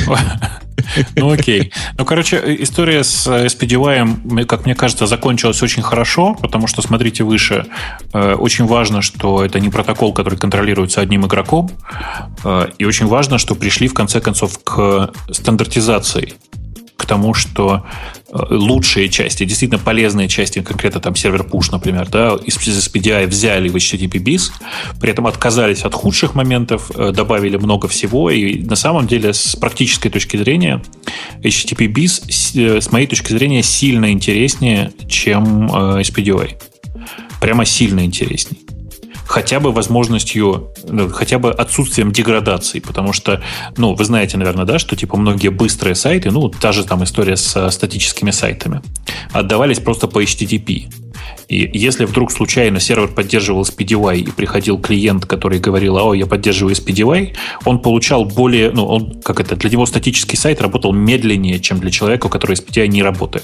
Ну, окей. Ну, короче, история с эс пи ди уай, как мне кажется, закончилась очень хорошо, потому что, смотрите выше, очень важно, что это не протокол, который контролируется одним игроком, и очень важно, что пришли, в конце концов, к стандартизации, к тому, что лучшие части, действительно полезные части, конкретно там сервер push, например, да, из эс пи ди ай взяли в эйч ти ти пи биз, при этом отказались от худших моментов, добавили много всего, и на самом деле с практической точки зрения эйч ти ти пи биз, с моей точки зрения, сильно интереснее, чем эс пи ди ай. Прямо сильно интереснее. Хотя бы возможностью, ну, хотя бы отсутствием деградации, потому что, ну, вы знаете, наверное, да, что типа многие быстрые сайты, ну, та же там история с статическими сайтами, отдавались просто по эйч ти ти пи. И если вдруг случайно сервер поддерживал эс пи ди вай и приходил клиент, который говорил, о, я поддерживаю эс пи ди вай, он получал более, ну, он, как это, для него статический сайт работал медленнее, чем для человека, у которого эс пи ди вай не работает.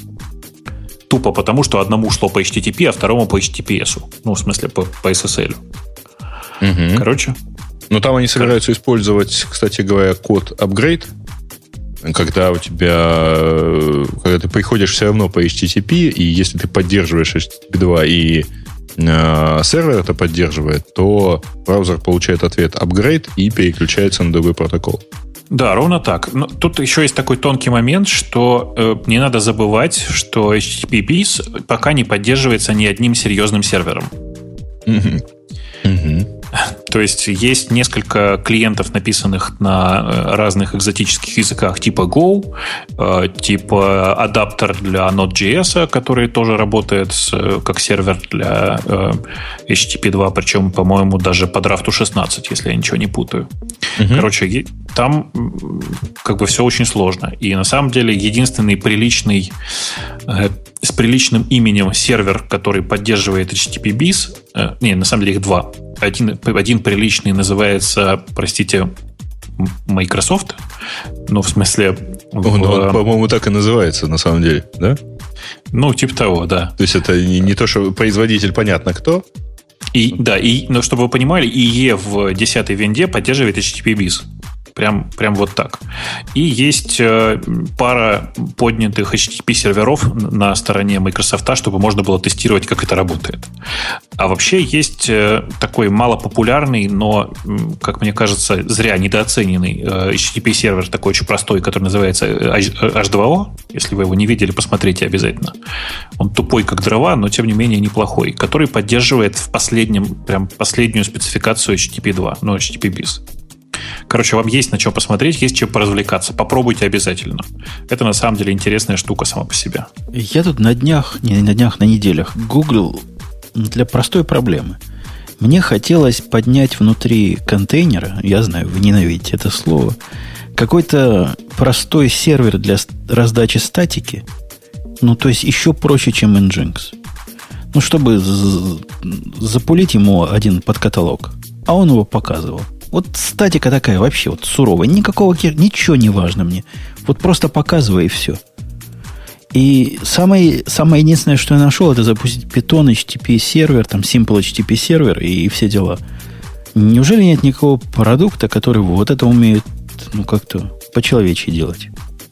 Тупо потому, что одному шло по эйч ти ти пи, а второму по эйч ти ти пи эс. Ну, в смысле, по, по эс эс эл. Угу. Короче. Но там они собираются Кор... использовать, кстати говоря, код upgrade, когда у тебя, когда ты приходишь все равно по эйч ти ти пи, и если ты поддерживаешь эйч ти ти пи два и э, сервер это поддерживает, то браузер получает ответ upgrade и переключается на другой протокол. Да, ровно так. Но тут еще есть такой тонкий момент, что э, не надо забывать, что эйч ти ти пи бис пока не поддерживается ни одним серьезным сервером. Mm-hmm. Mm-hmm. То есть есть несколько клиентов, написанных на разных экзотических языках типа Go, типа адаптер для Node.js, который тоже работает как сервер для эйч ти ти пи два, причем, по-моему, даже по драфту шестнадцать, если я ничего не путаю. Угу. Короче, там как бы все очень сложно. И на самом деле единственный приличный с приличным именем сервер, который поддерживает эйч ти ти пи бис, не, на самом деле их два. Один, один приличный называется, простите, Microsoft. Ну, в смысле... Он, в, он, по-моему, так и называется, на самом деле, да? Ну, типа того, да. То есть это не, не то, что производитель понятно кто. И, да, и, но чтобы вы понимали, и и и в десятой винде поддерживает эйч ти ти пи бис. Прям, прям вот так. И есть э, пара поднятых эйч ти ти пи серверов на стороне Microsoft, чтобы можно было тестировать, как это работает. А вообще есть э, такой малопопулярный, но, как мне кажется, зря недооцененный э, эйч ти ти пи сервер, такой очень простой, который называется эйч два о. Если вы его не видели, посмотрите обязательно. Он тупой, как дрова, но, тем не менее, неплохой. Который поддерживает в последнем, прям последнюю спецификацию эйч ти ти пи два, ну, эйч ти ти пи бис. Короче, вам есть на что посмотреть, есть чем поразвлекаться. Попробуйте обязательно. Это на самом деле интересная штука сама по себе. Я тут на днях, не на днях, на неделях гуглил для простой проблемы. Мне хотелось поднять внутри контейнера, я знаю, вы ненавидите это слово, какой-то простой сервер для раздачи статики, ну, то есть еще проще, чем Nginx. Ну, чтобы запулить ему один подкаталог. А он его показывал. Вот статика такая вообще вот суровая. Никакого, ничего не важно мне. Вот просто показывай и все. И самое, самое единственное, что я нашел, это запустить Python, эйч ти ти пи сервер, там Simple эйч ти ти пи сервер и, и все дела. Неужели нет никакого продукта, который вот это умеет, ну, как-то по-человечьи делать?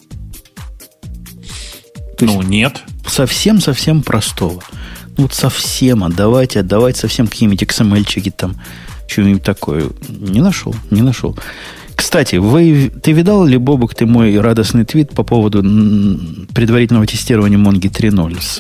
То ну, нет. Совсем-совсем простого. Ну, вот совсем отдавать, отдавать совсем какие-нибудь икс эм эль-чики там, что-нибудь такое. Не нашел, не нашел. Кстати, вы, ты видал ли, Бобук, ты мой радостный твит по поводу предварительного тестирования Монги три ноль с,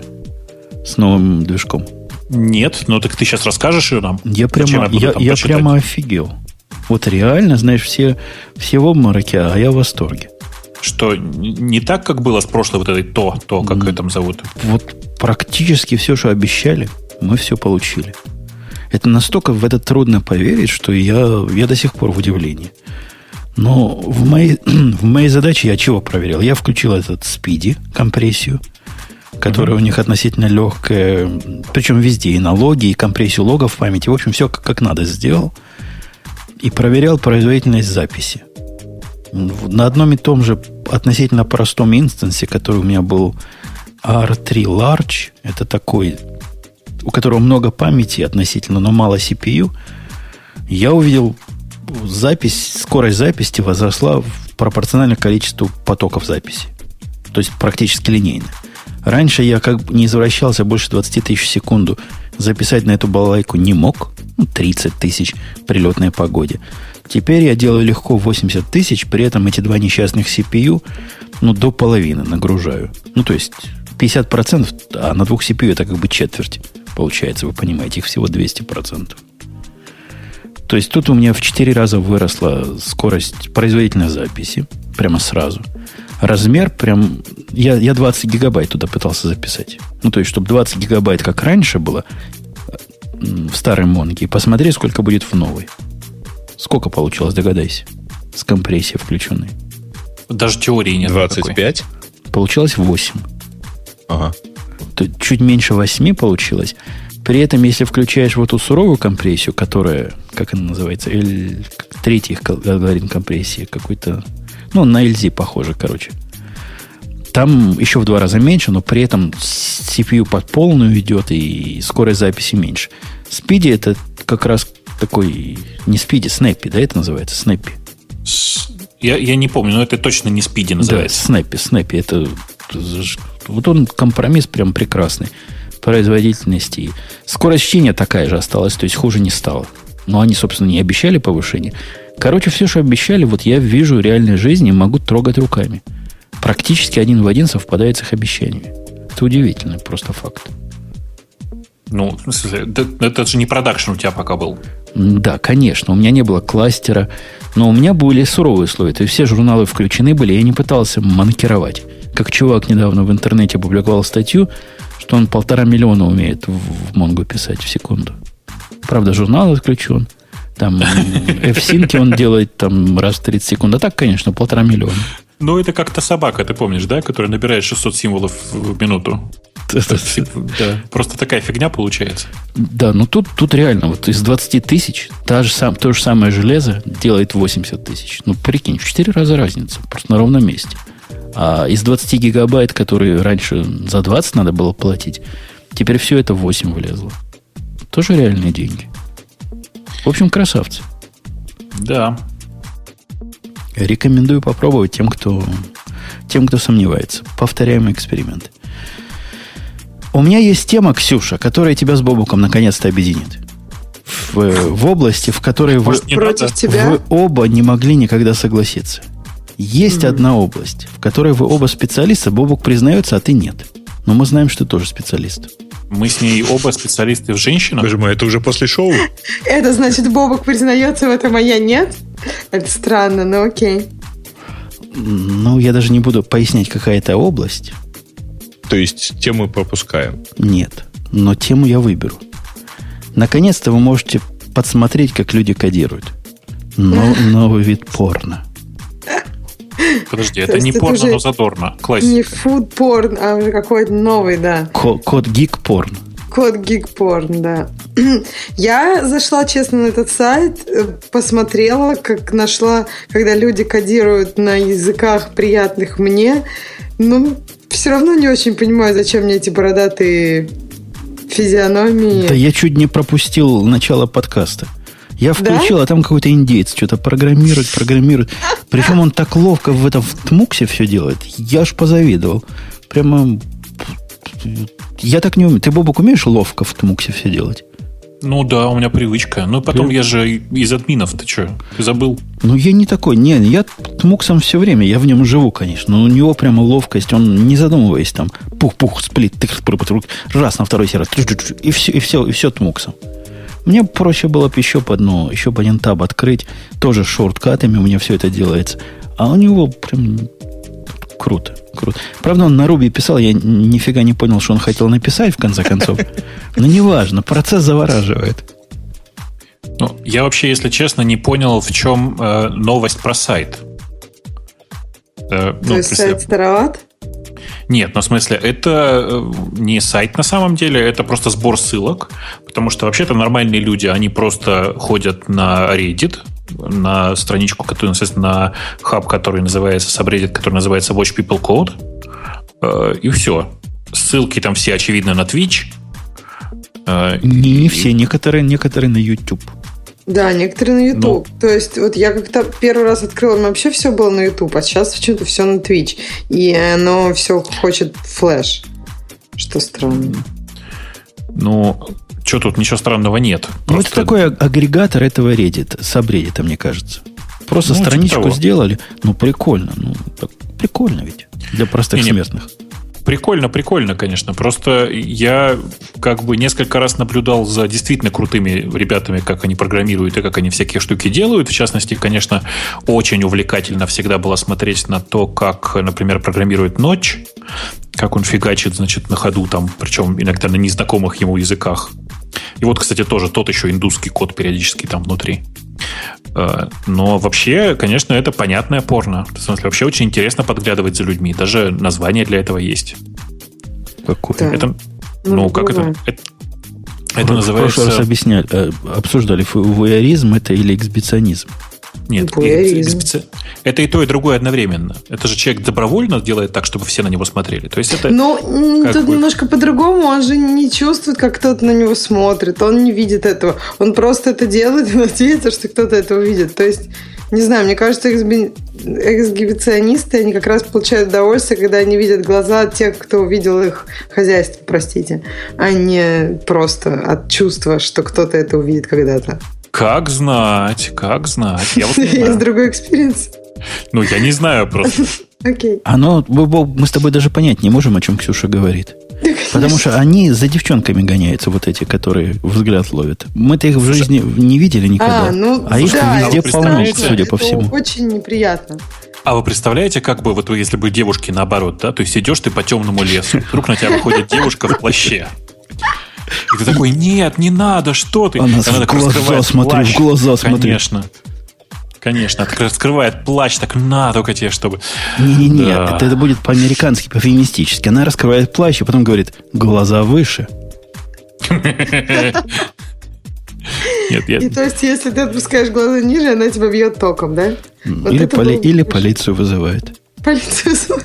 с новым движком? Нет, ну так ты сейчас расскажешь ее нам? Я прямо, я, я прямо офигел. Вот реально, знаешь, все, все в обмороке, а я в восторге. Что, не так, как было с прошлой вот этой то, то, как ее там зовут? Вот практически все, что обещали, мы все получили. Это настолько в это трудно поверить, что я, я до сих пор в удивлении. Но в моей, в моей задаче я чего проверял? Я включил этот Speedy, компрессию, которая uh-huh. у них относительно легкая, причем везде, и на логи, и компрессию логов в памяти. В общем, все как, как надо сделал. И проверял производительность записи. На одном и том же относительно простом инстансе, который у меня был ар три Large, это такой, у которого много памяти относительно, но мало си пи ю, я увидел запись, скорость записи возросла пропорционально количеству потоков записи. То есть практически линейно. Раньше я как бы не извращался, больше двадцать тысяч в секунду записать на эту балалайку не мог. Ну, тридцать тысяч при летной погоде. Теперь я делаю легко восемьдесят тысяч, при этом эти два несчастных си пи ю ну, до половины нагружаю. Ну, то есть пятьдесят процентов, а на двух си пи ю это как бы четверть. Получается, вы понимаете, их всего двести процентов. То есть тут у меня в четыре раза выросла скорость производительной записи. Прямо сразу. Размер прям... Я, я двадцать гигабайт туда пытался записать. Ну, то есть, чтобы двадцать гигабайт, как раньше было в старой Монге, посмотри, сколько будет в новой. Сколько получилось, догадайся. С компрессией включенной. Даже теории нет. двадцать пять? Получилось восемь. Ага. Тут чуть меньше восьми получилось. При этом, если включаешь вот эту суровую компрессию, которая, как она называется, L, третий алгоритм компрессии, какой-то, ну, на эл зет похоже, короче. Там еще в два раза меньше, но при этом си пи ю под полную идет, и скорость записи меньше. Speedy это как раз такой, не Speedy, Snappy, да, это называется? Snappy. Я, я не помню, но это точно не Speedy называется. Да, Snappy, Snappy, это вот он компромисс прям прекрасный. Производительности. Скорость чтения такая же осталась, то есть хуже не стало. Но они, собственно, не обещали повышения. Короче, все, что обещали, вот я вижу в реальной жизни, могу трогать руками. Практически один в один совпадает с их обещаниями. Это удивительный просто факт. Ну, в смысле, это, это же не продакшн у тебя пока был. Да, конечно. У меня не было кластера, но у меня были суровые условия. То есть все журналы включены были, я не пытался манкировать. Как чувак недавно в интернете опубликовал статью, что он полтора миллиона умеет в, в Mongo писать в секунду. Правда, журнал отключен. Там эф-синки он делает там раз в тридцать секунд. А так, конечно, полтора миллиона. Ну, это как-то собака, ты помнишь, да? Которая набирает шестьсот символов в минуту. Да. Просто такая фигня получается. Да, но тут, тут реально вот из двадцати тысяч та же сам, то же самое железо делает восемьдесят тысяч. Ну, прикинь, в четыре раза разница. Просто на ровном месте. А из двадцати гигабайт, которые раньше за двадцать надо было платить, теперь все это в восемь влезло. Тоже реальные деньги. В общем, красавцы. Да. Рекомендую попробовать тем, кто, тем, кто сомневается. Повторяемый эксперимент. У меня есть тема, Ксюша, которая тебя с Бобуком наконец-то объединит. В, в области, в которой вы, против тебя? вы оба не могли никогда согласиться. Есть mm-hmm. одна область, в которой вы оба специалисты, Бобук признается, а ты нет. Но мы знаем, что ты тоже специалист. Мы с ней оба специалисты в женщинах. Боже мой, это уже после шоу? Это значит, Бобук признается в этом, а я нет? Это странно, но окей. Ну, я даже не буду пояснять, какая это область. То есть тему пропускаем? Нет, но тему я выберу. Наконец-то вы можете подсмотреть, как люди кодируют. Но, новый вид порно. Подожди, это не порно, но задорно. Классика. Не фуд-порн, а уже какой-то новый, да. Код гик-порн. Код гик-порн, да. Я зашла, честно, на этот сайт, посмотрела, как нашла, когда люди кодируют на языках, приятных мне. Ну, все равно не очень понимаю, зачем мне эти бородатые физиономии. Да я чуть не пропустил начало подкаста. Я включил, да? А там какой-то индеец что-то программирует, программирует. Причем он так ловко в этом в тмуксе все делает. Я аж позавидовал. Прямо... Я так не умею. Ты, Бобок, умеешь ловко в тмуксе все делать? Ну да, у меня привычка. Ну потом да. Я же из админов. Ты что, ты забыл? Ну я не такой. Не, я тмуксом все время. Я в нем живу, конечно. Но у него прямо ловкость. Он, не задумываясь, там пух-пух, сплит, раз на второй сервер. И все, и все, и все тмуксом. Мне проще было бы еще по одну, еще по один таб открыть. Тоже шорткатами у меня все это делается. А у него прям круто, круто. Правда, он на Руби писал, я нифига не понял, что он хотел написать в конце концов. Но неважно, процесс завораживает. Ну, я вообще, если честно, не понял, в чем э, новость про сайт. Э, ну, То есть сайт староват? Нет, ну в смысле, это не сайт на самом деле, это просто сбор ссылок, потому что вообще-то нормальные люди, они просто ходят на Reddit, на страничку, которая, естественно, на хаб, который называется, subreddit, который называется Watch People Code, и все. Ссылки там все, очевидно, на Twitch. Не, не все, некоторые, некоторые на YouTube. Да, некоторые на YouTube. Ну, то есть, вот я как-то первый раз открыла, вообще все было на YouTube, а сейчас почему-то все на Twitch. И оно все хочет флэш. Что странно. Ну, что тут, ничего странного нет. Ну, просто... это такой агрегатор этого Reddit, subreddit, мне кажется. Просто ну, страничку типа сделали. Ну, прикольно. Ну, так, прикольно ведь. Для простых не, смертных. Прикольно, прикольно, конечно. Просто я как бы несколько раз наблюдал за действительно крутыми ребятами, как они программируют и как они всякие штуки делают. В частности, конечно, очень увлекательно всегда было смотреть на то, как, например, программирует Notch, как он фигачит, значит, на ходу там, причем иногда на незнакомых ему языках. И вот, кстати, тоже тот еще индусский код периодически там внутри. Но вообще, конечно, это понятное порно. В смысле, вообще очень интересно подглядывать за людьми. Даже название для этого есть. Какой? Да. Это, ну, ну как это? Это, это называется... В прошлый раз объясняли, обсуждали, вуайеризм это или эксбиционизм. Нет, экспеци... это и то, и другое одновременно. Это же человек добровольно делает так, чтобы все на него смотрели. То есть это... Ну, тут бы... немножко по-другому. Он же не чувствует, как кто-то на него смотрит. Он не видит этого. Он просто это делает и надеется, что кто-то это увидит. То есть, не знаю, мне кажется, эксби... эксгибиционисты, они как раз получают удовольствие, когда они видят глаза тех, кто увидел их хозяйство, простите, а не просто от чувства, что кто-то это увидит когда-то. Как знать, как знать. Я вот Есть другой экспириенс. Ну, я не знаю просто. Окей. Оно, мы с тобой даже понять не можем, о чем Ксюша говорит. Да, потому что они за девчонками гоняются, вот эти, которые взгляд ловят. Мы-то их в жизни не видели никогда. А, ну, а их да, везде а полно, судя по всему. Очень неприятно. А вы представляете, как бы, вот если бы девушки наоборот, да, то есть идешь ты по темному лесу, вдруг на тебя выходит девушка в плаще. И ты такой, нет, не надо, что ты? Она в глаза смотри, в глаза смотри. Конечно. Конечно, раскрывает плащ, так на, только тебе, чтобы... Не-не-не, да. это, это будет по-американски, по-феминистически. Она раскрывает плащ, и потом говорит, глаза выше. Нет, я... И то есть, если ты отпускаешь глаза ниже, она тебя бьет током, да? Вот или поли... был... или полицию вызывает. Полицию вызывает.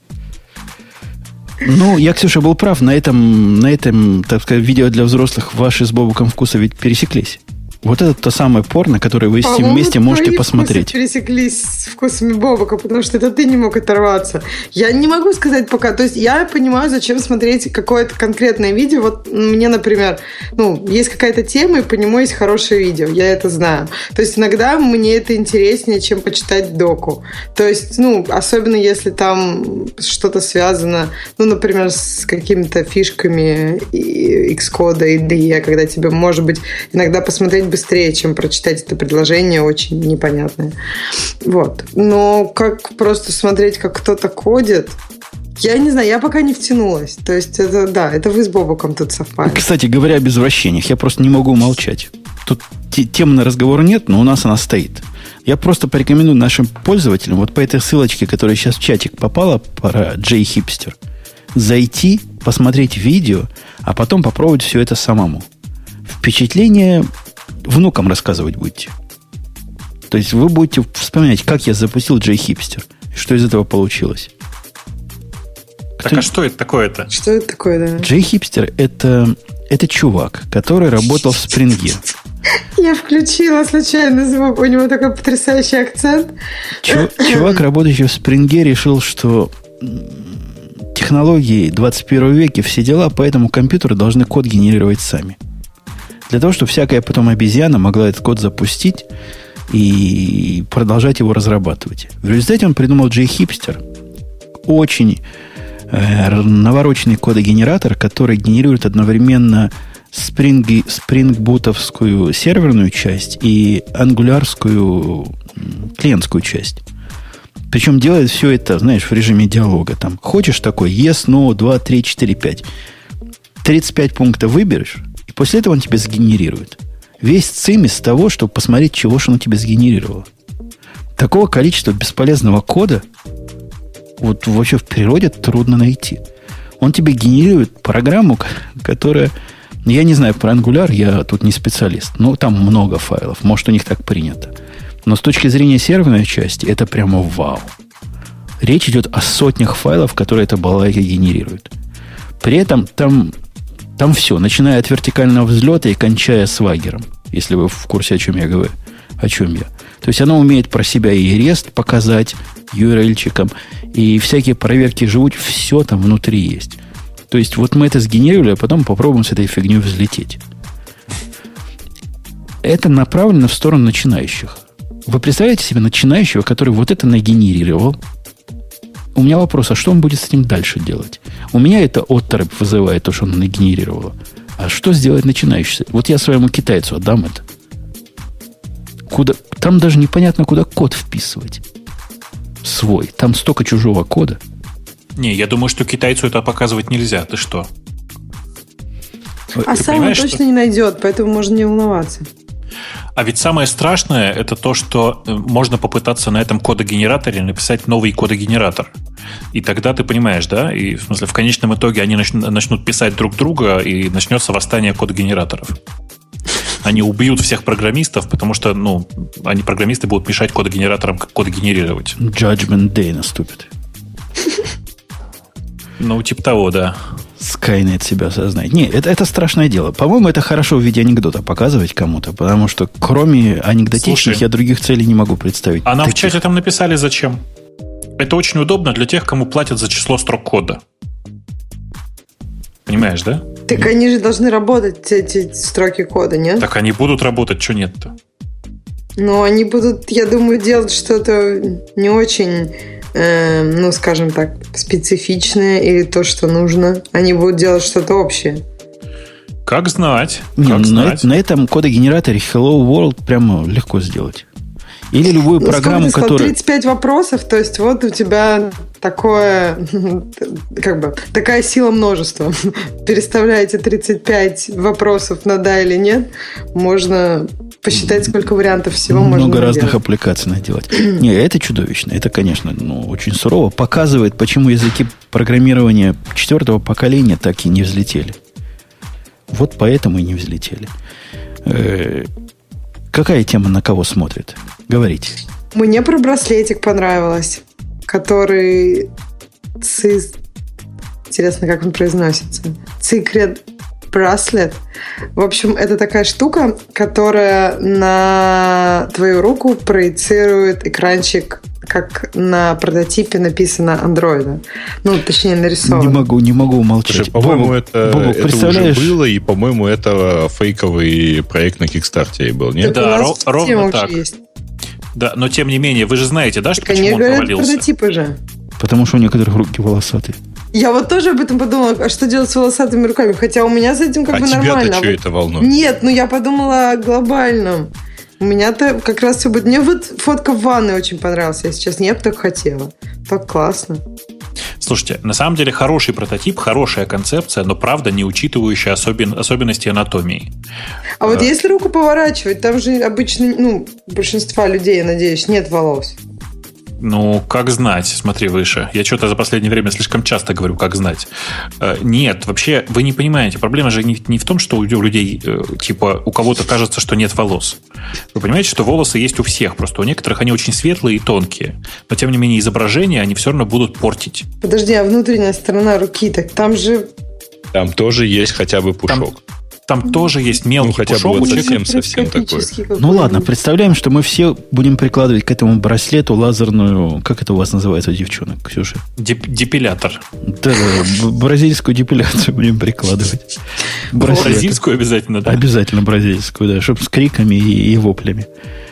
Ну, я, Ксюша, был прав. На этом, на этом, так сказать, видео для взрослых ваши с Бобуком вкуса ведь пересеклись. Вот это то самое порно, которое вы По-моему, вместе можете посмотреть. Пересеклись с вкусами Бобука, потому что это ты не мог оторваться. Я не могу сказать пока. То есть я понимаю, зачем смотреть какое-то конкретное видео. Вот мне, например, ну, есть какая-то тема, и по нему есть хорошее видео. Я это знаю. То есть иногда мне это интереснее, чем почитать доку. То есть, ну, особенно если там что-то связано, ну, например, с какими-то фишками Xcode и ди и, когда тебе, может быть, иногда посмотреть быстрее, чем прочитать это предложение, очень непонятное. Вот. Но как просто смотреть, как кто-то кодит, я не знаю, я пока не втянулась. То есть, это, да, это вы с Бобуком тут совпали. Кстати говоря, об извращениях, я просто не могу молчать. Тут темы на разговор нет, но у нас она стоит. Я просто порекомендую нашим пользователям, вот по этой ссылочке, которая сейчас в чатик попала, про JHipster, зайти, посмотреть видео, а потом попробовать все это самому. Впечатление внукам рассказывать будете. То есть вы будете вспоминать, как я запустил JHipster, и что из этого получилось. Так, Кто... а что это такое-то? Что это такое, да? JHipster это, это чувак, который работал в Спринге. Я включила случайно звук, у него такой потрясающий акцент. Чувак, работающий в Спринге, решил, что технологии двадцать первого века, все дела, поэтому компьютеры должны код генерировать сами. Для того, чтобы всякая потом обезьяна могла этот код запустить и продолжать его разрабатывать. В результате он придумал JHipster. Очень э, навороченный кодогенератор, который генерирует одновременно спринги, спрингбутовскую серверную часть и ангулярскую клиентскую часть. Причем делает все это, знаешь, в режиме диалога. Там, хочешь такой yes, no, два, три, четыре, пять. тридцать пять пунктов выберешь, и после этого он тебе сгенерирует. Весь цимис того, чтобы посмотреть, чего же он тебе сгенерировало. Такого количества бесполезного кода вот вообще в природе трудно найти. Он тебе генерирует программу, которая... Я не знаю про Angular, я тут не специалист, но там много файлов. Может, у них так принято. Но с точки зрения серверной части, это прямо вау. Речь идет о сотнях файлов, которые эта балалайка генерирует. При этом там, там все, начиная от вертикального взлета и кончая свагером, если вы в курсе, о чем я говорю. О чем я. То есть она умеет про себя и рест показать ю ар эл-чиком, и всякие проверки живут, все там внутри есть. То есть вот мы это сгенерировали, а потом попробуем с этой фигней взлететь. Это направлено в сторону начинающих. Вы представляете себе начинающего, который вот это нагенерировал? У меня вопрос, а что он будет с этим дальше делать? У меня это оторопь вызывает, то, что он нагенерировал. А что сделать начинающий? Вот я своему китайцу отдам это. Куда? Там даже непонятно, куда код вписывать. Свой. Там столько чужого кода. Не, я думаю, что китайцу это показывать нельзя. Ты что? А Ты сам он точно что... не найдет, поэтому можно не волноваться. А ведь самое страшное это то, что можно попытаться на этом кодогенераторе написать новый кодогенератор. И тогда ты понимаешь, да? И в смысле, в конечном итоге они начнут, начнут писать друг друга, и начнется восстание кодогенераторов. Они убьют всех программистов, потому что, ну, они, программисты, будут мешать кодогенераторам код генерировать. Judgment Day наступит. Ну, типа того, да. Скайнет себя осознает. Не, это, это страшное дело. По-моему, это хорошо в виде анекдота показывать кому-то, потому что кроме анекдотичных Слушай, я других целей не могу представить. А нам таких. в чате там написали зачем. Это очень удобно для тех, кому платят за число строк кода. Понимаешь, да? Так они же должны работать, эти строки кода, нет? Так они будут работать, что нет-то? Ну, они будут, я думаю, делать что-то не очень... ну, скажем так, специфичное или то, что нужно. Они будут делать что-то общее. Как знать. Не, как на, знать. на этом кодогенераторе Hello World прямо легко сделать. Или любую ну, программу, которая... тридцать пять вопросов, то есть вот у тебя такое, как бы, такая сила множества. Переставляете тридцать пять вопросов на да или нет, можно... посчитать, сколько вариантов всего Много можно Много разных наделать. аппликаций наделать. Не, это чудовищно. Это, конечно, ну, очень сурово. Показывает, почему языки программирования четвертого поколения так и не взлетели. Вот поэтому и не взлетели. Э-э- какая тема на кого смотрит? Говорите. Мне про браслетик понравилось, который... Ци... Интересно, как он произносится. Secret Bracelet. В общем, это такая штука, которая на твою руку проецирует экранчик, как на прототипе написано андроида. Ну, точнее, нарисовано. Не могу, не могу умолчать. Слушай, по-моему, Бобок, это, Бобок, это представляешь... уже было, и, по-моему, это фейковый проект на Кикстартере был, нет? Так да, у нас ро- ровно так. Есть. Да, но тем не менее, вы же знаете, да, что Так почему они он говорят, провалился? прототипы же. Потому что у некоторых руки волосатые. Я вот тоже об этом подумала, а что делать с волосатыми руками? Хотя у меня с этим как а бы нормально. тебя-то что вот... это волнует? Нет, ну я подумала о глобальном. У меня-то как раз все будет. Мне вот фотка в ванной очень понравилась, если честно. Я бы так хотела. Так классно. Слушайте, на самом деле хороший прототип, хорошая концепция, но правда не учитывающая особен... особенности анатомии. А вот если руку поворачивать, там же обычно, ну, большинства людей, я надеюсь, нет волос. Ну, как знать, смотри выше. Я что-то за последнее время слишком часто говорю, как знать. Э, нет, вообще, вы не понимаете, проблема же не, не в том, что у людей, э, типа, у кого-то кажется, что нет волос. Вы понимаете, что волосы есть у всех, просто у некоторых они очень светлые и тонкие. Но, тем не менее, изображения они все равно будут портить. Подожди, а внутренняя сторона руки, так там же... Там тоже есть хотя бы пушок. Там, там тоже есть мелкий ну, хотя пушок. бы вот очень... совсем, совсем такой. Ну ладно, представляем, что мы все будем прикладывать к этому браслету лазерную... Как это у вас называется у девчонок, Ксюша? Деп- депилятор. Да-да, бразильскую депиляцию будем прикладывать. Браслеты. Бразильскую обязательно, да? Обязательно бразильскую, да, чтобы с криками и, и воплями.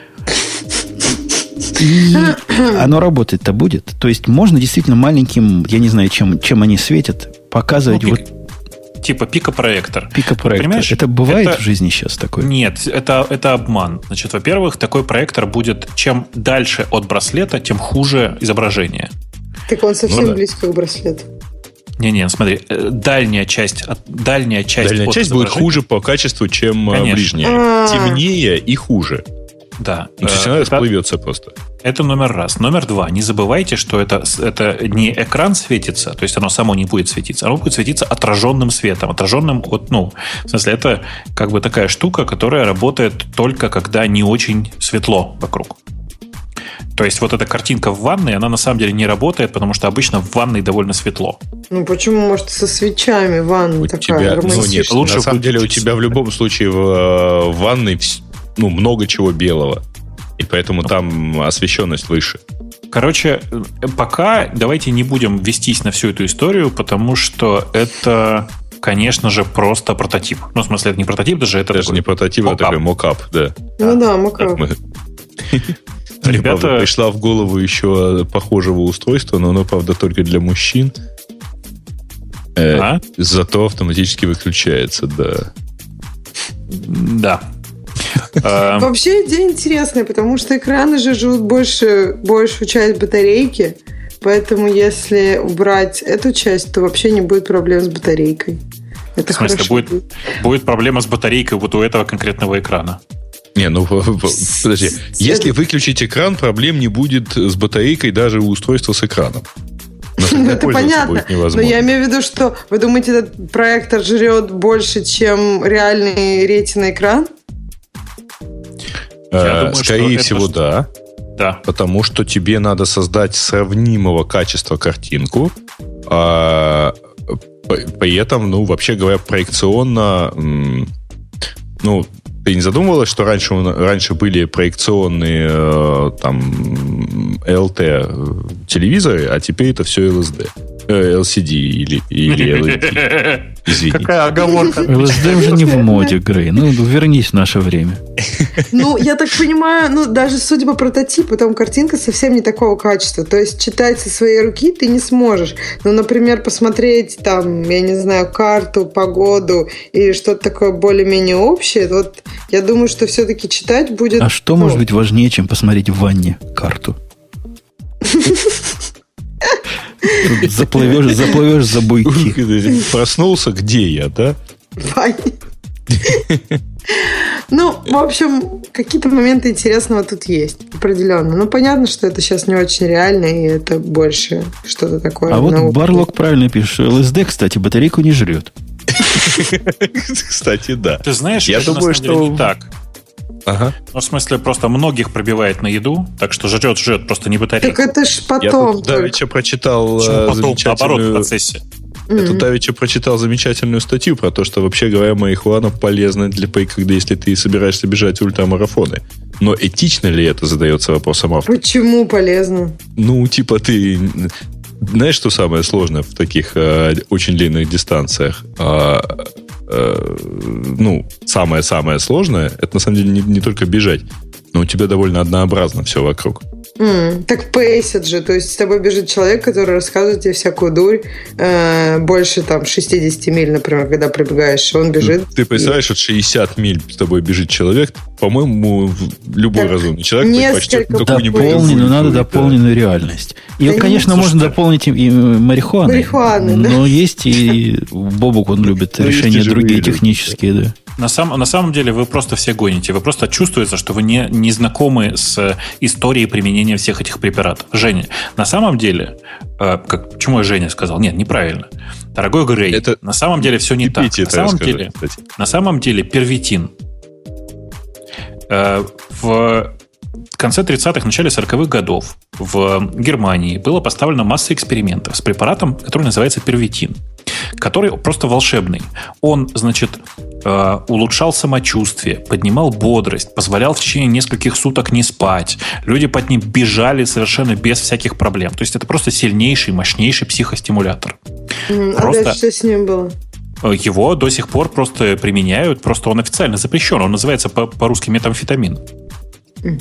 И оно работать-то будет. То есть можно действительно маленьким, я не знаю, чем, чем они светят, показывать ну, вот... Типа пикопроектор. Пикопроектор. Это бывает это... в жизни сейчас такое? Нет, это, это обман. Значит, во-первых, такой проектор будет, чем дальше от браслета, тем хуже изображение. Так он совсем ну, да. близко к браслету. Не-не, смотри, дальняя часть, дальняя часть, дальняя часть будет хуже по качеству, чем Конечно. ближняя. А-а-а. Темнее и хуже. Да. То есть она расплывется просто. Это номер раз. Номер два. Не забывайте, что это, это не экран светится, то есть оно само не будет светиться, оно будет светиться отраженным светом. Отраженным от, ну, в смысле, это как бы такая штука, которая работает только когда не очень светло вокруг. То есть вот эта картинка в ванной, она на самом деле не работает, потому что обычно в ванной довольно светло. Ну почему, может, со свечами ванна у такая тебя, романтичная? Ну нет, лучше на самом деле у тебя в любом случае в, в ванной ну, много чего белого. И поэтому там освещенность выше. Короче, пока давайте не будем вестись на всю эту историю, потому что это, конечно же, просто прототип. Ну, в смысле, это не прототип даже, это даже такой не прототип, mock-up. а такой мокап, да. Ну да, мокап. Мне, правда, пришла в голову еще похожего устройства, но оно, правда, только для мужчин. Э, а? Зато автоматически выключается, да. Да. Вообще идея интересная, потому что экраны же живут больше, большую часть батарейки, поэтому если убрать эту часть, то вообще не будет проблем с батарейкой. Это в смысле, хорошо. Будет, будет проблема с батарейкой вот у этого конкретного экрана? Не, ну подожди. Если выключить экран, проблем не будет с батарейкой даже у устройства с экраном. Ну, это понятно. Но я имею в виду, что вы думаете, этот проектор жрет больше, чем реальный ретина-экран? Думаю, Скорее всего, это... да. Да. Потому что тебе надо создать сравнимого качества картинку, а при этом, ну, вообще говоря, проекционно, ну, ты не задумывалась, что раньше, раньше были проекционные там эл ти телевизоры, а теперь это все эл эс ди? эл си ди или, или эл и ди. Извини. Какая оговорка. эл эс ди уже не в моде, Грей. Ну, вернись в наше время. Ну, я так понимаю, ну, даже судя по прототипу, там картинка совсем не такого качества. То есть читать со своей руки ты не сможешь. Ну, например, посмотреть там, я не знаю, карту, погоду или что-то такое более-менее общее. Вот я думаю, что все-таки читать будет... А что ну, может быть важнее, чем посмотреть в ванне карту? Заплывешь, заплывешь за буйки. Проснулся, где я, да? Ваня. Ну, в общем, какие-то моменты интересного тут есть, определенно. Ну, понятно, что это сейчас не очень реально, и это больше что-то такое. А вот Барлок правильно пишет, эл эс ди, кстати, батарейку не жрет. Кстати, да. Ты знаешь, я это думаю, на самом деле что... не так. Ага. Ну, в смысле, просто многих пробивает на еду, так что жрет, жрет, просто не батарейка. Так это ж потом. Я тут давеча прочитал потом, замечательную... наоборот, в процессе. Я mm-hmm. тут давеча прочитал замечательную статью про то, что, вообще говоря, марихуана полезна для когда если ты собираешься бежать ультрамарафоны. Но этично ли это, задается вопросом автора. Почему полезно? Ну, типа ты... Знаешь, что самое сложное в таких э, очень длинных дистанциях? Э, э, ну, самое-самое сложное, это на самом деле не, не только бежать, но у тебя довольно однообразно все вокруг. Mm, так пейсит же, то есть с тобой бежит человек, который рассказывает тебе всякую дурь, э, больше там шестьдесят миль, например, когда пробегаешь, он бежит. Ты представляешь, вот шестьдесят миль с тобой бежит человек, по-моему, любой так, разумный человек предпочтет какую-нибудь дополненную, надо да. дополненную реальность. И, да конечно, можно слушайте. дополнить и марихуаной, марихуаны, но да. есть и Бобук, он любит решения другие технические, да. На, сам, на самом деле вы просто все гоните. Вы просто чувствуете, что вы не, не знакомы с историей применения всех этих препаратов. Женя, на самом деле... Э, как, почему я Женя сказал? Нет, неправильно. Дорогой Грей, это на самом деле все не так. На самом, расскажи, деле, на самом деле первитин э, в конце тридцатых, начале сороковых годов в Германии было поставлена масса экспериментов с препаратом, который называется первитин, который просто волшебный. Он, значит, э, улучшал самочувствие, поднимал бодрость, позволял в течение нескольких суток не спать. Люди под ним бежали совершенно без всяких проблем. То есть это просто сильнейший, мощнейший психостимулятор. Mm, просто... А дальше что с ним было? Его до сих пор просто применяют, просто он официально запрещен. Он называется по- по-русски метамфетамин. Mm.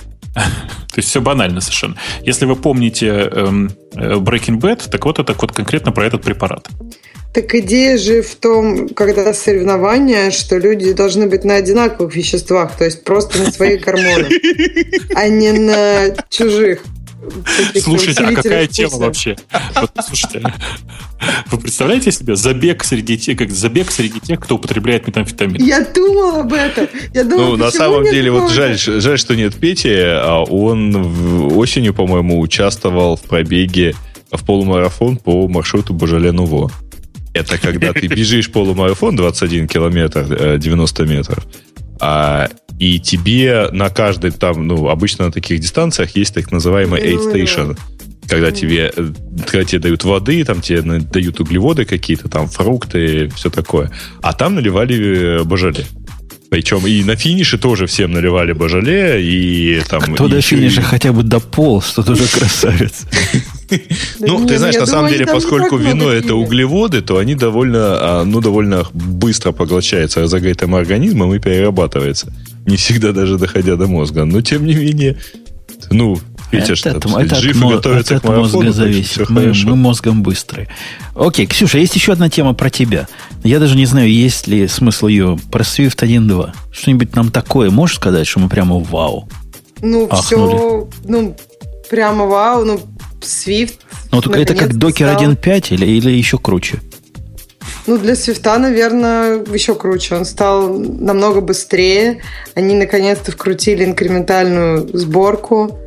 То есть все банально совершенно. Если вы помните эм, Breaking Bad, так вот это вот конкретно про этот препарат. Так идея же в том, когда соревнования, что люди должны быть на одинаковых веществах, то есть просто на своих гормонах, а не на чужих. Слушайте, а какая тема вообще? Вот, слушайте, вы представляете себе забег среди тех, как забег среди тех, кто употребляет метамфетамин? Я думала об этом. Я думала, ну, на самом деле, вот жаль, жаль, что нет Пети, а он осенью, по-моему, участвовал в пробеге в полумарафон по маршруту Божоле-Нуво. Это когда ты бежишь полумарафон двадцать один километр, девяносто метров, а, и тебе на каждой там, ну, обычно на таких дистанциях есть так называемый aid station, когда тебе, когда тебе дают воды, там тебе дают углеводы какие-то, там фрукты, все такое. А там наливали Божоле. Причем и на финише тоже всем наливали Божоле, и там... Кто до финиша хотя бы дополз, тот уже красавец. Ну, ты знаешь, на самом деле, поскольку вино это углеводы, то они довольно, ну, довольно быстро поглощаются разогретым организмом и перерабатываются. Не всегда даже доходя до мозга. Но, тем не менее, ну... Видишь, это, это, это жив от, и готовится от, к марафону, мозга зависит. Мы, мы мозгом быстрые. Окей, Ксюша, есть еще одна тема про тебя. Я даже не знаю, есть ли смысл ее про Swift один точка два. Что-нибудь нам такое можешь сказать, что мы прямо вау? Ну, ахнули? Все, ну, прямо вау, ну, Swift. Ну, это как Docker один точка пять или, или еще круче? Ну, для Свифта, наверное, еще круче. Он стал намного быстрее. Они наконец-то вкрутили инкрементальную сборку.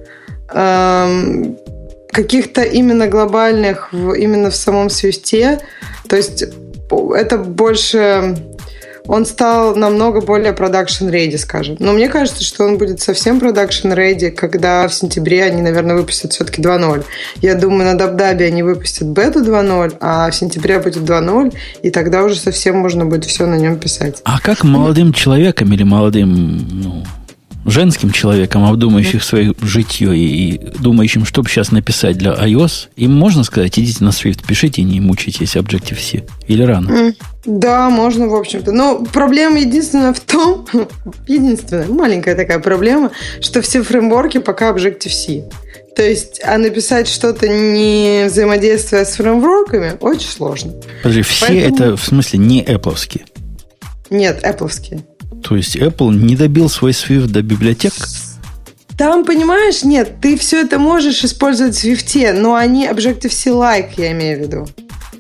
Эм, каких-то именно глобальных в, именно в самом Свифте. То есть это больше... Он стал намного более production-ready, скажем. Но мне кажется, что он будет совсем production-ready, когда в сентябре они, наверное, выпустят все-таки два ноль. Я думаю, на Дабдабе они выпустят бету два ноль, а в сентябре будет два ноль, и тогда уже совсем можно будет все на нем писать. А как молодым человеком или молодым, ну, женским человеком, обдумающих свое житье и, и думающим, что бы сейчас написать для iOS, им можно сказать, идите на Swift, пишите и не мучайтесь Objective-C? Или рано? Да, можно, в общем-то. Но проблема единственная в том, единственная, маленькая такая проблема, что все фреймворки пока Objective-C. То есть, а написать что-то, не взаимодействуя с фреймворками, очень сложно. Подожди, все Поэтому... это в смысле не Apple-овские? Нет, Apple-овские. То есть Apple не добил свой Swift до библиотек? Там, понимаешь, нет, ты все это можешь использовать в Swift, но они Objective-C-like, я имею в виду.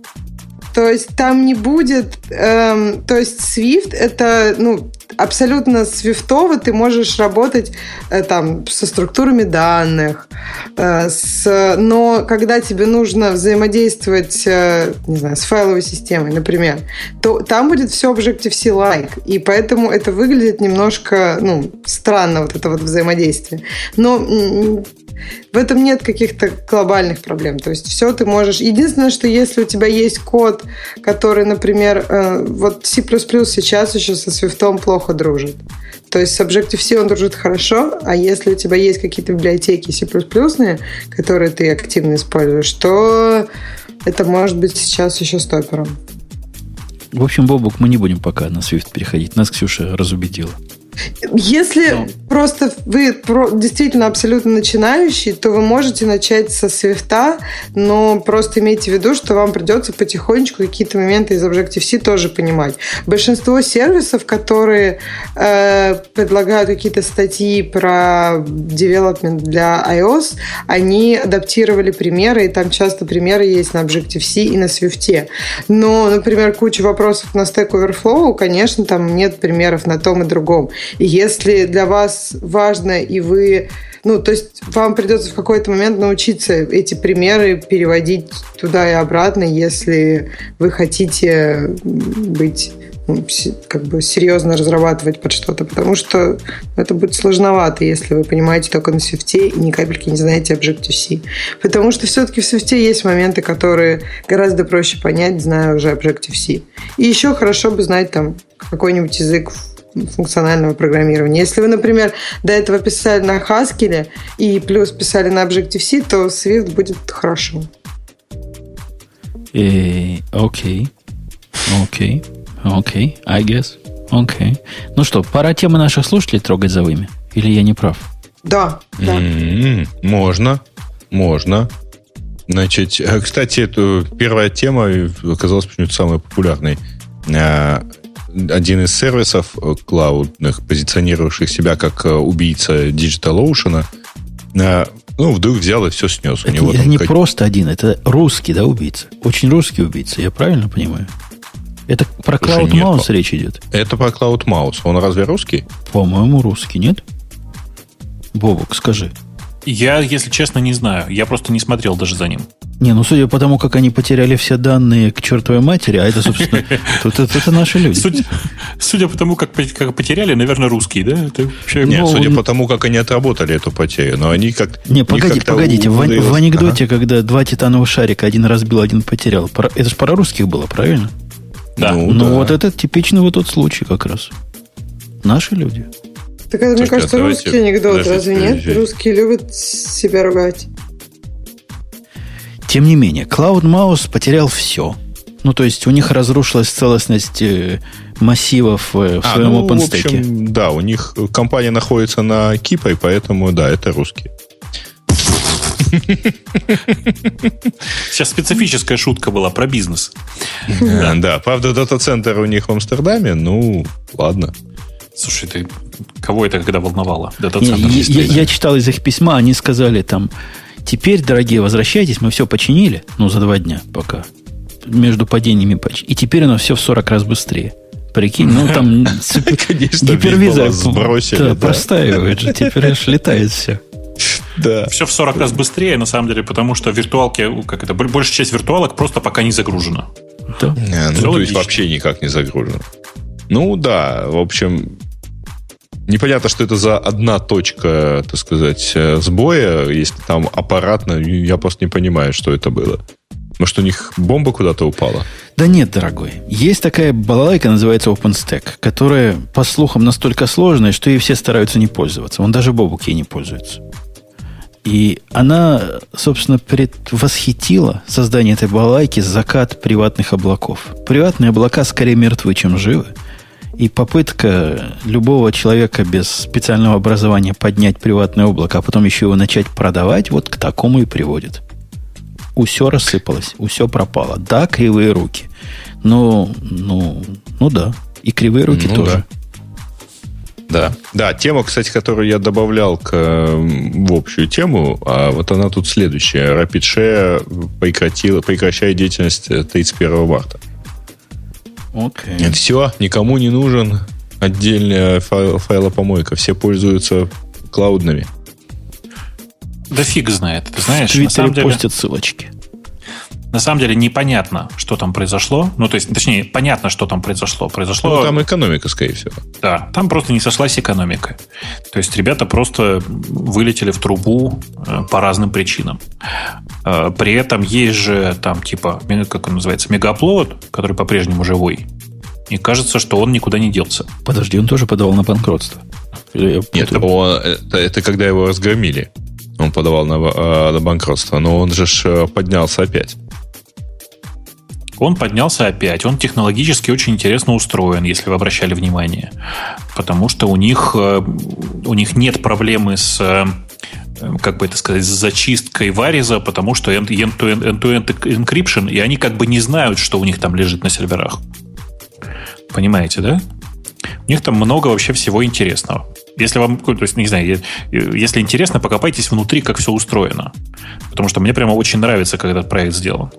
То есть там не будет... Эм, то есть Swift это, ну, абсолютно свифтово ты можешь работать э, там со структурами данных, э, с, но когда тебе нужно взаимодействовать, э, не знаю, с файловой системой, например, то там будет все Objective-C-like, и поэтому это выглядит немножко, ну, странно, вот это вот взаимодействие. Но в этом нет каких-то глобальных проблем. То есть все ты можешь... Единственное, что если у тебя есть код, который, например, э, вот C++ сейчас еще со Swift плохо дружит. То есть с Objective-C он дружит хорошо, а если у тебя есть какие-то библиотеки C++, которые ты активно используешь, то это может быть сейчас еще стопером. В общем, Бобук, мы не будем пока на Swift переходить. Нас Ксюша разубедила. Если Но. просто вы действительно абсолютно начинающий, то вы можете начать со Swift, но просто имейте в виду, что вам придется потихонечку какие-то моменты из Objective-C тоже понимать. Большинство сервисов, которые э, предлагают какие-то статьи про development для iOS, они адаптировали примеры, и там часто примеры есть на Objective-C и на Swift. Но, например, куча вопросов на Stack Overflow, конечно, там нет примеров на том и другом. И если для вас важно, и вы... Ну, то есть вам придется в какой-то момент научиться эти примеры переводить туда и обратно, если вы хотите быть, ну, как бы серьезно разрабатывать под что-то, потому что это будет сложновато, если вы понимаете только на Swift и ни капельки не знаете Objective-C. Потому что все-таки в Swift есть моменты, которые гораздо проще понять, зная уже Objective-C. И еще хорошо бы знать там какой-нибудь язык функционального программирования. Если вы, например, до этого писали на Haskell и плюс писали на Objective-C, то Swift будет хорошо. Окей. Окей. Окей. I guess. Окей. Ну что, пора темы наших слушателей трогать за вами? Или я не прав? Да. да. Mm-hmm. Можно. Можно. Значит, кстати, эту первая тема оказалась почему-то самой популярной. Один из сервисов клаудных, позиционировавших себя как убийца DigitalOcean, ну, вдруг взял и все снес. Это, У него это там не как... просто один, это русский, да, убийца? Очень русский убийца, я правильно понимаю? Это про Cloud Mouse речь идет? Это про Cloud Mouse. Он разве русский? По-моему, русский, нет? Бобок, скажи. Я, если честно, не знаю. Я просто не смотрел даже за ним. Не, ну судя по тому, как они потеряли все данные к чертовой матери, а это, собственно, это наши люди. Судя по тому, как потеряли, наверное, русские, да? Нет, судя по тому, как они отработали эту потерю, но они как... Не, погоди, погодите. В анекдоте, когда два титановых шарика, один разбил, один потерял, это же про русских было, правильно? Да. Ну вот это типичный вот тот случай как раз. Наши люди. Так это, мне кажется, русский анекдот, разве нет? Русские любят себя ругать. Тем не менее, Cloud Mouse потерял все. Ну, то есть, у них разрушилась целостность массивов в а, своем ну, OpenStack. В общем, да, у них компания находится на Кипре, поэтому, да, это русские. Сейчас специфическая шутка была про бизнес. Да, да, правда, дата-центр у них в Амстердаме, ну, ладно. Слушай, ты кого это когда волновало? Не, я, я читал из их письма, они сказали там, теперь, дорогие, возвращайтесь, мы все починили, ну, за два дня пока. между падениями патчей. И теперь оно все в сорок раз быстрее. Прикинь, ну там гипервизор простаивает же, теперь аж летает все. Да. Все в сорок раз быстрее, на самом деле, потому что виртуалки, как это, большая часть виртуалок просто пока не загружена. Да. Не, ну, то есть вообще никак не загружена. Ну да, в общем, непонятно, что это за одна точка, так сказать, сбоя, если там аппаратно, я просто не понимаю, что это было. Может, у них бомба куда-то упала? Да нет, дорогой. Есть такая балалайка, называется OpenStack, которая, по слухам, настолько сложная, что ей все стараются не пользоваться. Он даже Бобук ей не пользуется. И она, собственно, предвосхитила создание этой балалайки закат приватных облаков. Приватные облака скорее мертвы, чем живы. И попытка любого человека без специального образования поднять приватное облако, а потом еще его начать продавать, вот к такому и приводит. Усё рассыпалось, усё пропало. Да, кривые руки. Ну, ну, ну да. И кривые руки ну, тоже. Да. да. Да, тема, кстати, которую я добавлял к, в общую тему, а вот она тут следующая. RapidShare прекратила, прекращает деятельность тридцать первого марта. Окей. Okay. Все, никому не нужен отдельная файл, файлопомойка. Все пользуются клаудными. Да фиг знает. Ты знаешь, в Твиттере на самом деле, постят ссылочки. На самом деле непонятно, что там произошло. Ну, то есть, точнее, понятно, что там произошло. Произошло... Ну, там экономика, скорее всего. Да, там просто не сошлась экономика. То есть, ребята просто вылетели в трубу по разным причинам. При этом есть же там, типа, как он называется, Мегаплод, который по-прежнему живой. И кажется, что он никуда не делся. Подожди, он тоже подавал на банкротство. Нет, он, это, это когда его разгромили. Он подавал на, на банкротство, но он же ж поднялся опять. Он поднялся опять. Он технологически очень интересно устроен, если вы обращали внимание. Потому что у них, у них нет проблемы с, как бы это сказать, с зачисткой вариза, потому что end-to-end, end-to-end encryption, и они как бы не знают, что у них там лежит на серверах. Понимаете, да? У них там много вообще всего интересного. Если вам, то есть, не знаю, если интересно, покопайтесь внутри, как все устроено. Потому что мне прямо очень нравится, как этот проект сделан.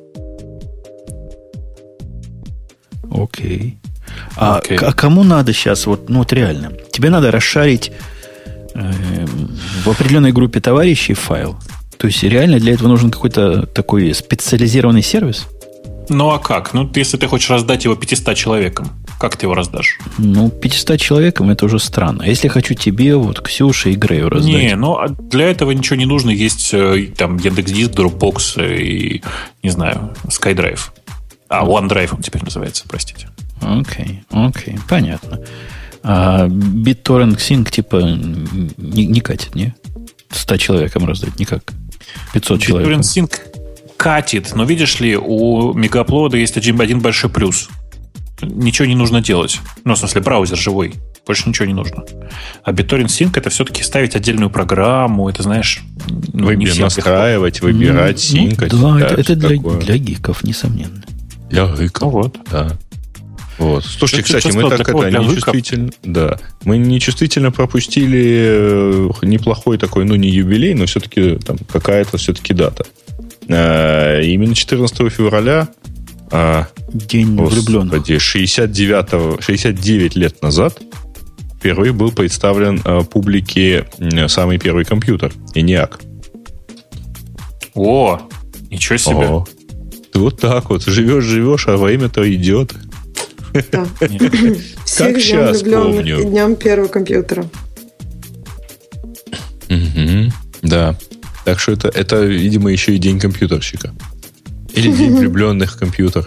Окей. А, okay. а кому надо сейчас, вот, ну вот реально, тебе надо расшарить э, в определенной группе товарищей файл. То есть реально для этого нужен какой-то такой специализированный сервис? Ну а как? Ну, если ты хочешь раздать его пятистам человекам, как ты его раздашь? Ну, пятистам человекам это уже странно. А если я хочу тебе, вот, Ксюше и Грею раздать? Не, ну для этого ничего не нужно. Есть там Яндекс.Диск, Dropbox и, не знаю, SkyDrive. А, OneDrive он теперь называется, простите. Окей, окей, понятно. А BitTorrent Sync типа не, не катит, не? ста человекам раздать никак. пятьсот человек. BitTorrent Sync катит, но видишь ли, у Мегаплода есть один, один большой плюс. Ничего не нужно делать. Ну, в смысле, браузер живой. Больше ничего не нужно. А BitTorrent Sync это все-таки ставить отдельную программу, это, знаешь, ну, Выбир, настраивать, их... выбирать, ну, синкать. Да, да, это, это для, для гиков, несомненно. Для гиков, ну, вот. Да. Вот. Слушайте, кстати, мы так это нечувствительно, да, мы нечувствительно пропустили неплохой такой, ну, не юбилей, но все-таки там какая-то все-таки дата. А, именно четырнадцатого февраля а, День влюбленных. шестьдесят девять лет назад впервые был представлен а, публике самый первый компьютер, ENIAC. О, ничего себе. О, ты вот так вот живешь-живешь, а время-то идет. Да. Всех ждем влюбленных днем первого компьютера. Угу, да. Так что это, это, видимо, еще и день компьютерщика. Или день влюбленных в компьютер.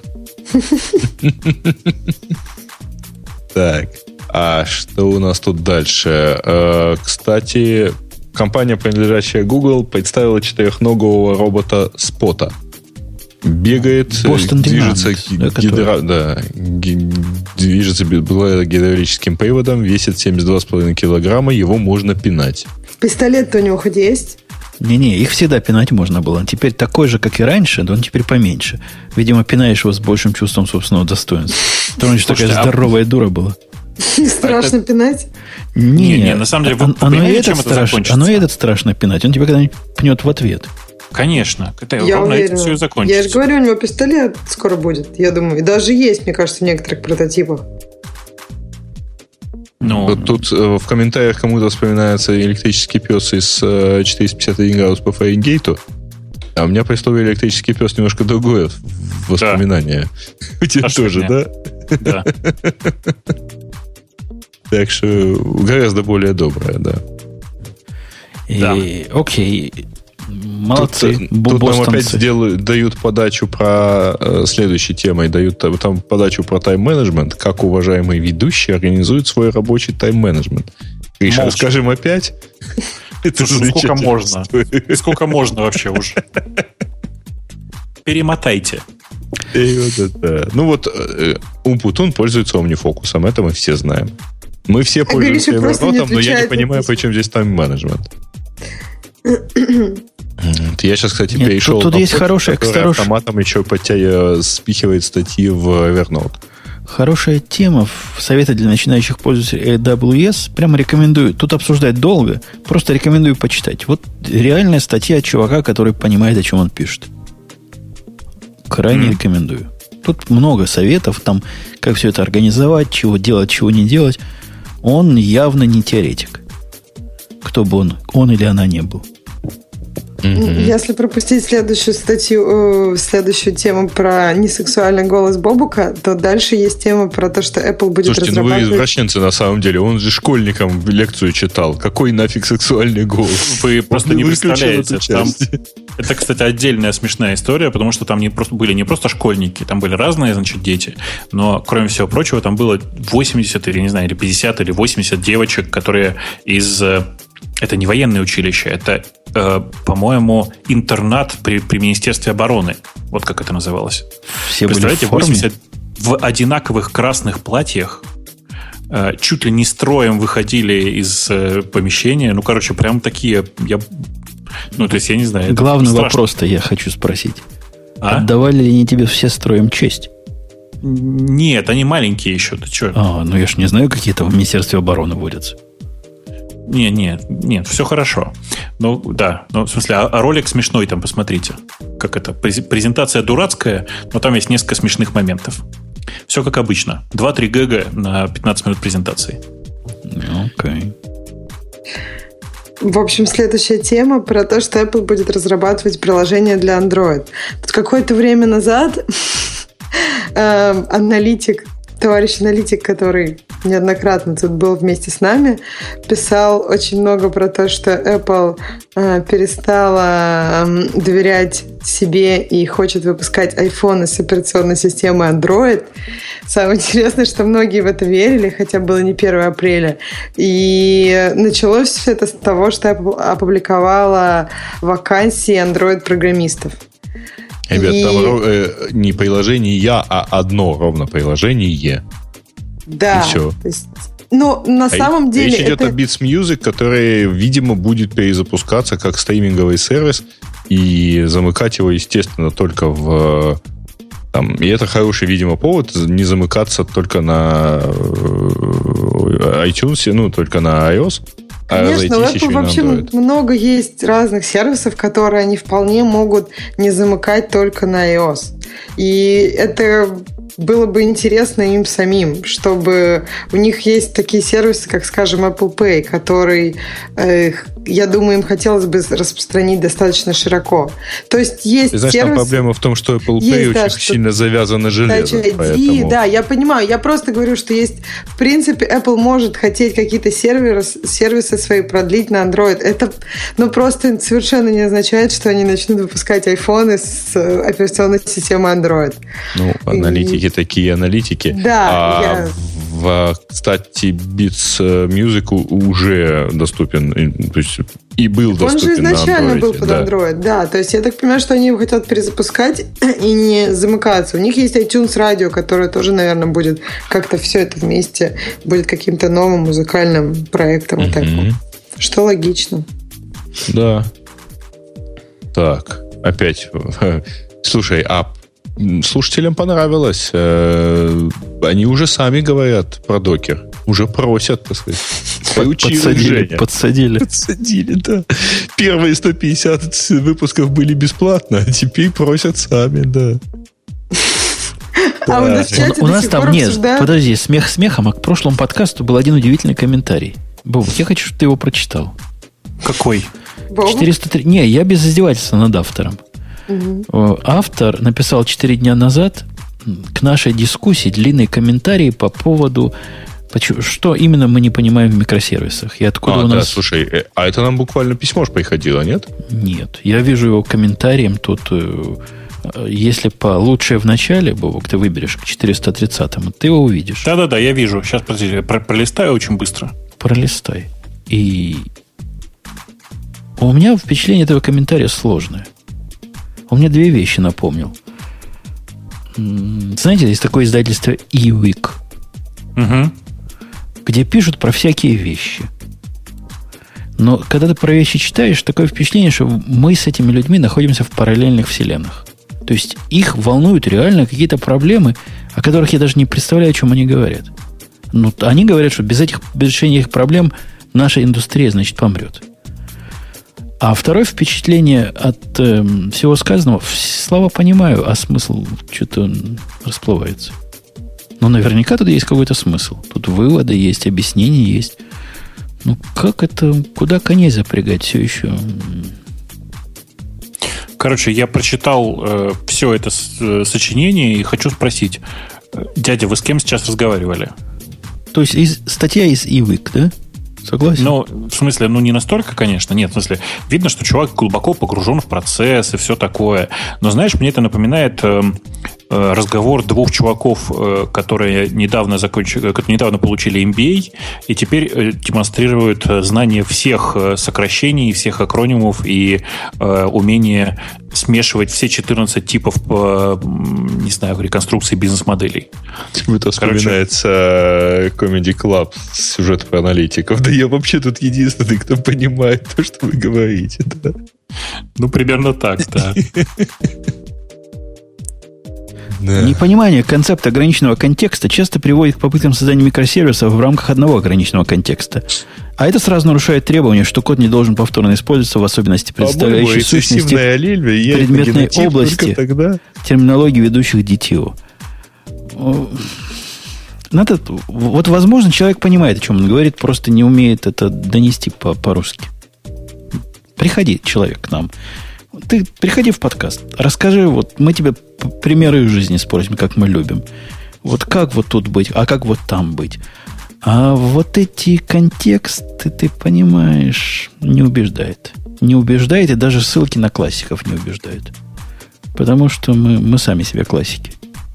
Так. А что у нас тут дальше? Кстати, компания, принадлежащая Google, представила четырехногого робота Спота. Бегает, Boston движется, Dynamics, гидро, да, движется гидравлическим приводом, весит семьдесят два с половиной килограмма, его можно пинать. Пистолет-то у него хоть есть? Не-не, их всегда пинать можно было. Теперь такой же, как и раньше, но он теперь поменьше. Видимо, пинаешь его с большим чувством собственного достоинства. Потому что такая здоровая дура была. Страшно пинать? Не, не, на самом деле, оно и этот страшно пинать. Он тебя когда-нибудь пнет в ответ. Конечно. Это, я ровно уверена. Это все и закончится. Я же говорю, у него пистолет скоро будет, я думаю. И даже есть, мне кажется, в некоторых прототипах. Ну, вот тут э, в комментариях кому-то вспоминается электрический пес из э, четыреста пятьдесят один градус по Фаренгейту. А у меня при слове электрический пес немножко другое воспоминание. Да. У тебя тоже, да? Да. Так что гораздо более доброе, да. И, да. Окей. Молодцы. Тут, тут нам опять сделают, дают подачу про э, следующей темой, дают там подачу про тайм-менеджмент, как уважаемый ведущий организует свой рабочий тайм-менеджмент. Гриша, расскажем опять? Слушай, сколько можно? Сколько можно вообще уже? Перемотайте. Вот это. Ну вот Умпутун пользуется омнифокусом, это мы все знаем. Мы все а пользуемся Evernote, но я не понимаю, почему здесь тайм-менеджмент. Я сейчас, кстати, Нет, перешел тут, тут есть хорошая, который автоматом еще подтя... спихивает статьи в Evernote. Хорошая тема в советы для начинающих пользователей эй дабл ю эс. Прямо рекомендую. Тут обсуждать долго. Просто рекомендую почитать. Вот реальная статья от чувака, который понимает, о чем он пишет. Крайне mm. рекомендую. Тут много советов, там, как все это организовать, чего делать, чего не делать. Он явно не теоретик. Кто бы он, он или она не был. Mm-hmm. Если пропустить следующую статью, следующую тему про несексуальный голос Бобука, то дальше есть тема про то, что Apple будет Слушайте, разрабатывать... ну вы извращенцы на самом деле. Он же школьникам лекцию читал. Какой нафиг сексуальный голос? Вы просто не представляете. Там... Это, кстати, отдельная смешная история, потому что там не просто, были не просто школьники, там были разные, значит, дети. Но, кроме всего прочего, там было восемьдесят или, не знаю, или пятьдесят или восемьдесят девочек, которые из... Это не военное училище, это, э, по-моему, интернат при, при Министерстве обороны. Вот как это называлось. Все Представляете, были в восемьдесят в одинаковых красных платьях, э, чуть ли не строем выходили из э, помещения. Ну, короче, прям такие... Я, ну, то есть, я не знаю. Главный вопрос-то я хочу спросить. А? Отдавали ли они тебе все строем честь? Нет, они маленькие еще. Ты что? А, ну я ж не знаю, какие там в Министерстве обороны водятся. Нет, нет, нет, все хорошо. Ну, да, ну, в смысле, а, а ролик смешной там, посмотрите. Как это, презентация дурацкая, но там есть несколько смешных моментов. Все как обычно. два-три гэга на пятнадцать минут презентации. Окей. Okay. В общем, следующая тема про то, что Apple будет разрабатывать приложение для Android. Тут какое-то время назад аналитик, товарищ аналитик, который неоднократно тут был вместе с нами, писал очень много про то, что Apple э, перестала э, доверять себе и хочет выпускать iPhone с операционной системой Android. Самое интересное, что многие в это верили, хотя было не первое апреля. И началось все это с того, что Apple опубликовала вакансии Android-программистов. Ребят, и... там э, не приложение «я», а одно ровно приложение. Да. И все. То есть, ну, на а самом деле... Речь идет это... о Beats Music, который, видимо, будет перезапускаться как стриминговый сервис и замыкать его, естественно, только в... Там, и это хороший, видимо, повод не замыкаться только на iTunes, ну, только на iOS. Конечно, у Apple вообще много есть разных сервисов, которые они вполне могут не замыкать только на iOS. И это было бы интересно им самим, чтобы у них есть такие сервисы, как, скажем, Apple Pay, который, э, я думаю, им хотелось бы распространить достаточно широко. То есть есть Ты знаешь, сервисы... там проблема в том, что Apple Pay есть, очень да, сильно завязан на железо. Поэтому... Да, я понимаю. Я просто говорю, что есть... В принципе, Apple может хотеть какие-то сервисы, сервисы свои продлить на Android. Это ну, просто совершенно не означает, что они начнут выпускать айфоны с операционной системой Android. Ну, аналитики И... такие аналитики. Да, а я... в, кстати, Beats Music уже доступен, то есть и был Он доступен же изначально на Android, был под да. Android, да. То есть я так понимаю, что они его хотят перезапускать и не замыкаться. У них есть iTunes Radio, которое тоже, наверное, будет как-то все это вместе, будет каким-то новым музыкальным проектом. Mm-hmm. Вот таким. Что логично. Да. Так, опять. Слушай, а слушателям понравилось. Они уже сами говорят про докер. Уже просят, так сказать. Подсадили, подсадили. Подсадили, да. Первые сто пятьдесят выпусков были бесплатно, а теперь просят сами, да. А у нас в чате У нас там нет, подожди, смех смехом, а к прошлому подкасту был один удивительный комментарий. Боб, я хочу, чтобы ты его прочитал. Какой? четыреста три. Не, я без издевательства над автором. Угу. Автор написал четыре дня назад к нашей дискуссии длинный комментарий по поводу, что именно мы не понимаем в микросервисах. И откуда а, у да, нас... слушай, а это нам буквально письмо же приходило, нет? Нет. Я вижу его комментарием тут... Если по лучшее в начале, Бобок, ты выберешь к четыреста тридцатому, ты его увидишь. Да-да-да, я вижу. Сейчас, подожди, пролистаю очень быстро. Пролистай. И у меня впечатление этого комментария сложное. Он мне две вещи напомнил. Знаете, есть такое издательство eWeek, угу. где пишут про всякие вещи. Но когда ты про вещи читаешь, такое впечатление, что мы с этими людьми находимся в параллельных вселенных. То есть их волнуют реально какие-то проблемы, о которых я даже не представляю, о чем они говорят. Ну, они говорят, что без, этих, без решения их проблем наша индустрия, значит, помрет. А второе впечатление от э, всего сказанного, слова понимаю, а смысл что-то расплывается. Но наверняка тут есть какой-то смысл. Тут выводы есть, объяснения есть. Ну, как это, куда коней запрягать все еще... Короче, я прочитал э, все это с, э, сочинение и хочу спросить. Дядя, вы с кем сейчас разговаривали? То есть из, статья из eWeek, да? Согласен? Ну, в смысле, ну не настолько, конечно. Нет, в смысле, видно, что чувак глубоко погружен в процесс и все такое. Но, знаешь, мне это напоминает э, э, разговор двух чуваков, э, которые недавно, закончили, которые недавно получили эм би эй и теперь э, демонстрируют знание всех э, сокращений, всех акронимов и э, умение смешивать все четырнадцать типов, э, не знаю, реконструкции бизнес-моделей. Это вспоминается Comedy Club, сюжет про аналитиков. Да я вообще тут единственный, кто понимает то, что вы говорите. Да? Ну, примерно так, да. Да. Непонимание концепта ограниченного контекста часто приводит к попыткам создания микросервисов в рамках одного ограниченного контекста. А это сразу нарушает требование, что код не должен повторно использоваться, в особенности представляющей сущности Лильвия, предметной области терминологии ведущих ди ти о. Надо, вот, возможно, человек понимает, о чем он говорит, просто не умеет это донести по- по-русски. Приходи, человек, к нам. Ты приходи в подкаст. Расскажи, вот мы тебе примеры из жизни спросим, как мы любим. Вот как вот тут быть, а как вот там быть. А вот эти контексты, ты понимаешь, не убеждает. Не убеждает, и даже ссылки на классиков не убеждают. Потому что мы, мы сами себе классики.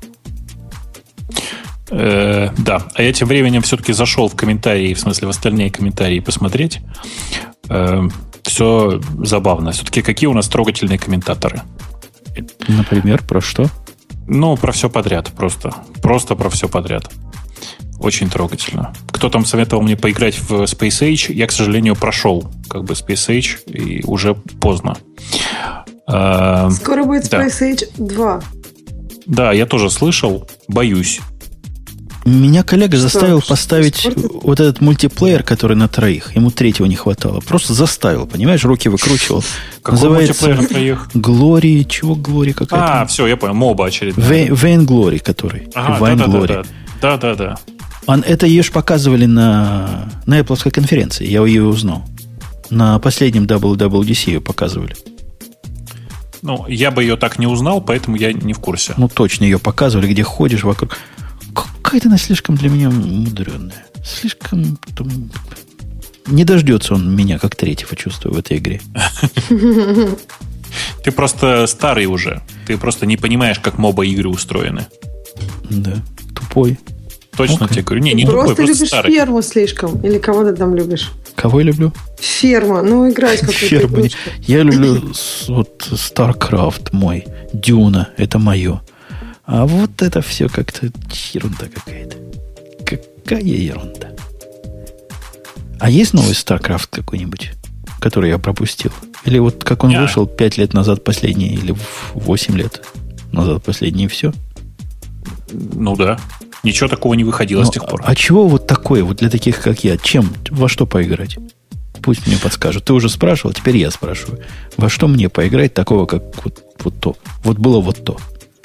Э, да, а я тем временем все-таки зашел в комментарии, в смысле в остальные комментарии посмотреть. Э, все забавно. Все-таки какие у нас трогательные комментаторы? Например, про что? Ну, про все подряд просто. Просто про все подряд. Очень трогательно. Кто там советовал мне поиграть в Space Age? Я, к сожалению, прошел как бы Space Age, и уже поздно. Э, Скоро будет Space да. Age два. Да, я тоже слышал. Боюсь. Меня коллега Что? заставил Что? поставить Что? вот этот мультиплеер, который на троих. Ему третьего не хватало. Просто заставил, понимаешь, руки выкручивал. Какой Называется мультиплеер на троих? Глори, чего Глори какая-то? А, все, я понял. Моба очередная. Вейн Глори, который. Ага, Вайн Глори. Да-да-да. Он, это ее ж показывали на, на Apple конференции. Я ее узнал. На последнем дабл ю дабл ю ди си ее показывали. Ну, я бы ее так не узнал, поэтому я не в курсе. Ну, точно ее показывали, где ходишь вокруг. Какая-то она слишком для меня мудреная. Слишком... Там... Не дождется он меня, как третьего, чувствую, в этой игре. Ты просто старый уже. Ты просто не понимаешь, как моба-игры устроены. Да, тупой. Точно okay. тебе говорю. Не, не просто тупой, просто любишь старый. ферму слишком. Или кого ты там любишь? Кого я люблю? Ферма. Ну, играть какую-то Ферма. игрушку. Я люблю вот StarCraft мой. Дюна. Это мое. А вот это все как-то ерунда какая-то. Какая ерунда. А есть новый StarCraft какой-нибудь, который я пропустил? Или вот как он yeah. вышел пять лет назад последний, или восемь лет назад последний, и все? Ну да. Ничего такого не выходило Но, с тех пор. А чего вот такое, вот для таких, как я? Чем, во что поиграть? Пусть мне подскажут. Ты уже спрашивал, теперь я спрашиваю. Во что мне поиграть такого, как вот, вот то? Вот было вот то.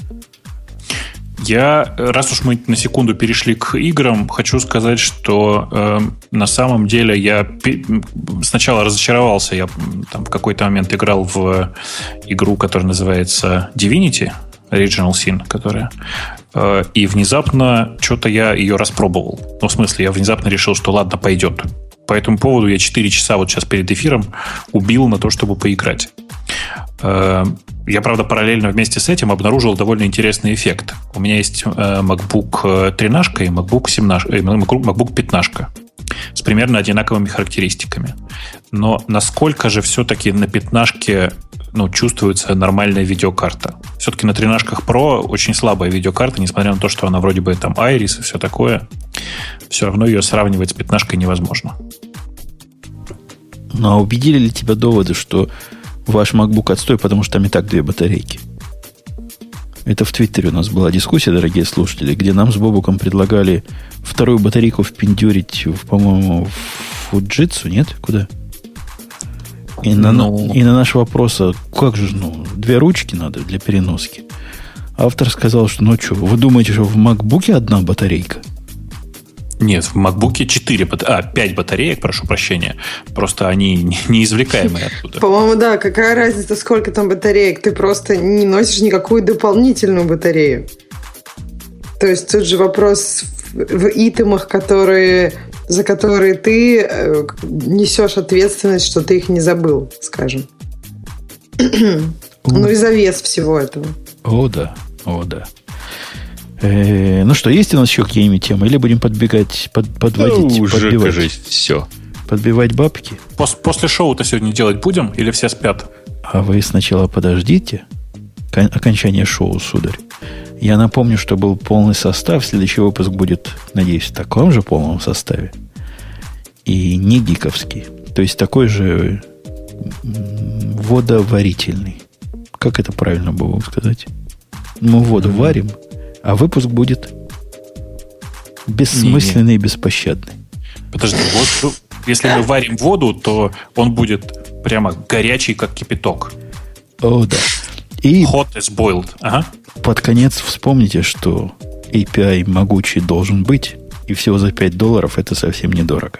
Я, раз уж мы на секунду перешли к играм, хочу сказать, что э, на самом деле я пи- сначала разочаровался. Я там в какой-то момент играл в игру, которая называется Divinity Original Sin, которая... Э, и внезапно что-то я ее распробовал. Ну, в смысле, я внезапно решил, что ладно, пойдет. По этому поводу я четыре часа вот сейчас перед эфиром убил на то, чтобы поиграть. Я, правда, параллельно вместе с этим обнаружил довольно интересный эффект. У меня есть MacBook тринадцать и MacBook семнадцать, MacBook пятнадцать с примерно одинаковыми характеристиками. Но насколько же все-таки на пятнашке, ну, чувствуется нормальная видеокарта? Все-таки на тринадцать Pro очень слабая видеокарта, несмотря на то, что она вроде бы там Iris и все такое. Все равно ее сравнивать с пятнашкой невозможно. Ну, а убедили ли тебя доводы, что ваш MacBook отстой, потому что там и так две батарейки? Это в Твиттере у нас была дискуссия, дорогие слушатели, где нам с Бобуком предлагали вторую батарейку впендюрить, в, по-моему, в Fujitsu, нет? Куда? И на, ну... и на наш вопрос, а как же, ну, две ручки надо для переноски. Автор сказал, что, ну что, вы думаете, что в MacBook одна батарейка? Нет, в MacBook четыре, а, пять батареек, прошу прощения. Просто они неизвлекаемые оттуда. По-моему, да, какая разница, сколько там батареек? Ты просто не носишь никакую дополнительную батарею. То есть тут же вопрос в итемах, которые, за которые ты несешь ответственность, что ты их не забыл, скажем. Ну и за вес всего этого. О, да, о, да. Э, ну что, есть у нас еще какие-нибудь темы? Или будем подбегать, под, подводить, ну, уже, подбивать? Кажись, все. Подбивать бабки? Пос- после шоу-то сегодня делать будем? Или все спят? А вы сначала подождите кон- окончания шоу, сударь. Я напомню, что был полный состав. Следующий выпуск будет, надеюсь, в таком же полном составе. И не гиковский. То есть такой же водоварительный. Как это правильно было сказать? Мы воду mm-hmm. варим, а выпуск будет бессмысленный Не-не. и беспощадный. Подожди, вот если мы варим воду, то он будет прямо горячий, как кипяток. О, да. И Hot as boiled. Ага. Под конец вспомните, что эй пи ай могучий должен быть, и всего за пять долларов это совсем недорого.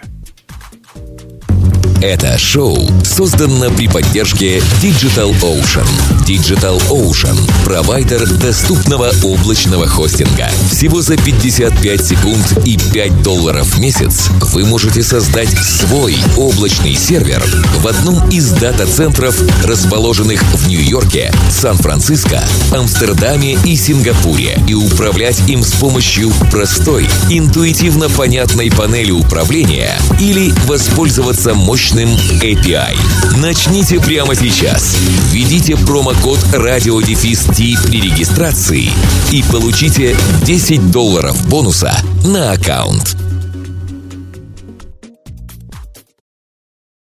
Это шоу создано при поддержке DigitalOcean. DigitalOcean – провайдер доступного облачного хостинга. Всего за пятьдесят пять секунд и пять долларов в месяц вы можете создать свой облачный сервер в одном из дата-центров, расположенных в Нью-Йорке, Сан-Франциско, Амстердаме и Сингапуре, и управлять им с помощью простой, интуитивно понятной панели управления или воспользоваться мощным эй пи ай. Начните прямо сейчас. Введите промокод радиодефис-ти при регистрации и получите десять долларов бонуса на аккаунт.